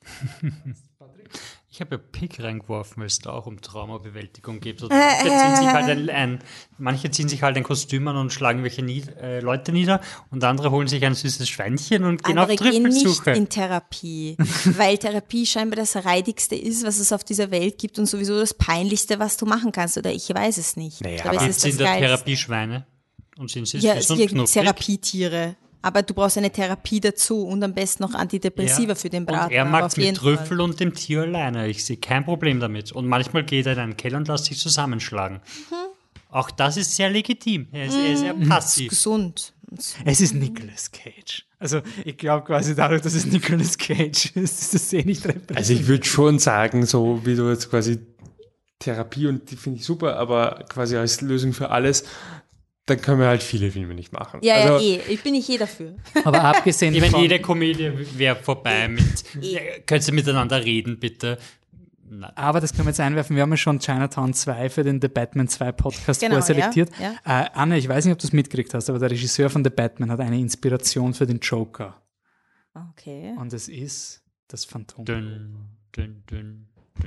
[SPEAKER 2] Ich habe ja Pick reingeworfen, weil es da auch um Traumabewältigung geht. Und manche, ziehen sich halt ein, ein, manche ziehen sich halt ein Kostüm an und schlagen welche nied, äh, Leute nieder, und andere holen sich ein süßes Schweinchen und gehen
[SPEAKER 4] andere
[SPEAKER 2] auf Trüffelsuche.
[SPEAKER 4] Gehen nicht in Therapie, weil Therapie scheinbar das Reidigste ist, was es auf dieser Welt gibt und sowieso das Peinlichste, was du machen kannst. Oder ich weiß es nicht.
[SPEAKER 3] Naja,
[SPEAKER 4] ich glaube,
[SPEAKER 3] aber
[SPEAKER 4] es ist
[SPEAKER 2] sind
[SPEAKER 4] das
[SPEAKER 2] da
[SPEAKER 4] Geilste.
[SPEAKER 2] Therapieschweine und sind sie
[SPEAKER 4] Ja,
[SPEAKER 2] süß
[SPEAKER 4] es
[SPEAKER 2] und
[SPEAKER 4] gibt
[SPEAKER 2] knuffig?
[SPEAKER 4] Therapietiere. Aber du brauchst eine Therapie dazu und am besten noch Antidepressiva
[SPEAKER 2] Ja.
[SPEAKER 4] für den Braten.
[SPEAKER 2] Und er
[SPEAKER 4] aber
[SPEAKER 2] mag
[SPEAKER 4] auf
[SPEAKER 2] mit
[SPEAKER 4] jeden
[SPEAKER 2] Trüffel
[SPEAKER 4] Fall.
[SPEAKER 2] und dem Tier alleine. Ich sehe kein Problem damit. Und manchmal geht er in einen Keller und lässt sich zusammenschlagen.
[SPEAKER 4] Mhm.
[SPEAKER 2] Auch das ist sehr legitim. Er ist, er ist sehr passiv.
[SPEAKER 4] Gesund.
[SPEAKER 1] Es ist Nicolas Cage. Also ich glaube quasi dadurch, dass es Nicolas Cage ist, ist das eh nicht repräsentiert.
[SPEAKER 3] Also ich würde schon sagen, so wie du jetzt quasi Therapie, und die finde ich super, aber quasi als Lösung für alles, dann können wir halt viele Filme nicht machen.
[SPEAKER 4] Ja,
[SPEAKER 3] also,
[SPEAKER 4] ja, eh. Ich bin nicht eh dafür.
[SPEAKER 1] Aber abgesehen
[SPEAKER 2] Ich meine,
[SPEAKER 1] von...
[SPEAKER 2] jede Komödie wäre vorbei mit,
[SPEAKER 4] Eh.
[SPEAKER 2] könnt ihr miteinander reden, bitte? Nein.
[SPEAKER 1] Aber das können wir jetzt einwerfen. Wir haben ja schon Chinatown zwei für den The Batman zwei Podcast
[SPEAKER 4] Genau,
[SPEAKER 1] vorselektiert.
[SPEAKER 4] ja,
[SPEAKER 1] Äh, Anne, ich weiß nicht, ob du es mitgekriegt hast, aber der Regisseur von The Batman hat eine Inspiration für den Joker.
[SPEAKER 4] Okay.
[SPEAKER 1] Und es ist das Phantom.
[SPEAKER 2] Dün, dün, dün, dün.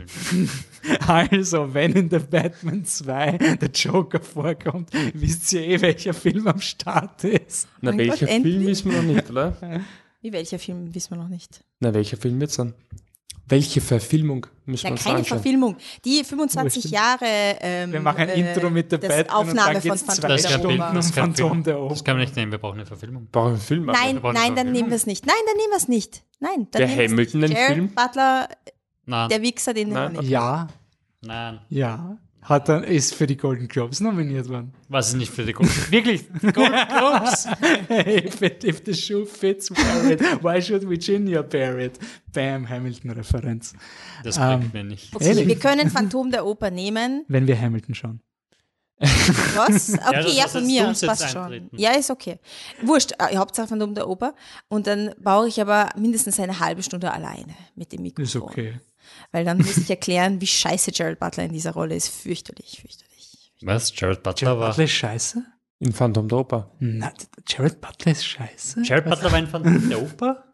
[SPEAKER 1] Also, wenn in The Batman zwei der Joker vorkommt, wisst ihr eh, welcher Film am Start ist.
[SPEAKER 3] na,
[SPEAKER 4] Mein
[SPEAKER 3] welcher
[SPEAKER 4] Gott,
[SPEAKER 3] Film
[SPEAKER 4] endlich.
[SPEAKER 3] wissen wir noch nicht, oder?
[SPEAKER 4] Wie welcher Film, wissen wir noch nicht.
[SPEAKER 3] Na, welcher Film jetzt dann? Welche Verfilmung müssen wir
[SPEAKER 4] Ja,
[SPEAKER 3] uns
[SPEAKER 4] keine
[SPEAKER 3] anschauen?
[SPEAKER 4] Verfilmung. Die fünfundzwanzig
[SPEAKER 1] Wurscht.
[SPEAKER 4] Jahre ähm,
[SPEAKER 1] Wir machen ein
[SPEAKER 4] äh,
[SPEAKER 1] Intro mit The
[SPEAKER 4] das
[SPEAKER 1] Batman
[SPEAKER 4] Aufnahme
[SPEAKER 1] und dann
[SPEAKER 4] von
[SPEAKER 1] geht's
[SPEAKER 4] Phantom
[SPEAKER 1] zwei
[SPEAKER 2] Das ist
[SPEAKER 4] der
[SPEAKER 2] kein
[SPEAKER 1] Stunden
[SPEAKER 2] Film,
[SPEAKER 4] Oper.
[SPEAKER 2] das ist kein
[SPEAKER 1] Phantom
[SPEAKER 2] Film.
[SPEAKER 1] der Oper.
[SPEAKER 2] Das kann man nicht nehmen, wir brauchen eine Verfilmung.
[SPEAKER 3] Brauchen wir einen Film machen?
[SPEAKER 4] Nein,
[SPEAKER 2] Wir brauchen
[SPEAKER 4] nein,
[SPEAKER 2] eine
[SPEAKER 4] dann nehmen
[SPEAKER 2] Verfilmung.
[SPEAKER 4] wir es nicht. Nein, dann nehmen wir es nicht. Nein, dann
[SPEAKER 3] Der
[SPEAKER 4] nehmen wir's
[SPEAKER 3] Hamilton
[SPEAKER 4] nicht.
[SPEAKER 3] einen
[SPEAKER 4] Gerard
[SPEAKER 3] Film?
[SPEAKER 4] Butler,
[SPEAKER 2] Nein,
[SPEAKER 4] der Wichser, den nehmen
[SPEAKER 3] Nein.
[SPEAKER 4] wir nicht.
[SPEAKER 1] Ja,
[SPEAKER 2] nein,
[SPEAKER 1] ja. Hat dann, ist für die Golden Globes nominiert worden.
[SPEAKER 2] Was ist nicht für die Golden Wirklich? Die Golden Globes?
[SPEAKER 1] if, it, if the shoe fits, wear it. Why should Virginia bear it? Bam, Hamilton-Referenz.
[SPEAKER 2] Das bringt
[SPEAKER 1] Ähm,
[SPEAKER 2] mir nicht.
[SPEAKER 4] Okay,
[SPEAKER 1] Ehrlich?
[SPEAKER 4] wir können Phantom der Oper nehmen.
[SPEAKER 1] Wenn wir Hamilton schauen.
[SPEAKER 4] Was? Okay,
[SPEAKER 2] das
[SPEAKER 4] ja,
[SPEAKER 2] ist
[SPEAKER 4] von
[SPEAKER 2] als
[SPEAKER 4] mir,
[SPEAKER 2] Doomsday
[SPEAKER 4] passt schon.
[SPEAKER 2] eintreten.
[SPEAKER 4] Ja, ist okay. Wurscht, äh, Hauptsache Phantom der Oper. Und dann brauche ich aber mindestens eine halbe Stunde alleine mit dem Mikrofon.
[SPEAKER 1] Ist okay.
[SPEAKER 4] Weil dann muss ich erklären, wie scheiße Jared Butler in dieser Rolle ist. Fürchterlich, fürchterlich.
[SPEAKER 2] Was? Jared Butler
[SPEAKER 1] Jared
[SPEAKER 2] war.
[SPEAKER 1] Butler ist scheiße?
[SPEAKER 3] In Phantom der Oper.
[SPEAKER 1] Na, Jared Butler ist scheiße?
[SPEAKER 2] Jared Butler war ein Phantom der Oper?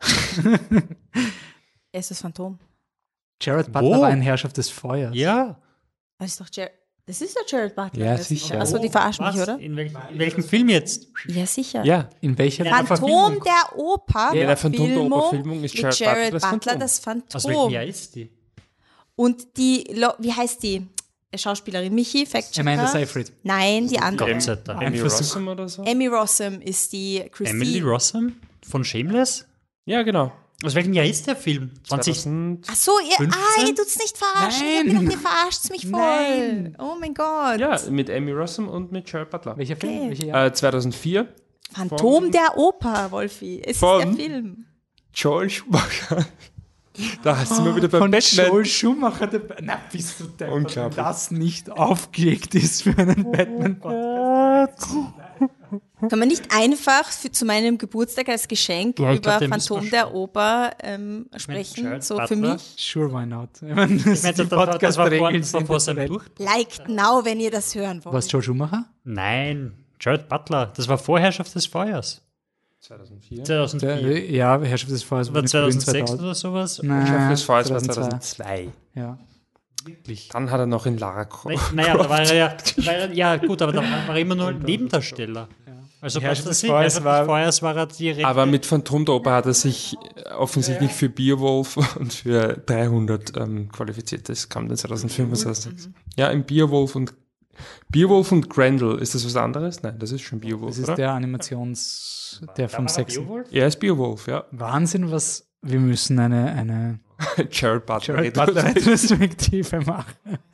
[SPEAKER 4] Er ist das Phantom.
[SPEAKER 1] Jared Butler
[SPEAKER 2] Wo?
[SPEAKER 1] war ein Herrschaft des Feuers.
[SPEAKER 2] Ja.
[SPEAKER 4] Das ist doch Jared, das ist doch Jared Butler.
[SPEAKER 3] Ja,
[SPEAKER 4] Das-
[SPEAKER 3] sicher.
[SPEAKER 4] Achso, die verarschen mich,
[SPEAKER 2] Was?
[SPEAKER 4] oder?
[SPEAKER 2] In, welch, in welchem Film jetzt?
[SPEAKER 4] Ja, sicher.
[SPEAKER 3] Ja,
[SPEAKER 1] In welcher
[SPEAKER 4] Phantom
[SPEAKER 1] Verfilmung?
[SPEAKER 4] der Oper.
[SPEAKER 3] in der Phantom der
[SPEAKER 4] Verfilmung
[SPEAKER 3] Oper-Filmung ist
[SPEAKER 4] mit
[SPEAKER 3] Jared,
[SPEAKER 4] Jared
[SPEAKER 3] Butler
[SPEAKER 4] Butler
[SPEAKER 3] das Phantom.
[SPEAKER 4] das
[SPEAKER 2] Aus welchem
[SPEAKER 4] Phantom.
[SPEAKER 2] Jahr ist die?
[SPEAKER 4] Und die, Lo wie heißt die Schauspielerin? Michi, Fact-Checker?
[SPEAKER 1] Amanda Seyfried.
[SPEAKER 4] Nein, die andere.
[SPEAKER 2] Gott sei Dank.
[SPEAKER 3] Amy
[SPEAKER 1] Versuch.
[SPEAKER 3] Rossum oder so?
[SPEAKER 4] Emmy Rossum ist die Christine.
[SPEAKER 2] Emily Rossum von Shameless?
[SPEAKER 3] Ja, genau.
[SPEAKER 2] Aus welchem Jahr ist der Film? zwanzig
[SPEAKER 3] zweitausend
[SPEAKER 4] Ach so, ihr, ah,
[SPEAKER 2] fünfzehn?
[SPEAKER 4] ihr tut's nicht verarschen. Ich hab
[SPEAKER 1] Nein.
[SPEAKER 4] gedacht, ihr verarscht mich voll.
[SPEAKER 1] Nein.
[SPEAKER 4] Oh mein Gott.
[SPEAKER 3] Ja, mit Amy Rossum und mit Jared Butler.
[SPEAKER 1] Welcher Film?
[SPEAKER 4] Okay.
[SPEAKER 1] Welcher Jahr?
[SPEAKER 3] Äh, zweitausendvier.
[SPEAKER 4] Phantom
[SPEAKER 3] Von-
[SPEAKER 4] der Oper, Wolfi. Es
[SPEAKER 3] Von-
[SPEAKER 4] ist der Film.
[SPEAKER 3] Joel Schumacher. Da sind wir wieder bei
[SPEAKER 1] Von
[SPEAKER 3] Batman.
[SPEAKER 1] Joel Schumacher dabei. Na, bist du der,
[SPEAKER 3] Unglaublich.
[SPEAKER 1] wenn das nicht aufgelegt ist für einen Batman-Podcast.
[SPEAKER 4] Kann man nicht einfach für, zu meinem Geburtstag als Geschenk
[SPEAKER 2] Ja, ich
[SPEAKER 4] über
[SPEAKER 2] glaub, den müssen wir
[SPEAKER 4] Phantom der Oper ähm, sprechen?
[SPEAKER 2] Jared
[SPEAKER 4] So für
[SPEAKER 2] Butler.
[SPEAKER 4] mich.
[SPEAKER 1] Sure, why not? Ich meine, das,
[SPEAKER 2] Ich meine,
[SPEAKER 1] die
[SPEAKER 2] das, war- das war vor,
[SPEAKER 1] Podcast-Regeln
[SPEAKER 2] das war
[SPEAKER 1] sind
[SPEAKER 2] vor
[SPEAKER 1] das
[SPEAKER 2] seinem
[SPEAKER 1] Recht.
[SPEAKER 2] Durch.
[SPEAKER 4] Liked now, wenn ihr das hören wollt.
[SPEAKER 1] Was, Joel Schumacher?
[SPEAKER 2] Nein, Jared Butler. Das war Vorherrschaft des Feuers.
[SPEAKER 3] zweitausendvier.
[SPEAKER 2] zweitausendvier.
[SPEAKER 1] Der, ja, Herrschaft des Feuers.
[SPEAKER 2] Oder
[SPEAKER 1] in den frühen
[SPEAKER 2] zweitausendsechs
[SPEAKER 1] zweitausend.
[SPEAKER 2] oder sowas?
[SPEAKER 1] Nein,
[SPEAKER 3] Herrschaft des Feuers war
[SPEAKER 1] zweitausendzwei.
[SPEAKER 3] zweitausendzwei.
[SPEAKER 1] Ja.
[SPEAKER 2] Wirklich.
[SPEAKER 3] Dann hat er noch in Lara Croft.
[SPEAKER 2] Nein, Naja, da war er ja, war er, ja gut, aber da war er immer nur Nebendarsteller. Also
[SPEAKER 1] Die
[SPEAKER 2] Herrschaft
[SPEAKER 1] Herrschaft
[SPEAKER 2] des
[SPEAKER 1] des
[SPEAKER 2] Feuers
[SPEAKER 1] Feuers
[SPEAKER 2] war,
[SPEAKER 1] war-
[SPEAKER 2] Feuers war er die Rede.
[SPEAKER 3] Aber mit Phantom der Oper hat er sich offensichtlich für Beowulf und für dreihundert ähm, qualifiziert. Das kam dann zweitausendfünf und zweitausendsechs. Ja, im Beowulf und Beowulf und Grendel. Ist das was anderes? Nein, das ist schon Beowulf,
[SPEAKER 1] Das ist
[SPEAKER 3] oder?
[SPEAKER 1] der Animations... Der vom sechsten.
[SPEAKER 3] Er ist Beowulf, ja.
[SPEAKER 1] Wahnsinn, was... Wir müssen eine, eine
[SPEAKER 3] Jared Butler.
[SPEAKER 1] Jared Butler Retrospektive machen.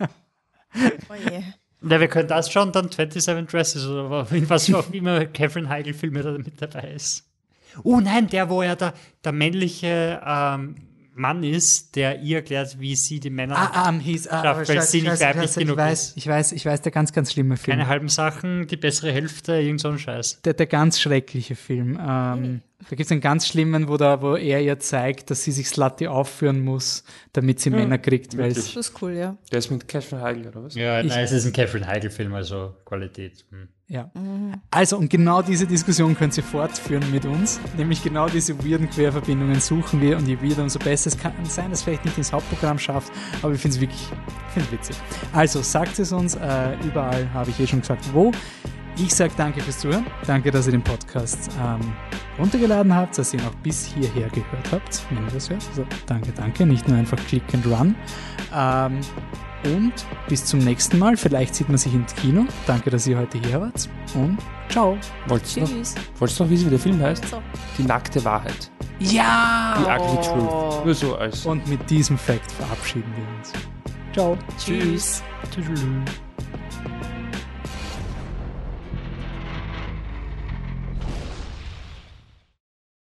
[SPEAKER 4] Oh je.
[SPEAKER 2] Ja, wir können das schauen, dann twenty-seven Dresses oder was auch immer Catherine Heigl-Filme da mit dabei ist. Oh nein, der, wo er der, der männliche ähm, Mann ist, der ihr erklärt, wie sie die Männer
[SPEAKER 1] Ah, um, hieß... Ah,
[SPEAKER 2] Ja,
[SPEAKER 1] aber
[SPEAKER 2] weil
[SPEAKER 1] scheiße,
[SPEAKER 2] sie nicht
[SPEAKER 1] scheiße,
[SPEAKER 2] weiblich
[SPEAKER 1] scheiße, ich
[SPEAKER 2] genug
[SPEAKER 1] weiß,
[SPEAKER 2] ist.
[SPEAKER 1] ich weiß, ich weiß, der ganz, ganz schlimme Film.
[SPEAKER 2] keine halben Sachen, die bessere Hälfte, irgend so ein Scheiß.
[SPEAKER 1] Der, der ganz schreckliche Film. Ähm, da gibt es einen ganz schlimmen, wo, da, wo er ihr zeigt, dass sie sich Slutty aufführen muss, damit sie Männer kriegt. Weil
[SPEAKER 3] wirklich.
[SPEAKER 1] es,
[SPEAKER 4] Das ist cool, ja.
[SPEAKER 3] Der ist mit Catherine Heigl, oder was?
[SPEAKER 2] Ja,
[SPEAKER 1] Ich-
[SPEAKER 2] nein, es ist ein Catherine Heigl-Film, also Qualität. Hm.
[SPEAKER 1] ja. Also, und genau diese Diskussion könnt ihr fortführen mit uns. Nämlich genau diese weirden Querverbindungen suchen wir und je weirder, umso besser. Es kann sein, dass es vielleicht nicht ins Hauptprogramm schafft, aber ich finde es wirklich ich find's witzig. Also, sagt es uns. Äh, überall habe ich eh schon gesagt, wo. Ich sage danke fürs Zuhören. Danke, dass ihr den Podcast ähm, runtergeladen habt, dass ihr ihn auch bis hierher gehört habt, wenn ihr das hört. Also, danke, danke. Nicht nur einfach Click and Run. Ähm, und bis zum nächsten Mal. Vielleicht sieht man sich ins Kino. Danke, dass ihr heute hier wart. Und ciao.
[SPEAKER 3] Wolltest du noch,
[SPEAKER 4] Tschüss.
[SPEAKER 3] wolltest du noch wissen, wie der Film heißt?
[SPEAKER 4] So.
[SPEAKER 3] Die nackte Wahrheit.
[SPEAKER 1] Ja!
[SPEAKER 3] Die ugly truth. Nur so als...
[SPEAKER 1] Und mit diesem Fact verabschieden wir uns. Ciao.
[SPEAKER 4] Tschüss.
[SPEAKER 1] Tschüss.